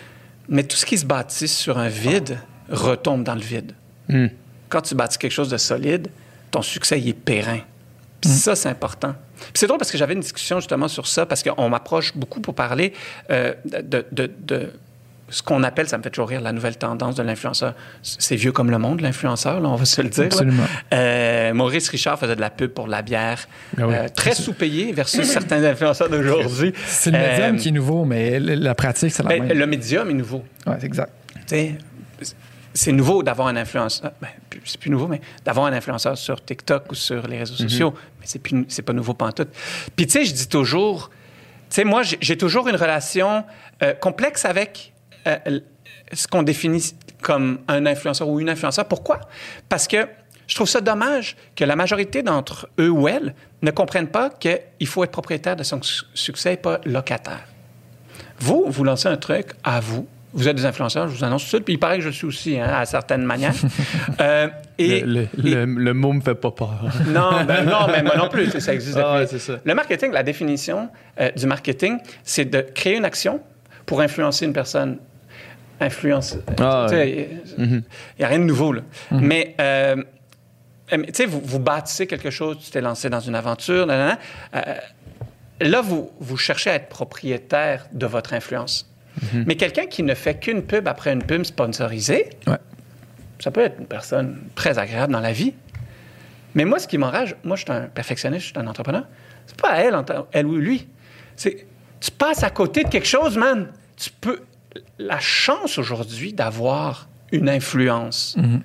Mais tout ce qui se bâtit sur un vide retombe dans le vide. Mm. Quand tu bâtis quelque chose de solide, ton succès, il est périn. Puis mm. ça, c'est important. Puis c'est drôle parce que j'avais une discussion justement sur ça, parce qu'on m'approche beaucoup pour parler euh, de, de, de ce qu'on appelle, ça me fait toujours rire, la nouvelle tendance de l'influenceur. C'est vieux comme le monde, l'influenceur, là, on va se le dire. Absolument. Euh, Maurice Richard faisait de la pub pour la bière, ah oui. euh, très sous-payé versus certains influenceurs d'aujourd'hui. C'est le médium euh, qui est nouveau, mais la pratique, c'est la ben, même. Le médium est nouveau. Oui, c'est exact. Tu sais, c'est nouveau d'avoir un influenceur. Ben, c'est plus nouveau, mais d'avoir un influenceur sur TikTok ou sur les réseaux sociaux. Mm-hmm. Mais c'est, plus, c'est pas nouveau pantoute. Puis, tu sais, je dis toujours... Tu sais, moi, j'ai, j'ai toujours une relation euh, complexe avec euh, ce qu'on définit comme un influenceur ou une influenceur. Pourquoi? Parce que je trouve ça dommage que la majorité d'entre eux ou elles ne comprennent pas qu'il faut être propriétaire de son su- succès et pas locataire. Vous, vous lancez un truc à vous. Vous êtes des influenceurs, je vous annonce tout de suite, puis il paraît que je le suis aussi, hein, à certaines manières. euh, et, le, le, et, le, le mot me fait pas peur. non, ben, non, mais moi non plus, ça existe. Ah, ouais, c'est ça. Le marketing, la définition euh, du marketing, c'est de créer une action pour influencer une personne. Influence. Ah, il ouais. n'y mm-hmm. a rien de nouveau, là. Mm-hmm. Mais, euh, tu sais, vous, vous bâtissez quelque chose, tu t'es lancé dans une aventure, nan, nan, nan, euh, là, vous, vous cherchez à être propriétaire de votre influence. Mm-hmm. Mais quelqu'un qui ne fait qu'une pub après une pub sponsorisée, ouais. ça peut être une personne très agréable dans la vie. Mais moi, ce qui m'enrage, moi, je suis un perfectionniste, je suis un entrepreneur, c'est pas à elle, elle ou lui. C'est, tu passes à côté de quelque chose, man. Tu peux... La chance aujourd'hui d'avoir une influence. Mm-hmm.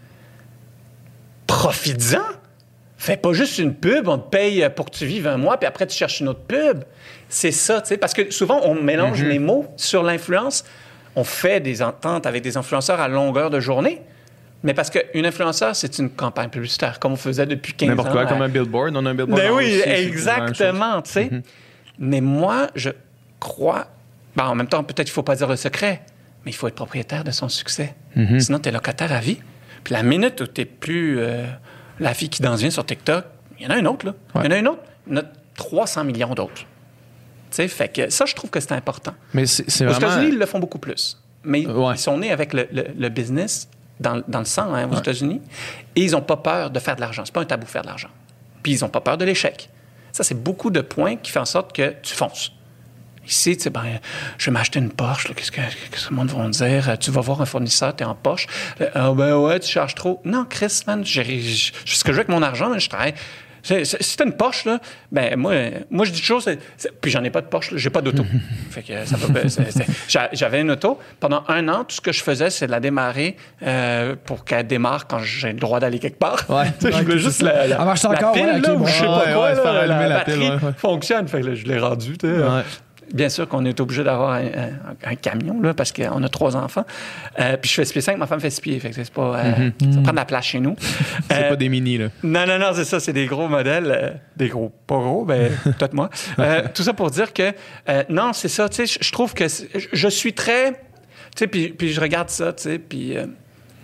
Profites-en. Fais pas juste une pub, on te paye pour que tu vives un mois, puis après, tu cherches une autre pub. C'est ça, tu sais, parce que souvent, on mélange mm-hmm. les mots sur l'influence. On fait des ententes avec des influenceurs à longueur de journée, mais parce qu'une influenceur, c'est une campagne publicitaire, comme on faisait depuis quinze N'importe ans. N'importe quoi, à... comme un billboard. On a un billboard. Ben oui, aussi, exactement, tu sais. Mm-hmm. Mais moi, je crois... Ben, en même temps, peut-être qu'il ne faut pas dire le secret, mais il faut être propriétaire de son succès. Mm-hmm. Sinon, tu es locataire à vie. Puis la minute où tu n'es plus euh, la fille qui danse bien sur TikTok, il y en a une autre, là. Il ouais. y en a une autre. Il y en a trois cents millions d'autres. Tu sais, fait que ça, je trouve que c'est important. Mais c'est, c'est Aux vraiment... États-Unis, ils le font beaucoup plus. Mais ouais. ils sont nés avec le, le, le business dans, dans le sang, hein, aux ouais. États-Unis. Et ils n'ont pas peur de faire de l'argent. C'est pas un tabou, faire de l'argent. Puis ils n'ont pas peur de l'échec. Ça, c'est beaucoup de points qui font en sorte que tu fonces. Ici, tu sais, ben, je vais m'acheter une Porsche, là, qu'est-ce, que, qu'est-ce que le monde va me dire? Tu vas voir un fournisseur, tu es en Porsche. Ah, euh, ben ouais, tu charges trop. Non, Chris, man, j'ai, j'ai, ce que je veux avec mon argent, man, je travaille. C'est, c'est, si t'as une Porsche, là, ben moi, moi je dis toujours, c'est, c'est, puis j'en ai pas de Porsche, là, j'ai pas d'auto. Fait que ça peut, c'est, c'est, j'avais une auto. Pendant un an, tout ce que je faisais, c'est de la démarrer euh, pour qu'elle démarre quand j'ai le droit d'aller quelque part. Ouais, tu sais, je voulais juste la, la, la, la pile, ouais, là, ou je sais pas ouais, quoi, ouais, là, la, la, la batterie ouais, ouais. fonctionne. Fait que là, je l'ai rendu, tu sais. Ouais. Bien sûr qu'on est obligé d'avoir un, un, un camion, là, parce qu'on a trois enfants. Euh, puis je fais six pieds cinq, ma femme fait six pieds. Fait que c'est pas, euh, mm-hmm. ça prend de la place chez nous. C'est euh, pas des mini, là. Non, non, non, c'est ça. C'est des gros modèles. Euh, des gros, pas gros, ben peut-être moi. Euh, tout ça pour dire que, euh, non, c'est ça. Tu sais, je trouve que je suis très... Tu sais, puis, puis je regarde ça, tu sais, puis... Euh,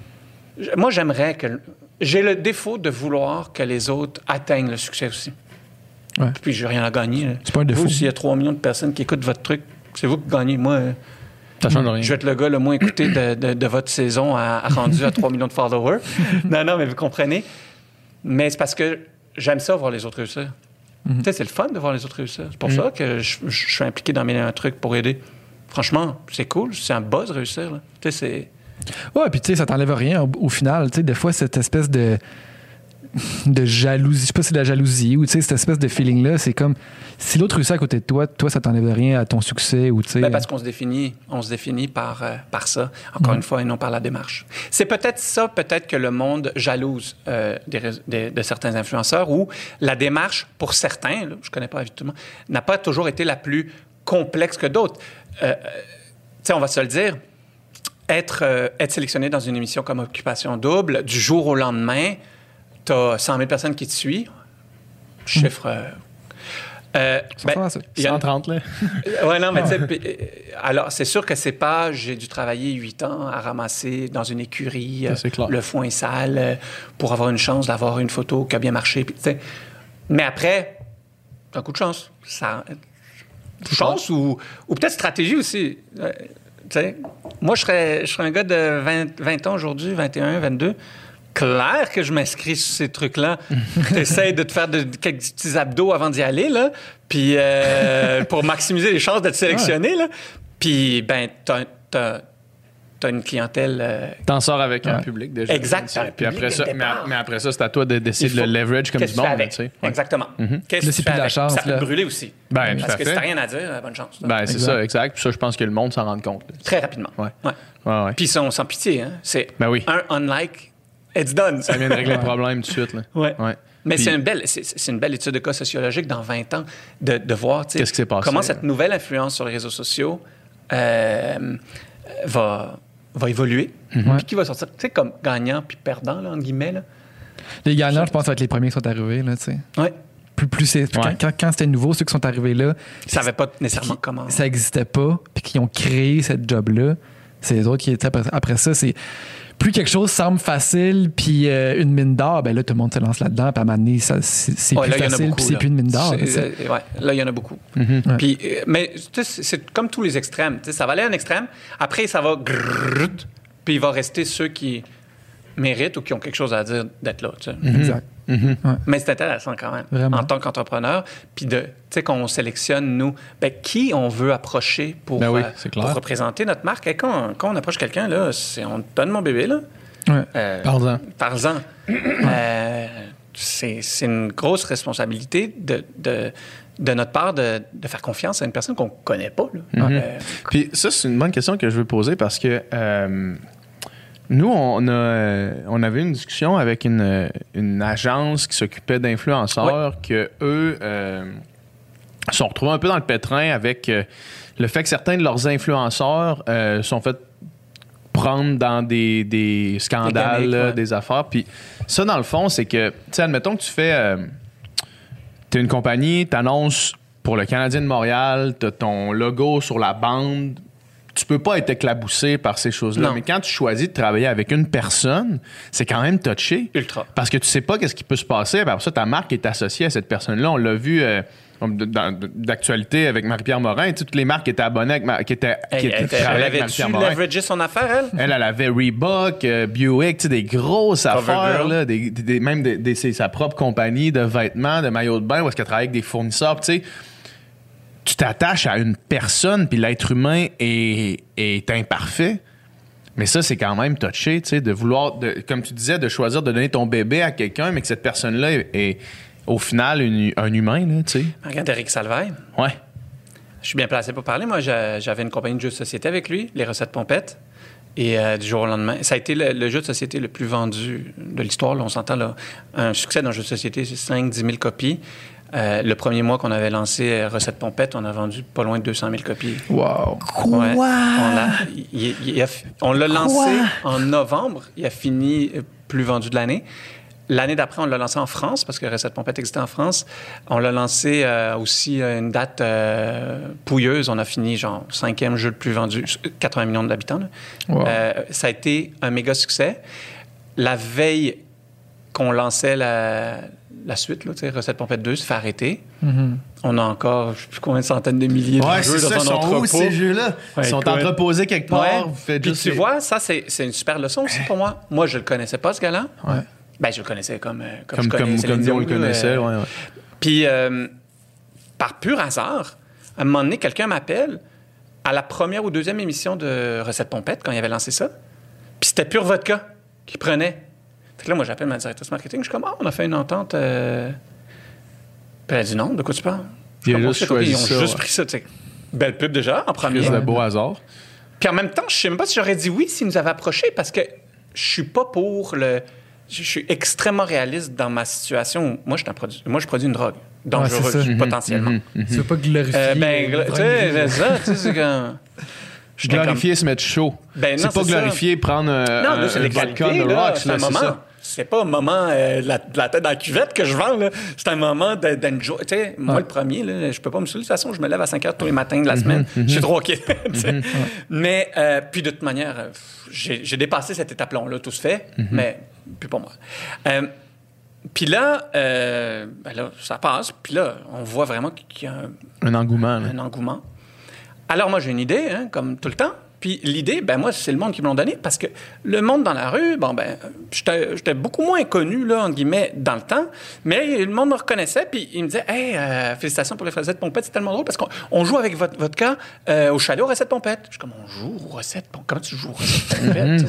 moi, j'aimerais que... J'ai le défaut de vouloir que les autres atteignent le succès aussi. Ouais. Puis j'ai rien à gagner. Là. C'est pas un défaut. Vous, s'il y a trois millions de personnes qui écoutent votre truc, c'est vous qui gagnez. Moi, ça change rien. Je vais être le gars le moins écouté de, de, de votre saison à, à rendu à trois millions de followers. Non, non, mais vous comprenez. Mais c'est parce que j'aime ça voir les autres réussir. Mm-hmm. Tu sais, c'est le fun de voir les autres réussir. C'est pour mm-hmm. ça que je, je suis impliqué dans un truc pour aider. Franchement, c'est cool. C'est un buzz réussir. Tu sais, c'est... Ouais, puis tu sais, ça t'enlève rien au, au final. Tu sais, des fois, cette espèce de... de jalousie, je sais pas si c'est de la jalousie ou tu sais cette espèce de feeling là, c'est comme si l'autre réussit à côté de toi, toi ça t'enlève rien à ton succès ou tu sais. Ben parce qu'on se définit, on se définit par euh, par ça. Encore mmh. une fois et non par la démarche. C'est peut-être ça, peut-être que le monde jalouse euh, des, des, de certains influenceurs où la démarche pour certains, là, je connais pas évidemment, n'a pas toujours été la plus complexe que d'autres. Euh, tu sais, on va se le dire. Être euh, être sélectionné dans une émission comme Occupation Double du jour au lendemain. Tu as cent mille personnes qui te suivent. Chiffre. Euh, euh, ben, cent trente, là. Oui, non, mais tu sais, alors, c'est sûr que c'est pas j'ai dû travailler huit ans à ramasser dans une écurie euh, le foin sale euh, pour avoir une chance d'avoir une photo qui a bien marché. Puis, mais après, c'est un coup de chance. Ça, chance ou, ou peut-être stratégie aussi. Tu sais, moi, je serais, je serais un gars de vingt, vingt ans aujourd'hui, vingt et un, vingt-deux. Clair que je m'inscris sur ces trucs-là. T'essayes de te faire de, de, quelques petits abdos avant d'y aller, là, puis euh, pour maximiser les chances d'être sélectionné, là. Puis, ben, t'as, t'as, t'as une clientèle... Euh... T'en sors avec ouais. un public, déjà. Exact. Un puis public après ça, mais, mais après ça, c'est à toi de, d'essayer faut... de le leverage comme du monde. Tu sais. Ouais. Exactement. Mm-hmm. Qu'est-ce que tu fais avec? La chance, ça peut te brûler aussi. Ben, Parce que si fait. t'as rien à dire, bonne chance. Là. Ben, c'est exact. ça, exact. Puis ça, je pense que le monde s'en rend compte. Là. Très rapidement. Ouais. ouais. ouais, ouais. Puis ils sont sans pitié. Hein. C'est ben oui. un unlike, it's done. Ça vient de régler le problème tout de suite. Là. Ouais. ouais. Mais Puis, c'est, une belle, c'est, c'est une belle étude de cas sociologique dans vingt ans de, de voir qu'est-ce qui s'est passé, comment là? cette nouvelle influence sur les réseaux sociaux euh, va, va évoluer. Mm-hmm. Puis qui va sortir, tu sais, comme gagnant puis perdant, là, entre guillemets. Là. Les gagnants, je pense, ça va être les premiers qui sont arrivés. Là, tu sais. Ouais. Plus, plus c'est, ouais. quand, quand, quand c'était nouveau, ceux qui sont arrivés là, ils ne savaient pas nécessairement comment. Ça n'existait pas, puis qui ont créé cette job-là. C'est les autres qui étaient après, après ça. C'est plus quelque chose semble facile, puis euh, une mine d'or, ben là, tout le monde se lance là-dedans, puis à un moment donné, ça, c'est, c'est ouais, plus là, facile, puis c'est plus une mine d'or. C'est, euh, ouais, là, il y en a beaucoup. Mm-hmm. Ouais. Puis, euh, mais c'est, c'est comme tous les extrêmes. Ça va aller à un extrême, après, ça va grrrrt, puis il va rester ceux qui méritent ou qui ont quelque chose à dire d'être là. Tu sais. Mm-hmm. Exact. Mm-hmm. Ouais. Mais c'est intéressant quand même, vraiment. En tant qu'entrepreneur. Puis, tu sais, qu'on sélectionne, nous, ben, qui on veut approcher pour, ben oui, euh, pour représenter notre marque. Et quand, quand on approche quelqu'un, là, c'est, on te donne mon bébé, là. Ouais. Euh, Parle-en. Parle-en. euh, c'est, c'est une grosse responsabilité de, de, de notre part de, de faire confiance à une personne qu'on ne connaît pas. Là. Mm-hmm. Euh, Puis ça, c'est une bonne question que je veux poser parce que euh, nous, on, a, euh, on avait une discussion avec une, une agence qui s'occupait d'influenceurs, ouais. que eux euh, sont retrouvés un peu dans le pétrin avec euh, le fait que certains de leurs influenceurs euh, sont faits prendre dans des, des scandales, des, gamiques, ouais. des affaires. Puis ça, dans le fond, c'est que, tu sais, admettons que tu fais... Euh, tu es une compagnie, tu annonces pour le Canadien de Montréal, tu as ton logo sur la bande. Tu peux pas être éclaboussé par ces choses-là. Non. Mais quand tu choisis de travailler avec une personne, c'est quand même touché. Ultra. Parce que tu sais pas qu'est-ce qui peut se passer. Après ça, ta marque est associée à cette personne-là. On l'a vu... Euh, Dans, d'actualité avec Marie-Pierre Morin, toutes les marques qui étaient abonnées avec Ma- qui étaient, qui elle, étaient elle, elle avec Marie-Pierre Morin. Elle avait-tu son affaire, elle? Elle, elle avait Reebok, euh, Buick, des grosses Cover affaires, là, des, des, même des, des, c'est sa propre compagnie de vêtements, de maillots de bain, où est-ce qu'elle travaille avec des fournisseurs. Tu sais, tu t'attaches à une personne, puis l'être humain est, est imparfait. Mais ça, c'est quand même touché, tu sais, de vouloir, de, comme tu disais, de choisir de donner ton bébé à quelqu'un, mais que cette personne-là est, est au final, une, un humain, là, tu sais. Regarde Éric Salvaille. Ouais. Je suis bien placé pour parler. Moi, j'avais une compagnie de jeux de société avec lui, les Recettes Pompettes. Et euh, du jour au lendemain, ça a été le, le jeu de société le plus vendu de l'histoire. Là, on s'entend, là, un succès dans le jeu de société, c'est cinq à dix mille copies. Euh, le premier mois qu'on avait lancé euh, Recettes Pompettes, on a vendu pas loin de deux cent mille copies. Wow! Quoi? Ouais, on, a, il, il a, on l'a lancé Quoi? En novembre. Il a fini plus vendu de l'année. L'année d'après, on l'a lancé en France, parce que Recettes Pompettes existait en France. On l'a lancé euh, aussi à une date euh, pouilleuse. On a fini, genre, cinquième jeu le plus vendu, quatre-vingts millions d'habitants. Là. Wow. Euh, ça a été un méga succès. La veille qu'on lançait la, la suite, là, Recettes Pompettes deux, se fait arrêter. Mm-hmm. On a encore, je ne sais plus combien de centaines de milliers ouais, de jeux dans ça, un sont entrepôt. Où, ces jeux-là? Ouais, ils sont écoute. entreposés quelque part. Ouais. Vous faites Puis juste tu les... vois, ça, c'est, c'est une super leçon aussi pour moi. Moi, je ne le connaissais pas, ce gars-là. Ouais. Ben, je le connaissais comme, comme, comme je connais Comme, comme nous, on le connaissait, euh, ouais, ouais. Puis, euh, par pur hasard, à un moment donné, quelqu'un m'appelle à la première ou deuxième émission de Recettes Pompettes, quand il avait lancé ça. Puis c'était Pure Vodka qu'il prenait. Fait que là, moi, j'appelle ma directrice marketing. Je suis comme, ah, on a fait une entente. Euh... Puis elle a dit non, de quoi tu parles? Il a juste choisi Ils ont ça, juste ouais. pris ça, tu sais. Belle pub déjà, en premier. C'est un beau hasard. Puis en même temps, je sais même pas si j'aurais dit oui s'ils nous avaient approchés, parce que je suis pas pour le... Je suis extrêmement réaliste dans ma situation. Moi, je, produis, moi, je produis une drogue dangereuse, ouais, potentiellement. Mm-hmm, mm-hmm. Tu veux pas glorifier... Euh, ben, gl- tu sais, c'est ça, tu sais, c'est quand... Glorifier, comme... se mettre chaud. Ben, non, c'est pas c'est glorifier, ça. Prendre euh, non, là, c'est un vodka de rocks. C'est un moment. C'est, c'est pas un moment euh, la, la tête dans la cuvette que je vends. Là. C'est un moment de, d'enjoy. Tu sais, moi, ouais. le premier, là, je peux pas me saouler. De toute façon, je me lève à cinq heures tous les matins de la semaine. Mm-hmm. Je suis trop OK. mm-hmm. Ouais. Mais, euh, puis de toute manière, euh, j'ai, j'ai dépassé cette étape-là. Là, tout se fait, mm-hmm. mais plus pour moi. Euh, Puis là, euh, ben là, ça passe. Puis là, on voit vraiment qu'il y a un, un engouement. Là. Un engouement. Alors moi, j'ai une idée, hein, comme tout le temps. Puis l'idée, ben moi, c'est le monde qui me l'ont donné parce que le monde dans la rue, bon, ben, j'étais, j'étais beaucoup moins connu, là, entre guillemets, dans le temps, mais le monde me reconnaissait, puis il me disait, hey, euh, félicitations pour les recettes pompettes, c'est tellement drôle parce qu'on on joue avec votre, votre cas euh, au chalet aux recettes pompettes. Je suis comme, on joue aux recettes pompettes? Comment tu joues aux recettes pompettes?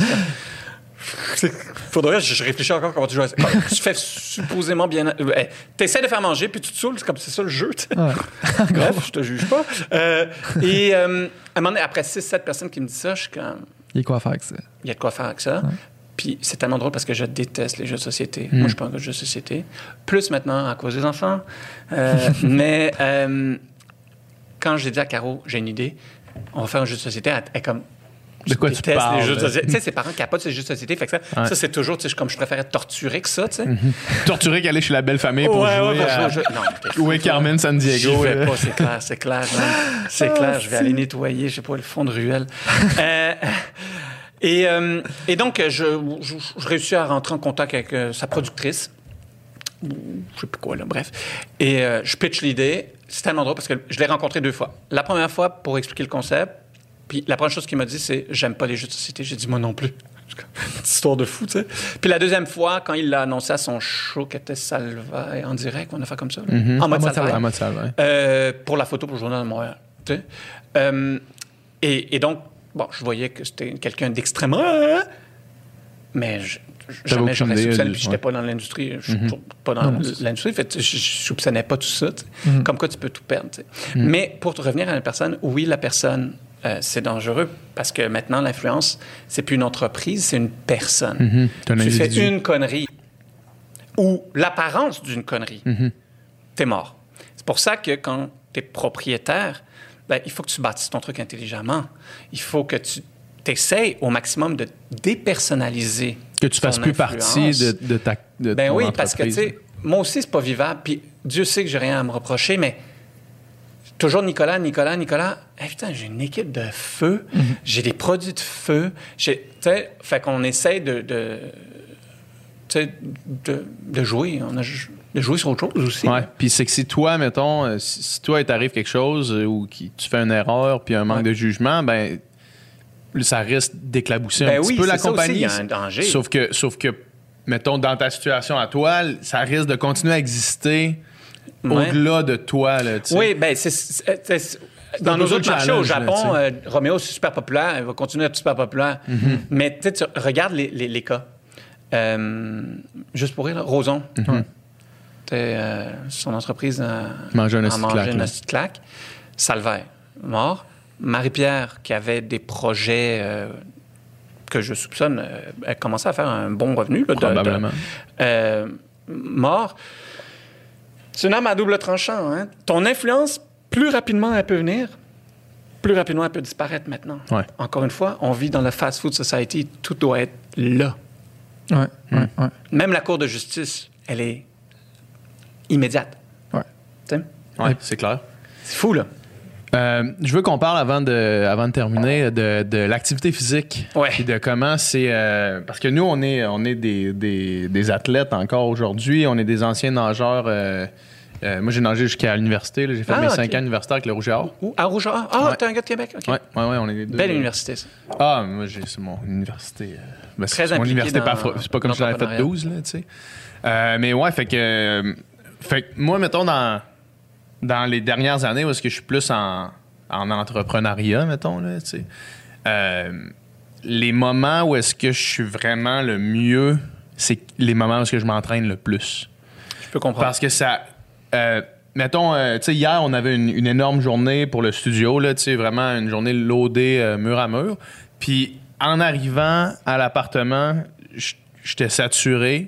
Faudrait, je, je réfléchis encore comment tu joues. Tu fais supposément bien. Euh, T'essaies de faire manger, puis tu te saoules, c'est comme c'est ça le jeu. Ouais. Bref, je te juge pas. Euh, et euh, à un moment donné, après six sept personnes qui me disent ça, je suis comme. Il y a quoi faire avec ça. Il y a de quoi faire avec ça. Ouais. Puis c'est tellement drôle parce que je déteste les jeux de société. Mm. Moi, je suis pas un gars de jeux de société. Plus maintenant à cause des enfants. Euh, mais euh, quand j'ai dit à Caro, j'ai une idée, on va faire un jeu de société, elle est comme. De quoi tu parles? Les jeux de société. Tu sais, ses parents capotent ces jeux de société. Fait que ça, ouais. ça c'est toujours, tu sais, comme je préfère être torturé que ça, tu sais. Mm-hmm. Torturé qu'aller chez la belle famille pour ouais, jouer ouais, à... jouer, je... non, Où est Carmen San Diego? Je vais pas, c'est clair, c'est clair. Hein. C'est oh, clair, je vais c'est... aller nettoyer, je sais pas, le fond de ruelle. euh, et, euh, et donc, je, je, je réussis à rentrer en contact avec euh, sa productrice. Je sais plus quoi, là, bref. Et euh, je pitch l'idée. C'est tellement drôle parce que je l'ai rencontré deux fois. La première fois, pour expliquer le concept, puis la première chose qu'il m'a dit, c'est « J'aime pas les jeux de société. » J'ai dit « Moi non plus. » Petite histoire de fou, tu sais. Puis la deuxième fois, quand il l'a annoncé à son show qui était Salvaille, en direct, on a fait comme ça. Mm-hmm. En mode Salvaille. En mode Salvaille. Euh, pour la photo pour le Journal de Montréal. Tu sais. Euh, et, et donc, bon, je voyais que c'était quelqu'un d'extrêmement... Mais je, jamais j'aurais soupçonné, puis j'étais ouais. pas dans l'industrie. Je suis mm-hmm. pas dans non, l'industrie, fait je, je soupçonnais pas tout ça. Mm-hmm. Comme quoi, tu peux tout perdre. Mm-hmm. Mais pour te revenir à la personne, oui, la personne... Euh, c'est dangereux parce que maintenant, l'influence, c'est plus une entreprise, c'est une personne. Mm-hmm. Tu fais une connerie ou l'apparence d'une connerie, mm-hmm. t'es mort. C'est pour ça que quand t'es propriétaire, ben, il faut que tu bâtisses ton truc intelligemment. Il faut que tu t'essayes au maximum de dépersonnaliser que tu fasses plus partie de, de ta de ben ton oui, entreprise. Parce que, tu sais, moi aussi, c'est pas vivable. Puis Dieu sait que j'ai rien à me reprocher, mais toujours Nicolas, Nicolas, Nicolas. Hey, putain, j'ai une équipe de feu. Mm-hmm. J'ai des produits de feu. J'ai, tu sais, fait qu'on essaie de, de, de, de jouer. On a de jouer sur autre chose aussi. Ouais. Puis c'est que si toi, mettons, si, si toi, il t'arrive quelque chose ou que tu fais une erreur puis un manque ouais. de jugement, ben ça risque d'éclabousser ben un oui, petit peu la compagnie. Il y a un danger. Sauf que, sauf que, mettons, dans ta situation à toi, ça risque de continuer à exister. Ouais. Au-delà de toi, là, tu sais. Oui, bien, c'est, c'est, c'est, dans nos autres marchés au Japon, là, euh, Roméo, c'est super populaire, il va continuer à être super populaire. Mm-hmm. Mais tu sais, regarde les, les, les cas. Euh, juste pour rire, là, Roson. Mm-hmm. Euh, son entreprise a mangé un petite claque. Salvaire, mort. Marie-Pierre, qui avait des projets euh, que je soupçonne, euh, elle commençait à faire un bon revenu. Là, Probablement. De, de, euh, mort. C'est une arme à double tranchant. Hein? Ton influence, plus rapidement elle peut venir, plus rapidement elle peut disparaître maintenant. Ouais. Encore une fois, on vit dans la fast food society, tout doit être là. Ouais, mmh. ouais, ouais. Même la Cour de justice, elle est immédiate. Ouais. Tu sais? Ouais, c'est clair. C'est fou, là. Euh, je veux qu'on parle avant de, avant de terminer de, de l'activité physique ouais. et de comment c'est... Euh, parce que nous, on est, on est des, des, des athlètes encore aujourd'hui. On est des anciens nageurs. Euh, euh, moi, j'ai nagé jusqu'à l'université. Là. J'ai fait ah, mes cinq okay. ans universitaires avec le Rouge et Or. Où? À Rouge et Or? Ah, ouais. T'es un gars de Québec? Okay. Oui, ouais, ouais, on est les deux. Belle euh... université, ça. Ah, moi, j'ai, c'est mon université. Euh, ben, Très c'est mon université, dans, pas, c'est pas comme si j'en avais fait douze, là, tu sais. Euh, mais ouais, fait que... Euh, fait que moi, mettons, dans, dans les dernières années où est-ce que je suis plus en... en entrepreneuriat, mettons, là, tu sais. Euh, les moments où est-ce que je suis vraiment le mieux, c'est les moments où est-ce que je m'entraîne le plus. Je peux comprendre. Parce que ça... Euh, mettons, euh, tu sais, hier, on avait une, une énorme journée pour le studio, là, tu sais, vraiment une journée loadée euh, mur à mur. Puis, en arrivant à l'appartement, j'étais saturé.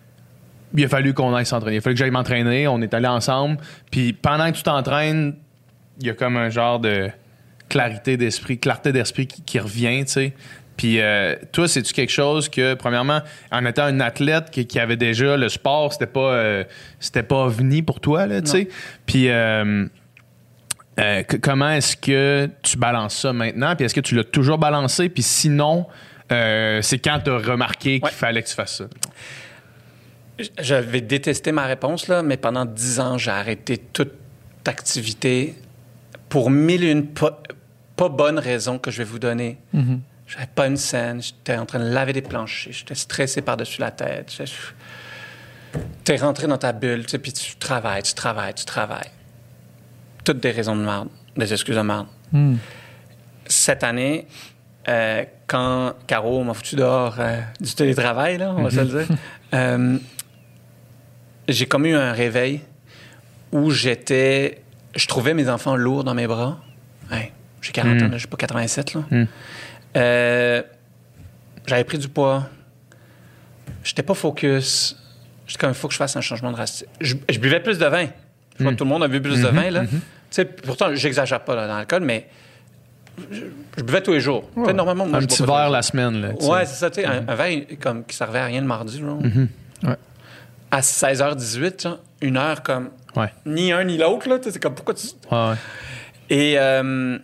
Il a fallu qu'on aille s'entraîner. Il a fallu que j'aille m'entraîner. On est allés ensemble. Puis, pendant que tu t'entraînes, il y a comme un genre de clarité d'esprit, clarté d'esprit qui, qui revient, tu sais. Puis euh, toi, c'est-tu quelque chose que, premièrement, en étant un athlète qui, qui avait déjà le sport, c'était pas euh, c'était pas ovni pour toi, là, tu sais. Puis euh, euh, c- comment est-ce que tu balances ça maintenant? Puis est-ce que tu l'as toujours balancé? Puis sinon, euh, c'est quand tu as remarqué qu'il ouais. fallait que tu fasses ça? Je vais détester ma réponse, là, mais pendant dix ans, j'ai arrêté toute activité pour mille et une po- pas bonne raison que je vais vous donner. Mm-hmm. J'avais pas une scène, j'étais en train de laver des planchers, j'étais stressé par-dessus la tête. Je... T'es rentré dans ta bulle, tu sais, puis tu travailles, tu travailles, tu travailles. Toutes des raisons de merde, des excuses de merde. Mm. Cette année, euh, quand Caro m'a foutu dehors euh, du télétravail, là, on va se le dire, euh, j'ai comme eu un réveil où j'étais... Je trouvais mes enfants lourds dans mes bras. Hey, j'ai quarante mm. ans, là, j'ai pas quatre-vingt-sept, là. Mm. Euh, j'avais pris du poids. J'étais pas focus. J'étais comme, il faut que je fasse un changement drastique. Je, je buvais plus de vin. Je vois Mm. que tout le monde a bu plus mm-hmm, de vin, là. Mm-hmm. Tu sais, pourtant, j'exagère pas là, dans l'alcool, mais je, je buvais tous les jours. Ouais. Normalement, moi, un je petit bois verre la semaine, là. Ouais, c'est ça, tu sais, mm-hmm. un, un verre comme, qui servait à rien le mardi, genre. Mm-hmm. Ouais. À seize heures dix-huit, genre, une heure comme... Ouais. Ni un ni l'autre, là. C'est comme, pourquoi tu... Ouais, ouais. Et... Euh,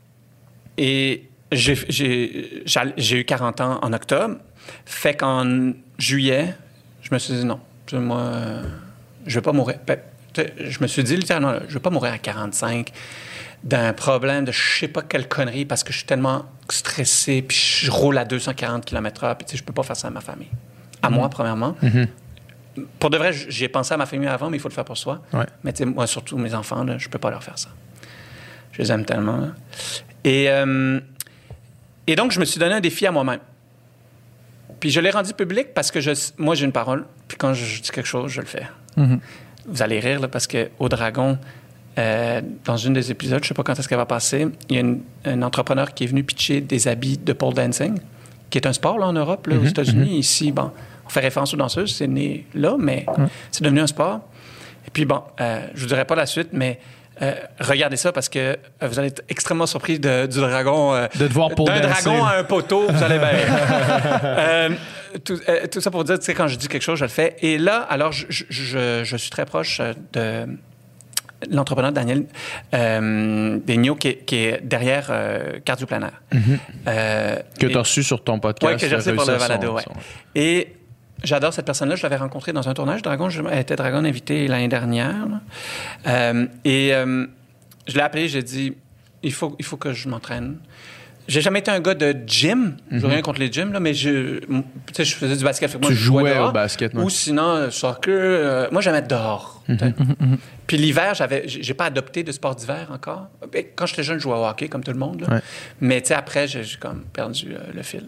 et j'ai, j'ai, j'ai eu quarante ans en octobre. Fait qu'en juillet, je me suis dit non. Moi, euh, je vais pas mourir. Ben, je me suis dit littéralement, je vais pas mourir à quarante-cinq d'un problème de je sais pas quelle connerie parce que je suis tellement stressé puis je roule à deux cent quarante kilomètres heure puis tu sais, je peux pas faire ça à ma famille. À mm-hmm. moi, premièrement. Mm-hmm. Pour de vrai, j'ai pensé à ma famille avant, mais il faut le faire pour soi. Ouais. Mais tu sais, moi, surtout mes enfants, là, je peux pas leur faire ça. Je les aime tellement. Là. Et... Euh, Et donc, je me suis donné un défi à moi-même. Puis je l'ai rendu public parce que je, moi, j'ai une parole. Puis quand je dis quelque chose, je le fais. Mm-hmm. Vous allez rire, là, parce qu'au Dragon, euh, dans une des épisodes, je ne sais pas quand est-ce qu'elle va passer, il y a une, un entrepreneur qui est venu pitcher des habits de pole dancing, qui est un sport là, en Europe, là, mm-hmm. aux États-Unis. Mm-hmm. Ici, bon, on fait référence aux danseuses, c'est né là, mais mm-hmm. c'est devenu un sport. Et puis, bon, euh, je ne vous dirai pas la suite, mais... Euh, regardez ça parce que euh, vous allez être extrêmement surpris de, du dragon. Euh, de te voir pour d'un danser. dragon à un poteau, vous allez bien. euh, tout, euh, tout ça pour dire, tu sais, quand je dis quelque chose, je le fais. Et là, alors, je, je, je suis très proche de l'entrepreneur Daniel euh, Daigneault qui, qui est derrière euh, Cardio-Planaire. Mm-hmm. Euh, que tu as reçu sur ton podcast. Oui, que j'ai reçu pour le balado, oui. Et j'adore cette personne-là. Je l'avais rencontrée dans un tournage Dragon. Elle était Dragon invitée l'année dernière. Euh, et euh, je l'ai appelée, j'ai dit, il faut, il faut que je m'entraîne. J'ai jamais été un gars de gym. Je n'ai mm-hmm. rien contre les gyms, là, mais je, je faisais du basket. Moi, tu je jouais dehors, au basket, moi. Ou sinon, soccer. Euh, moi, j'aimais être dehors. Mm-hmm. Puis l'hiver, j'avais, j'ai pas adopté de sport d'hiver encore. Quand j'étais jeune, je jouais au hockey, comme tout le monde. Là. Ouais. Mais après, j'ai, j'ai comme perdu euh, le fil.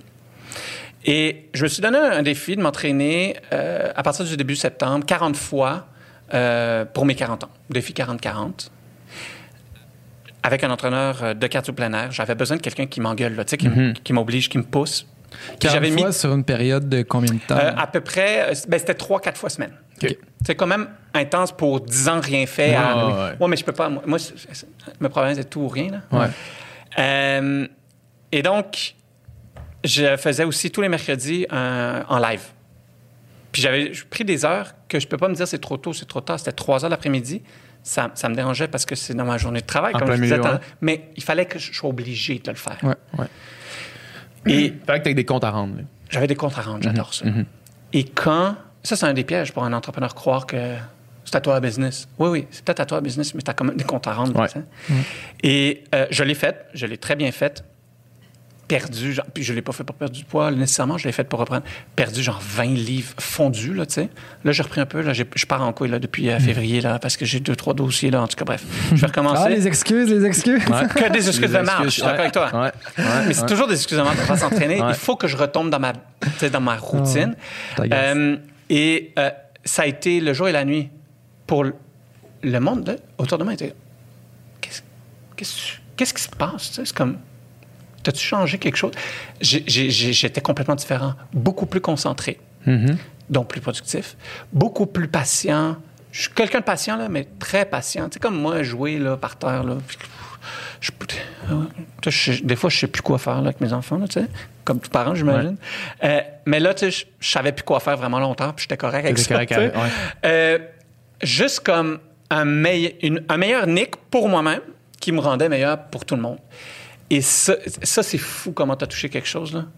Et je me suis donné un défi de m'entraîner euh, à partir du début septembre, quarante fois euh, pour mes quarante ans. Défi quarante quarante. Avec un entraîneur de cardio-planaire. J'avais besoin de quelqu'un qui m'engueule, là, qui, mm-hmm. qui m'oblige, qui me pousse. quarante j'avais fois mis, sur une période de combien de temps? Euh, à peu près, ben, c'était trois quatre fois semaine. Okay. C'est quand même intense pour dix ans rien fait. Ouais, à... ouais, ouais. ouais mais je peux pas. Moi, c'est, c'est, mes problèmes, c'est tout ou rien. Là. Ouais. Euh, et donc... Je faisais aussi tous les mercredis euh, en live. Puis j'avais pris des heures que je ne peux pas me dire c'est trop tôt, c'est trop tard. C'était trois heures l'après-midi. Ça, ça me dérangeait parce que c'est dans ma journée de travail, en comme je disais. Ouais. Mais il fallait que je sois obligé de le faire. Ouais, ouais. Et il fallait que tu aies des comptes à rendre. Là. J'avais des comptes à rendre, j'adore mm-hmm. ça. Mm-hmm. Et quand... Ça, c'est un des pièges pour un entrepreneur, croire que c'est à toi la business. Oui, oui, c'est peut-être à toi la business, mais tu as quand même des comptes à rendre. Ouais. Mm-hmm. Et euh, je l'ai fait, je l'ai très bien fait. Perdu, genre, puis je ne l'ai pas fait pour perdre du poids nécessairement, je l'ai fait pour reprendre. Perdu genre vingt livres fondus, là, tu sais. Là, j'ai repris un peu, là, j'ai, je pars en couille, là, depuis euh, février, là, parce que j'ai deux, trois dossiers, là, en tout cas, bref. Je vais recommencer. Ah, les excuses, les excuses. Ouais. Que des excuses de marche, je suis d'accord avec toi. Ouais. Ouais. Mais c'est ouais. toujours des excuses de marche pour s'entraîner. Ouais. Il faut que je retombe dans ma, dans ma routine. Oh, euh, et euh, ça a été le jour et la nuit pour le monde, là, autour de moi. Était, qu'est-ce, qu'est-ce, qu'est-ce qui se passe, tu sais? C'est comme... T'as-tu changé quelque chose? J'ai, j'ai, j'étais complètement différent, beaucoup plus concentré, mm-hmm. donc plus productif, beaucoup plus patient. Je suis quelqu'un de patient, là, mais très patient. Tu sais, comme moi, jouer là, par terre, là, je, je, je, des fois, je ne sais plus quoi faire là, avec mes enfants, là, tu sais, comme tout parent, j'imagine. Ouais. Euh, mais là, tu sais, je ne savais plus quoi faire vraiment longtemps, puis j'étais correct avec ça. Correct, ouais. euh, juste comme un, meille, une, un meilleur Nick pour moi-même qui me rendait meilleur pour tout le monde. Et ça, ça, c'est fou comment tu as touché quelque chose, là.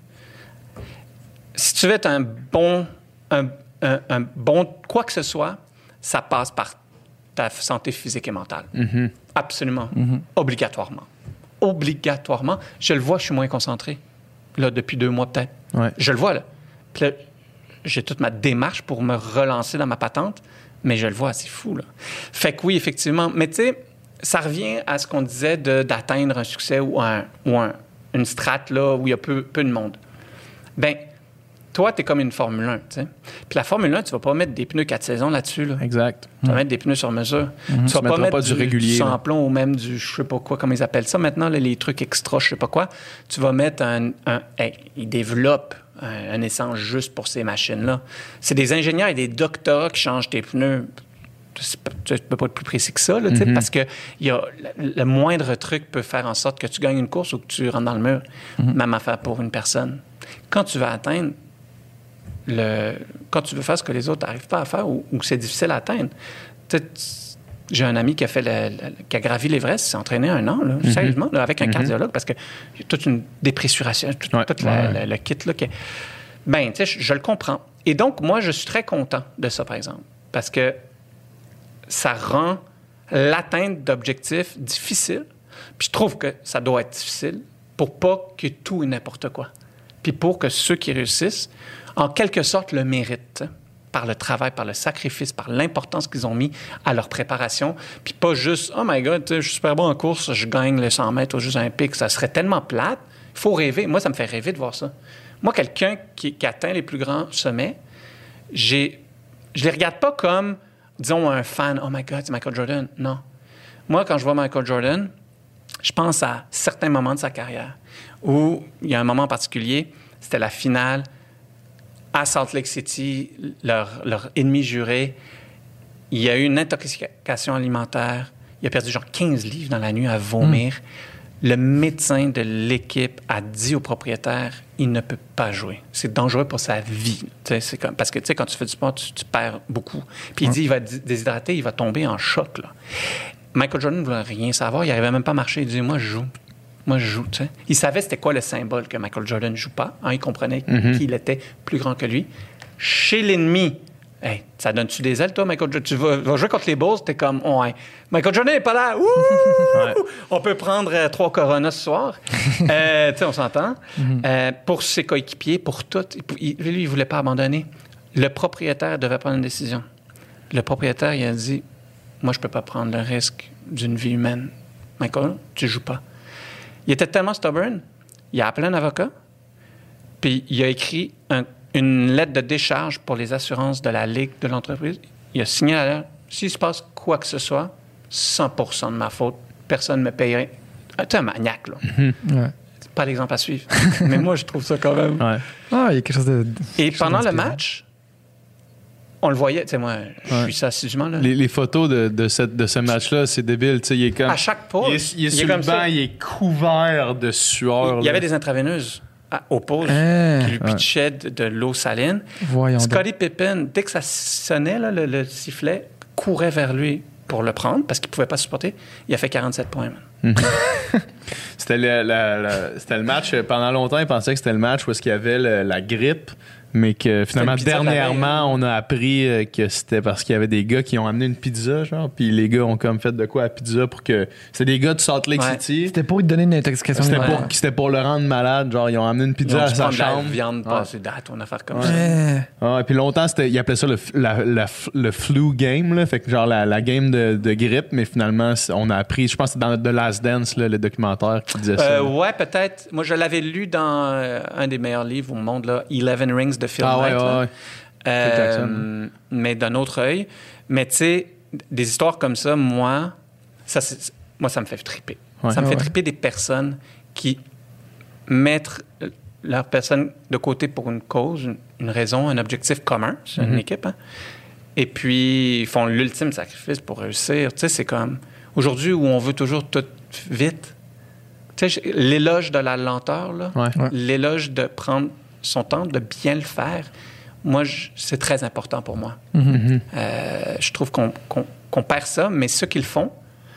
Si tu veux être un bon, un, un, un bon quoi que ce soit, ça passe par ta santé physique et mentale. Mm-hmm. Absolument. Mm-hmm. Obligatoirement. obligatoirement, je le vois, je suis moins concentré. Là, depuis deux mois peut-être. Ouais. Je le vois, là. Puis là, j'ai toute ma démarche pour me relancer dans ma patente, mais je le vois, c'est fou, là. Fait que oui, effectivement. Mais tu sais, ça revient à ce qu'on disait de, d'atteindre un succès ou, un, ou un, une strate, là, où il y a peu, peu de monde. Bien, toi, tu es comme une Formule un, tu sais. Puis la Formule un, tu vas pas mettre des pneus quatre saisons là-dessus, là. Exact. Tu vas mettre des pneus sur mesure. Mm-hmm. Tu vas Tu pas mettre pas du, du régulier, du sans-plomb ou même du, je sais pas quoi, comment ils appellent ça maintenant, là, les trucs extra, je sais pas quoi. Tu vas mettre un... un hey, ils développent un, un essence juste pour ces machines-là. C'est des ingénieurs et des doctorats qui changent tes pneus. Tu ne peux pas être plus précis que ça, là, mm-hmm. parce que y a, le, le moindre truc peut faire en sorte que tu gagnes une course ou que tu rentres dans le mur. Mm-hmm. Même affaire pour une personne. Quand tu vas atteindre le... Quand tu veux faire ce que les autres n'arrivent pas à faire ou, ou c'est difficile à atteindre. J'ai un ami qui a fait le, le, qui a gravi l'Everest, s'est entraîné un an, là, mm-hmm. sérieusement, là, avec un mm-hmm. cardiologue, parce qu'il y a toute une dépressuration, tout, ouais. tout la, ouais. le, le kit. Là, qui... Ben, tu sais, je, je le comprends. Et donc, moi, je suis très content de ça, par exemple, parce que ça rend l'atteinte d'objectifs difficile. Puis je trouve que ça doit être difficile pour pas que tout et n'importe quoi. Puis pour que ceux qui réussissent, en quelque sorte, le méritent, par le travail, par le sacrifice, par l'importance qu'ils ont mis à leur préparation. Puis pas juste « Oh my God, je suis super bon en course, je gagne le cent mètres aux Jeux olympiques. » Ça serait tellement plate. Il faut rêver. Moi, ça me fait rêver de voir ça. Moi, quelqu'un qui, qui atteint les plus grands sommets, j'ai, je les regarde pas comme... disons, un fan, « Oh my God, c'est Michael Jordan. » Non. Moi, quand je vois Michael Jordan, je pense à certains moments de sa carrière où il y a un moment en particulier, c'était la finale à Salt Lake City, leur, leur ennemi juré. Il y a eu une intoxication alimentaire. Il a perdu genre quinze livres dans la nuit à vomir. Mm. Le médecin de l'équipe a dit au propriétaire, il ne peut pas jouer. C'est dangereux pour sa vie. C'est comme, parce que tu sais, quand tu fais du sport, tu, tu perds beaucoup. Puis il dit, il va être déshydraté, il va tomber en choc. Là. Michael Jordan ne voulait rien savoir. Il n'arrivait même pas à marcher. Il dit, moi, je joue. Moi, je joue. T'sais. Il savait c'était quoi le symbole que Michael Jordan ne joue pas. Hein, il comprenait mm-hmm. qu'il était plus grand que lui. Chez l'ennemi, hey, ça donne-tu des ailes, toi, Michael Jordan? Tu vas, vas jouer contre les Bulls, t'es comme, oh, ouais. Michael Jordan n'est pas là. Ouais. On peut prendre euh, trois Coronas ce soir. euh, tu sais, on s'entend. Mm-hmm. Euh, pour ses coéquipiers, pour tout. Il, lui, il ne voulait pas abandonner. Le propriétaire devait prendre une décision. Le propriétaire, il a dit, moi, je ne peux pas prendre le risque d'une vie humaine. Michael, tu ne joues pas. Il était tellement stubborn, il a appelé un avocat, puis il a écrit un, une lettre de décharge pour les assurances de la Ligue de l'entreprise. Il a signé la lettre. S'il se passe quoi que ce soit, cent pour cent de ma faute, personne ne me payerait. Tu es un maniaque, là. Mm-hmm. Ouais. C'est pas l'exemple à suivre. Mais moi, je trouve ça quand même... Ouais. Ah, il y a quelque chose de... Et pendant le match... On le voyait, tu sais, moi, je ouais. suis ça assidûment, là. Les, les photos de, de, cette, de ce match-là, c'est débile, tu sais, il est comme... À chaque pause. Il est, il est il sur est le banc, ça. Il est couvert de sueur. Il, il y avait des intraveineuses à, aux pauses euh, qui lui pitchaient ouais. de, de l'eau saline. Voyons Scottie Pippen, dès que ça sonnait, là, le, le sifflet, courait vers lui pour le prendre parce qu'il ne pouvait pas supporter. Il a fait quarante-sept points, man. c'était, le, la, la, c'était le match, pendant longtemps, il pensait que c'était le match où est-ce qu'il y avait le, la grippe. Mais que finalement, dernièrement, on a appris que c'était parce qu'il y avait des gars qui ont amené une pizza, genre, puis les gars ont comme fait de quoi à la pizza pour que... C'est des gars de Salt Lake ouais. City. C'était pour lui donner une intoxication. C'était pour, c'était pour le rendre malade, genre, ils ont amené une pizza à sa chambre. De la viande passée date, une affaire comme ouais. ça. Ouais. Ouais, puis longtemps, c'était, ils appelaient ça le, la, la, le flu game, là, fait que genre la, la game de, de grippe, mais finalement, on a appris, je pense que c'est dans The Last Dance, là, le documentaire qui disait euh, ça. Ouais, peut-être. Moi, je l'avais lu dans euh, un des meilleurs livres au monde, là, Eleven Rings de Phil ah, Knight. Ouais, ouais. Euh, mais d'un autre œil. Mais tu sais, des histoires comme ça, moi, ça, c'est, moi, ça me fait triper. Ouais, ça me ouais, fait ouais. triper des personnes qui mettent leur personne de côté pour une cause, une, une raison, un objectif commun. C'est mm-hmm. une équipe. Hein? Et puis, ils font l'ultime sacrifice pour réussir. Tu sais, c'est comme aujourd'hui où on veut toujours tout vite. Tu sais, l'éloge de la lenteur, là, ouais. Ouais. l'éloge de prendre son temps, de bien le faire, moi, je, c'est très important pour moi. Mm-hmm. Euh, je trouve qu'on, qu'on, qu'on perd ça, mais ceux qui le font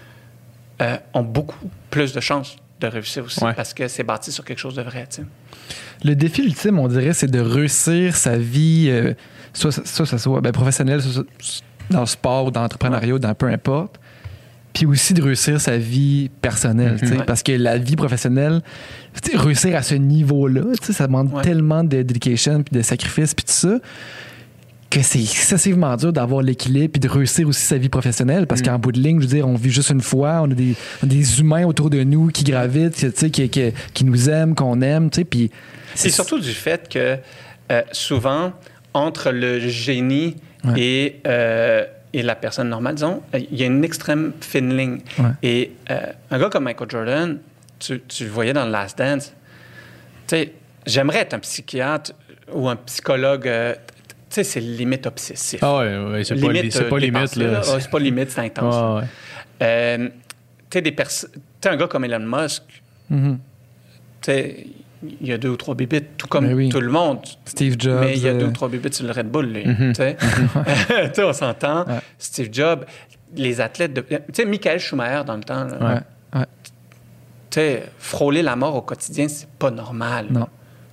euh, ont beaucoup plus de chances de réussir aussi ouais. parce que c'est bâti sur quelque chose de vrai. Tu sais. Le défi ultime, on dirait, c'est de réussir sa vie, euh, soit, soit ça soit ben, professionnelle, soit dans le sport, dans l'entrepreneuriat, dans peu importe. Puis puis aussi de réussir sa vie personnelle, tu sais, Ouais. parce que la vie professionnelle, tu sais, réussir à ce niveau-là, tu sais, ça demande Ouais. tellement de dedication, puis de sacrifice, puis tout ça, que c'est excessivement dur d'avoir l'équilibre puis de réussir aussi sa vie professionnelle, parce Mm. qu'en bout de ligne, je veux dire, on vit juste une fois, on a des, on a des humains autour de nous qui gravitent, tu sais, qui, qui, qui nous aiment, qu'on aime, tu sais, puis C'est surtout du fait que euh, souvent, entre le génie Ouais. et, euh, et la personne normale, disons, il y a une extrême fine ligne. Ouais. Et euh, un gars comme Michael Jordan, tu, tu le voyais dans le Last Dance, tu sais, j'aimerais être un psychiatre ou un psychologue, euh, tu sais, c'est limite obsessif. Ah ouais, ouais, c'est pas, li- c'est pas euh, limite. dépassé, Là. là. Ah, c'est pas limite, c'est intense. Ouais, ouais. Euh, tu sais, des perso- tu sais, un gars comme Elon Musk, mhm. tu sais, il y a deux ou trois bébites, tout comme Ben oui. tout le monde. Steve Jobs. Mais il y a deux euh, ou trois bébites sur le Red Bull, lui. Mhm. Tu sais, Tu sais, on s'entend. Ouais. Steve Jobs, les athlètes de. Tu sais, Michael Schumacher, dans le temps, là, ouais, ouais, tu sais, frôler la mort au quotidien, c'est pas normal. non.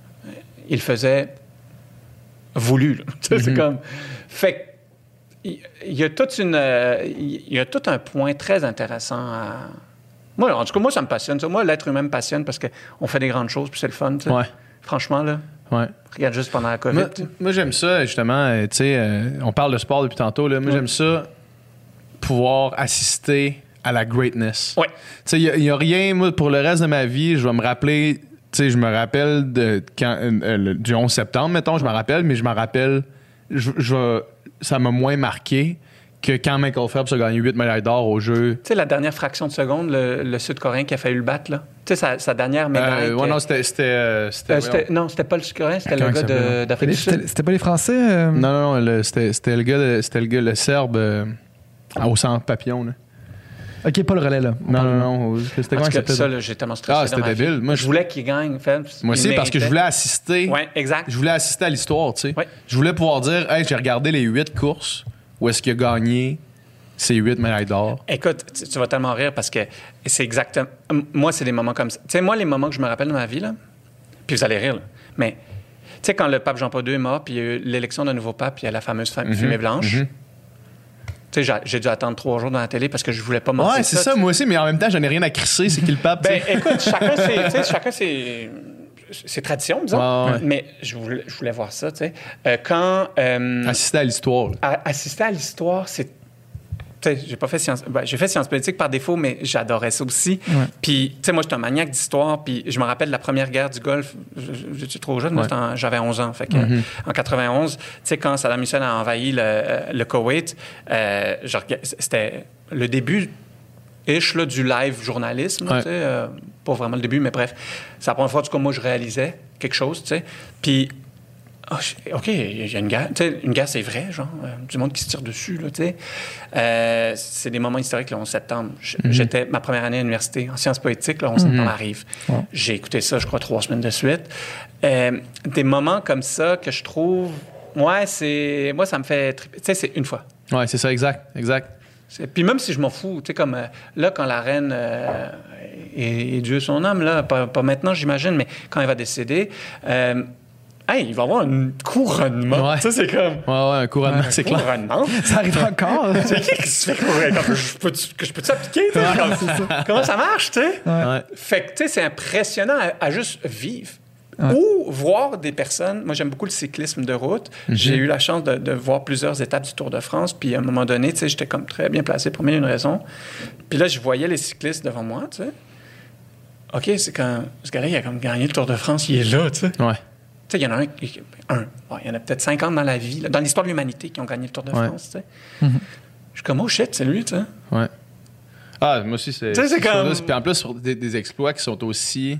Il le faisait voulu. Là. Tu sais, C'est Mhm. comme. Fait que, il il y a toute une. euh, Il y a tout un point très intéressant à. Moi, en tout cas, moi, ça me passionne. Ça. Moi, l'être humain me passionne parce qu'on fait des grandes choses, puis c'est le fun. tu sais. Ouais. Franchement, là, Ouais. regarde juste pendant la COVID. Moi, tu sais. moi, j'aime ça, justement. euh, Tu sais, euh, on parle de sport depuis tantôt. Là. Moi, Ouais. j'aime ça, pouvoir assister à la greatness. Ouais. Tu sais, il n'y a, rien, moi, pour le reste de ma vie, je vais me rappeler. Tu sais, je me rappelle de quand, euh, euh, le- du onze septembre, mettons, je me rappelle, mais je me rappelle. Je, je vais- ça m'a moins marqué que quand Michael Phelps a gagné huit médailles d'or au jeu. Tu sais, la dernière fraction de seconde, le, le Sud-Coréen qui a failli le battre, là. Tu sais, sa, sa dernière médaille. Euh, ouais, que- non, c'était. c'était, euh, c'était- Euh, c'était- non, c'était pas le Sud-Coréen, c'était Comment le gars il s'appelle, de- non? d'Afrique du C'était Sud. c'était pas les Français? euh? Non, non, non, le- c'était, c'était le gars, de- c'était le gars, le Serbe euh, au centre papillon. Là. OK, pas le relais, là. Non, non, non. C'était En comment tout il cas, s'appelait? ça, là, j'ai tellement stressé. Ah, dans c'était ma débile. vie. Moi, je je- voulais qu'il gagne, Phelps. Moi Il aussi, parce que je méritait. voulais assister. Oui, exact. Je voulais assister à l'histoire, tu sais. Ouais. Je voulais pouvoir dire, hey, j'ai regardé les huit courses où est-ce qu'il a gagné ces huit médailles d'or. Écoute, tu, tu vas tellement rire parce que c'est exactement. Moi, c'est des moments comme ça. Tu sais, moi, les moments que je me rappelle de ma vie, là, puis vous allez rire, là, mais tu sais, quand le pape Jean-Paul deux est mort, puis il y a eu l'élection d'un nouveau pape, puis il y a la fameuse fam- fumée blanche. Mhm. Tu sais, j'ai, j'ai dû attendre trois jours dans la télé parce que je voulais pas manquer Ouais, c'est ça, moi aussi, mais en même temps, j'en ai rien à crisser, c'est qui le pape, tu Ben, sais. écoute, chacun ses, tu sais, chacun ses, ses traditions, disons. Ouais, ouais. Mais je voulais, je voulais voir ça, tu sais. Euh, quand euh, Assister à l'histoire. là. à- assister à l'histoire, c'est. Tu sais, j'ai pas fait science. Ben, j'ai fait sciences politiques par défaut, mais j'adorais ça aussi. Ouais. Puis, tu sais, moi, j'étais un maniaque d'histoire. Puis, je me rappelle de la première guerre du Golfe. Je- je- J'étais trop jeune, moi, Ouais. j'étais en- j'avais onze ans. Fait que, Mhm. en quatre-vingt-onze, tu sais, quand Saddam Hussein a envahi le, euh, le Koweït, euh, je rega- c'était le début. Ish, là, du live journalisme, là, Ouais. tu sais, euh, pas vraiment le début, mais bref. C'est la première fois, en tout cas, moi, je réalisais quelque chose, tu sais. Puis, ah, je- OK, il y a une guerre. Tu sais, une guerre, c'est vrai, genre, euh, du monde qui se tire dessus, là, tu sais. Euh, c'est des moments historiques, le onze septembre. J- J'étais ma première année à l'université en sciences politiques, le onze septembre arrive. Ouais. J'ai écouté ça, je crois, trois semaines de suite. Euh, des moments comme ça que je trouve... Ouais, c'est... Moi, ça me fait... triper. Tu sais, c'est une fois. Ouais, c'est ça, exact, exact. C'est- Puis même si je m'en fous, tu sais, comme euh, là, quand la reine, euh, et, et Dieu son âme, là, pas, pas maintenant, j'imagine, mais quand elle va décéder, euh, hey, il va y avoir un couronnement. Ouais. Ça, c'est comme. Ouais, ouais, un couronnement, c'est clair. Couronnement? Ça arrive encore. C'est qui qui se fait couronner? Comme, je peux, que je peux-tu appliquer? tu sais, comme- comment ça marche, tu sais? Ouais. Fait que, tu sais, c'est impressionnant à, à juste vivre. Ouais. Ou voir des personnes. Moi, j'aime beaucoup le cyclisme de route. J'ai eu la chance de, de voir plusieurs étapes du Tour de France. Puis, à un moment donné, tu sais, j'étais comme très bien placé pour mille et une raisons. Puis là, je voyais les cyclistes devant moi, tu sais. OK, c'est quand. Ce gars-là, il a comme gagné le Tour de France, il est là, tu sais. Ouais. Tu sais, il y en a un. qui- un. Ouais, il y en a peut-être cinquante dans la vie, là, dans l'histoire de l'humanité, qui ont gagné le Tour de Ouais. France, tu sais. Je suis comme, oh shit, c'est lui, tu sais. Ouais. Ah, moi aussi, c'est. Tu sais, c'est ces comme- choses-là. Puis en plus, sur des, des exploits qui sont aussi.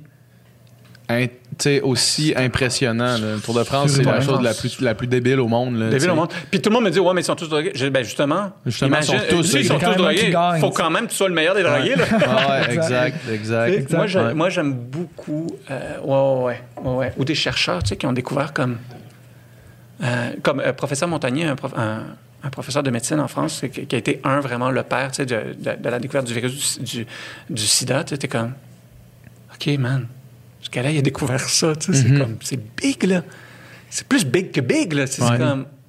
in- tu sais, aussi impressionnants. là. Le Tour de France, c'est la Surhumain. chose la plus, la plus débile au monde. Là, Des tu sais. villes au monde. Puis tout le monde me dit, ouais, mais ils sont tous drogués. Je dis, ben justement, Justement, ils sont tous si ils drogués. sont Il y a quand tous même un qui drogués. gagne, Faut tu sais. quand même que tu sois le meilleur des drogués, là. Ah ouais, exact, exact. Tu sais, Moi, j'ai- Ouais. moi, j'aime beaucoup, euh, ouais, ouais, ouais, ouais, ou des chercheurs, tu sais, qui ont découvert comme, euh, comme euh, professeur Montagnier, un, prof- un- un professeur de médecine en France, qui, qui a été un vraiment le père, tu sais, de, de- de la découverte du virus du, du, du SIDA. Tu sais, t'es comme, ok, man, ce gars-là, il a découvert ça, tu sais, c'est Mhm. comme, c'est big là, c'est plus big que big là, tu sais, c'est Ouais. comme,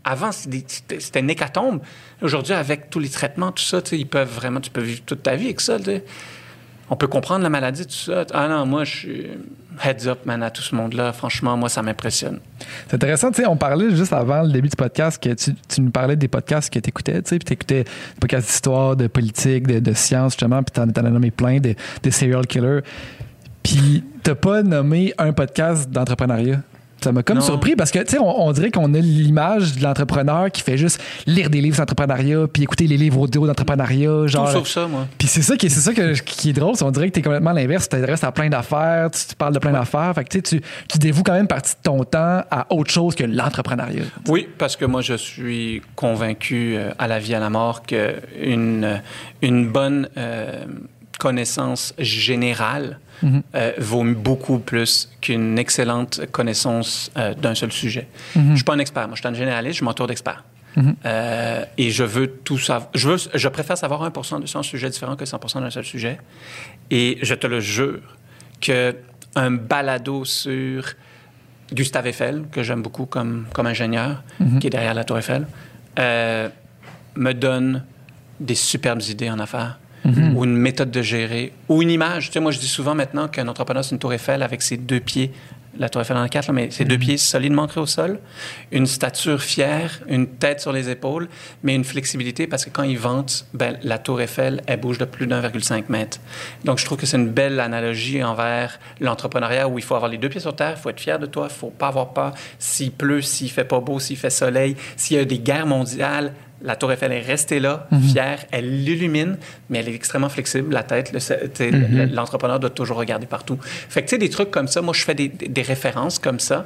avant, c'était, c'était une hécatombe. Aujourd'hui, avec tous les traitements, tout ça, ils peuvent vraiment... Tu peux vivre toute ta vie avec ça. T'sais. On peut comprendre la maladie, tout ça. Ah non, moi, je suis... Heads up, man, à tout ce monde-là. Franchement, moi, ça m'impressionne. C'est intéressant, tu sais, on parlait juste avant le début du podcast que tu, tu nous parlais des podcasts que tu écoutais, tu sais, puis tu écoutais des podcasts d'histoire, de politique, de, de science, justement, puis t'en, t'en as nommé plein, de, des serial killers. Puis t'as pas nommé un podcast d'entrepreneuriat. Ça m'a comme non. surpris parce que, tu sais, on, on dirait qu'on a l'image de l'entrepreneur qui fait juste lire des livres d'entrepreneuriat puis écouter les livres audio d'entrepreneuriat. Genre, tout sauf ça, moi. Puis c'est ça qui, c'est ça que, qui est drôle. On dirait que t'es complètement l'inverse. Tu t'adresses à plein d'affaires, tu, tu parles de plein ouais. d'affaires. Fait que, tu, tu, tu dévoues quand même partie de ton temps à autre chose que l'entrepreneuriat. Oui, parce que moi, je suis convaincu euh, à la vie, à la mort qu'une une bonne euh, connaissance générale Mm-hmm. Euh, vaut beaucoup plus qu'une excellente connaissance euh, d'un seul sujet. Mm-hmm. Je ne suis pas un expert. Moi, je suis un généraliste, je m'entoure d'experts. Mm-hmm. Euh, et je veux tout savoir. Je, veux, je préfère savoir un pour cent de cent sujets différents que cent pour cent d'un seul sujet. Et je te le jure qu'un balado sur Gustave Eiffel, que j'aime beaucoup comme, comme ingénieur, mm-hmm. qui est derrière la Tour Eiffel, euh, me donne des superbes idées en affaires. Mm-hmm. Ou une méthode de gérer, ou une image. Tu sais, moi, je dis souvent maintenant qu'un entrepreneur, c'est une tour Eiffel avec ses deux pieds, la tour Eiffel en quatre, là, mais ses mm-hmm. deux pieds solidement ancrés au sol, une stature fière, une tête sur les épaules, mais une flexibilité parce que quand il vente, ben, la tour Eiffel, elle bouge de plus d'un virgule cinq mètre. Donc, je trouve que c'est une belle analogie envers l'entrepreneuriat où il faut avoir les deux pieds sur terre, il faut être fier de toi, il ne faut pas avoir peur. S'il pleut, s'il fait pas beau, s'il fait soleil, s'il y a des guerres mondiales, la tour Eiffel est restée là, mm-hmm. fière, elle l'illumine, mais elle est extrêmement flexible, la tête. Le, mm-hmm. L'entrepreneur doit toujours regarder partout. Fait que, tu sais, des trucs comme ça, moi, je fais des, des références comme ça,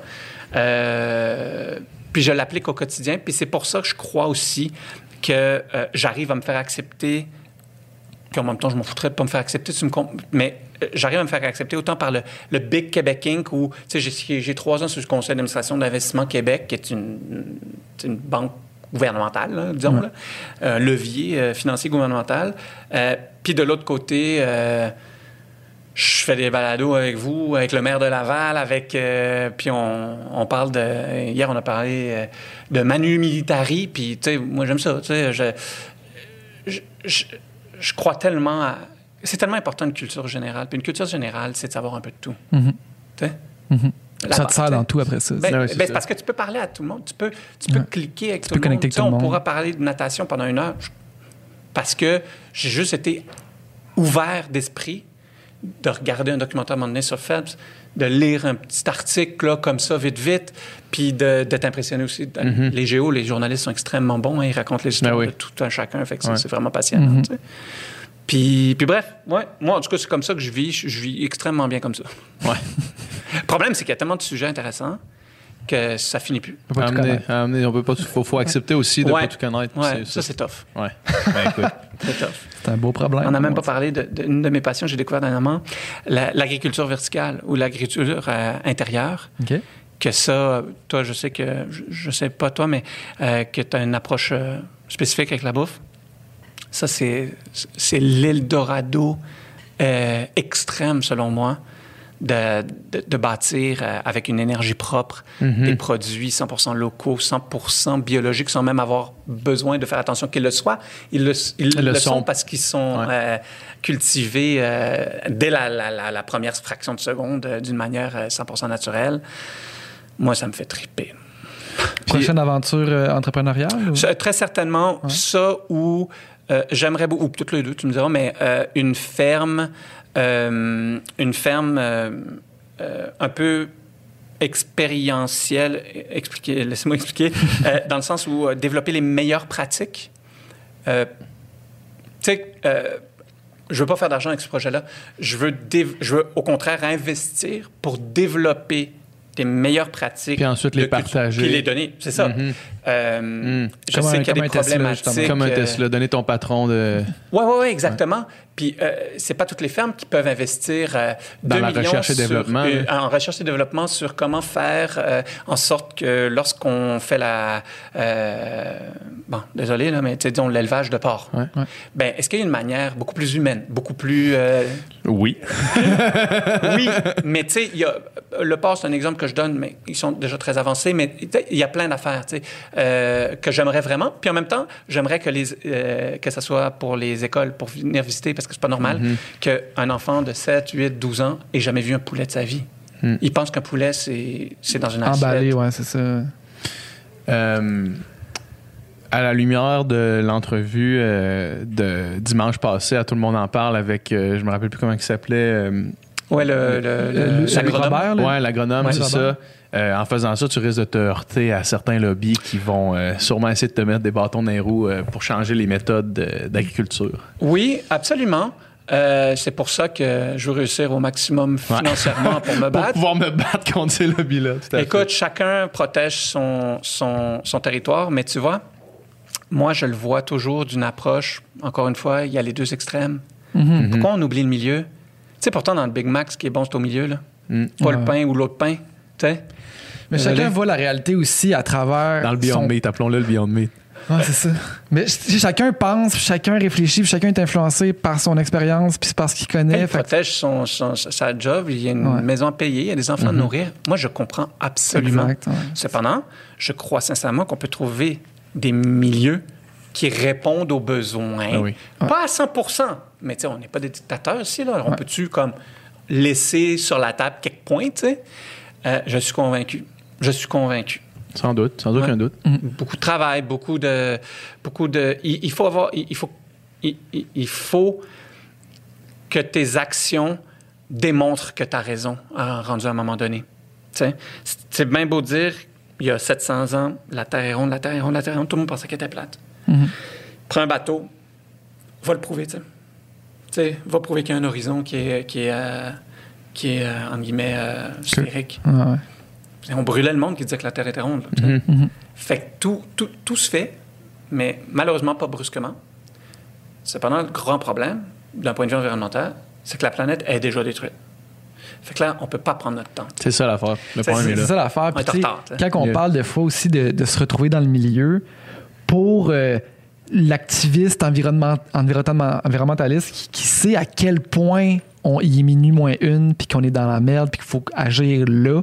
euh, puis je l'applique au quotidien, puis c'est pour ça que je crois aussi que euh, j'arrive à me faire accepter, puis en même temps, je m'en foutrais de ne pas me faire accepter, tu me comp- mais euh, j'arrive à me faire accepter autant par le, le Big Québec Incorporated, où, tu sais, j'ai, j'ai trois ans sur le conseil d'administration d'Investissement Québec, qui est une, une banque gouvernemental, là, disons, ouais. là, un levier euh, financier gouvernemental. Euh, Puis de l'autre côté, euh, je fais des balados avec vous, avec le maire de Laval, avec... Euh, puis on, on parle de... Hier, on a parlé euh, de Manu Militari, puis tu sais, moi, j'aime ça, tu sais, je, je, je, je crois tellement à... C'est tellement important, une culture générale. Puis une culture générale, c'est de savoir un peu de tout. Mm-hmm. Tu sais? Mm-hmm. Ça base, te sert dans tout après ça. Ben, ouais, c'est ben, parce que tu peux parler à tout le monde. Tu peux, tu peux ouais. cliquer avec tu tout peux le connecter monde. Tout le monde. On pourra parler de natation pendant une heure. Parce que j'ai juste été ouvert d'esprit de regarder un documentaire à un moment donné sur Phelps, de lire un petit article là, comme ça, vite, vite, puis de, d'être impressionné aussi. Mm-hmm. Les géos, les journalistes sont extrêmement bons. Hein, ils racontent les histoires ben oui. de tout un chacun. Fait que ouais. c'est vraiment passionnant. Mm-hmm. Tu sais. Puis, puis bref, ouais, moi, en tout cas, c'est comme ça que je vis. Je, je vis extrêmement bien comme ça. Ouais. Le problème, c'est qu'il y a tellement de sujets intéressants que ça finit plus. On peut pas amener, tout amener, on peut pas, faut, faut accepter aussi de ne ouais. pas tout connaître. Ouais, c'est, ça, c'est tough. Ouais. Ben, écoute. C'est tough. C'est un beau problème. On n'a même pas parlé d'une de, de, de mes passions. J'ai découvert dernièrement la, l'agriculture verticale ou l'agriculture euh, intérieure. OK. Que ça, toi, je sais que, je, je sais pas toi, mais euh, que tu as une approche euh, spécifique avec la bouffe. Ça, c'est, c'est l'Eldorado euh, extrême, selon moi, de, de, de bâtir euh, avec une énergie propre mm-hmm. des produits cent pour cent locaux, cent pour cent biologiques, sans même avoir besoin de faire attention qu'ils le soient. Ils le, ils le, le sont parce qu'ils sont ouais. euh, cultivés euh, dès la, la, la, la première fraction de seconde euh, d'une manière euh, cent pour cent naturelle. Moi, ça me fait triper. Prochaine Puis, aventure euh, entrepreneuriale? Ou? Très certainement, ouais. ça ou... Euh, j'aimerais beaucoup, ou peut-être les deux, tu me diras, mais euh, une ferme, euh, une ferme euh, euh, un peu expérientielle, expliquer, laissez-moi expliquer, euh, dans le sens où euh, développer les meilleures pratiques. Euh, tu sais, euh, je veux pas faire d'argent avec ce projet-là. Je veux, dév- je veux au contraire investir pour développer des meilleures pratiques. Puis ensuite les de, partager. Puis les donner, c'est ça. Mm-hmm. Euh, mm. Je comme sais un, qu'il y a des Tesla, problématiques. Comme un Tesla, donner ton patron de... Oui, oui, oui, exactement. Ouais. Puis, euh, c'est pas toutes les fermes qui peuvent investir euh, dans deux la millions recherche et sur, développement. euh, en recherche et développement sur comment faire euh, en sorte que lorsqu'on fait la... Euh, bon, désolé, là, mais disons l'élevage de porc. Ouais. Ouais. Ben, est-ce qu'il y a une manière beaucoup plus humaine, beaucoup plus... Euh, Oui. oui, mais tu sais, il y a le porc, c'est un exemple que je donne, mais ils sont déjà très avancés, mais il y a plein d'affaires, tu sais, euh, que j'aimerais vraiment. Puis en même temps, j'aimerais que les euh, que ça soit pour les écoles, pour venir visiter, parce que c'est pas normal mm-hmm. qu'un enfant de sept, huit, douze ans ait jamais vu un poulet de sa vie. Mm. Il pense qu'un poulet, c'est, c'est dans une assiette. Emballé, ouais, c'est ça. Euh, à la lumière de l'entrevue euh, de dimanche passé, à Tout le monde en parle avec, euh, je me rappelle plus comment il s'appelait. Euh, Oui, le, le, le, le, l'agronome. Oui, l'agronome, ouais, c'est ça. Euh, en faisant ça, tu risques de te heurter à certains lobbies qui vont euh, sûrement essayer de te mettre des bâtons dans les roues euh, pour changer les méthodes de, d'agriculture. Oui, absolument. Euh, c'est pour ça que je veux réussir au maximum financièrement ouais. pour me battre. Pour pouvoir me battre contre ces lobbies-là. Tout à Écoute, fait. chacun protège son, son, son territoire, mais tu vois, moi, je le vois toujours d'une approche. Encore une fois, il y a les deux extrêmes. Mm-hmm. Pourquoi on oublie le milieu? Tu sais, pourtant, dans le Big Mac, ce qui est bon, c'est au milieu, là. Mm. Pas ouais. le pain ou l'autre pain, tu sais. Mais Désolé. chacun voit la réalité aussi à travers... Dans le Beyond son... Meat, appelons-le le Beyond Meat. Ouais, c'est ça. Mais chacun pense, chacun réfléchit, puis chacun est influencé par son expérience, puis par ce qu'il connaît. Il protège son, son, sa job, il y a une ouais. maison à payer, il y a des enfants mm-hmm. à nourrir. Moi, je comprends absolument. Exact, ouais. Cependant, je crois sincèrement qu'on peut trouver des milieux qui répondent aux besoins. Ah oui. Pas ouais. à cent pour cent, mais on n'est pas des dictateurs ici. Là. On ouais. peut-tu comme laisser sur la table quelques points, tu sais? Euh, je suis convaincu. Je suis convaincu. Sans doute, sans aucun ouais. doute. Mm-hmm. Beaucoup de travail, beaucoup de... Beaucoup de il, il faut avoir... Il, il, faut, il, il faut que tes actions démontrent que tu as raison, rendu à un moment donné. T'sais? C'est bien beau dire, il y a sept cents ans, la Terre est ronde, la Terre est ronde, la Terre est ronde, tout le monde pensait qu'elle était plate. Mm-hmm. Prends un bateau, va le prouver, tu sais. Va prouver qu'il y a un horizon qui est, qui est, euh, qui est euh, entre guillemets, euh, sphérique. Ah ouais. On brûlait le monde qui disait que la Terre était ronde. Là, mm-hmm. Mm-hmm. Fait que tout, tout, tout se fait, mais malheureusement pas brusquement. Cependant, le grand problème, d'un point de vue environnemental, c'est que la planète est déjà détruite. Fait que là, on peut pas prendre notre temps. C'est ça l'affaire. Le c'est, problème c'est, est là. C'est ça l'affaire. On est en retard, quand on yeah. parle des fois aussi de, de se retrouver dans le milieu, pour euh, l'activiste environnement, environnement, environnementaliste qui, qui sait à quel point on, il est minuit moins une, puis qu'on est dans la merde, puis qu'il faut agir là,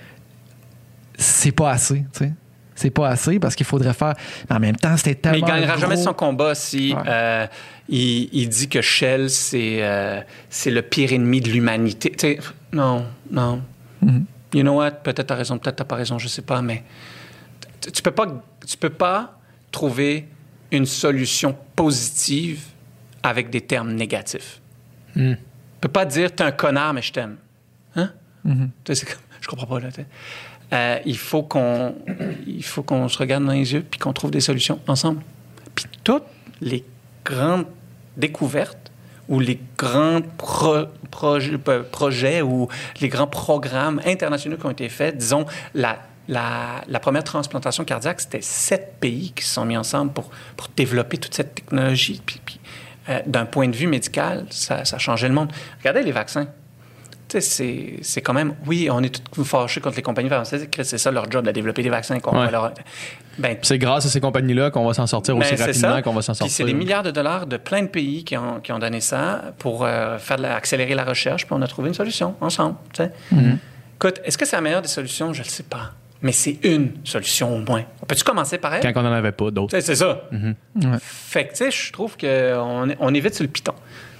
c'est pas assez, tu sais. C'est pas assez parce qu'il faudrait faire... Mais en même temps, c'était tellement... Mais il gagnera gros... jamais son combat si ouais. euh, il, il dit que Shell, c'est, euh, c'est le pire ennemi de l'humanité. Tu sais, non, non. Mm-hmm. You know what? Peut-être t'as raison, peut-être t'as pas raison, je sais pas, mais tu peux pas, tu peux pas trouver une solution positive avec des termes négatifs. Mm. Tu peux pas dire t'es un connard, mais je t'aime. Hein? Mm-hmm. Tu sais, c'est comme... Je comprends pas, là, tu sais. Euh, il faut qu'on, il faut qu'on se regarde dans les yeux puis qu'on trouve des solutions ensemble. Puis toutes les grandes découvertes ou les grands pro, proje, projets ou les grands programmes internationaux qui ont été faits, disons, la, la, la première transplantation cardiaque, c'était sept pays qui se sont mis ensemble pour, pour développer toute cette technologie. Puis, puis euh, d'un point de vue médical, ça, ça changeait le monde. Regardez les vaccins. C'est, c'est quand même... Oui, on est tous fâchés contre les compagnies pharmaceutiques. C'est ça leur job, de développer des vaccins. Qu'on ouais. va leur... ben, c'est grâce à ces compagnies-là qu'on va s'en sortir aussi ben, rapidement qu'on va s'en sortir. Puis c'est des milliards de dollars de plein de pays qui ont, qui ont donné ça pour euh, faire de la, accélérer la recherche. Puis on a trouvé une solution ensemble. Mm-hmm. Écoute, est-ce que c'est la meilleure des solutions? Je ne le sais pas. Mais c'est une solution au moins. Peux-tu commencer par elle? Quand on n'en avait pas d'autres. T'sais, c'est ça. Mm-hmm. Ouais. Fait que, tu sais, je trouve qu'on on est vite sur le piton.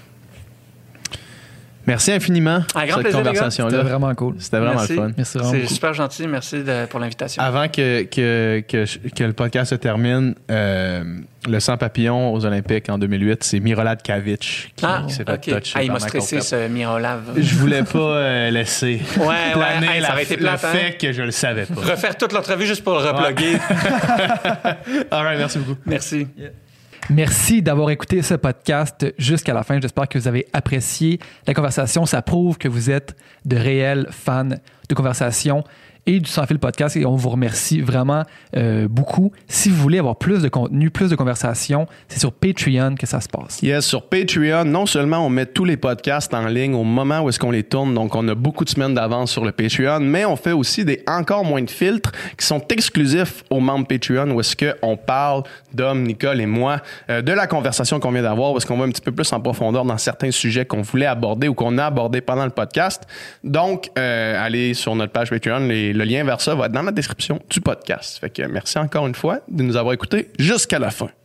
Merci infiniment pour cette plaisir, conversation-là. C'était vraiment cool. C'était vraiment merci. le fun. Merci vraiment C'est beaucoup. super gentil. Merci de, pour l'invitation. Avant que, que, que, que le podcast se termine, euh, le sang papillon aux Olympiques en deux mille huit, c'est Mirolad Kavic qui, ah, qui s'est okay. fait toucher. Ah, il m'a stressé, ce Mirolad. Je voulais pas euh, laisser ouais, planer ouais. Hey, ça aurait été plate, le hein? fait que je le savais pas. Refaire toute l'entrevue juste pour le reploguer. Ouais. All right, merci beaucoup. Merci. Yeah. Merci d'avoir écouté ce podcast jusqu'à la fin. J'espère que vous avez apprécié la conversation. Ça prouve que vous êtes de réels fans de conversation et du Sans Fil Podcast. Et on vous remercie vraiment euh, beaucoup. Si vous voulez avoir plus de contenu, plus de conversations, c'est sur Patreon que ça se passe. Yes, sur Patreon, non seulement on met tous les podcasts en ligne au moment où est-ce qu'on les tourne, donc on a beaucoup de semaines d'avance sur le Patreon, mais on fait aussi des encore moins de filtres qui sont exclusifs aux membres Patreon, où est-ce qu'on parle, Dom, Nicole et moi, euh, de la conversation qu'on vient d'avoir, où est-ce qu'on va un petit peu plus en profondeur dans certains sujets qu'on voulait aborder ou qu'on a abordé pendant le podcast. Donc, euh, allez sur notre page Patreon, les, le lien vers ça va être dans la description du podcast. Fait que merci encore une fois de nous avoir écoutés jusqu'à la fin.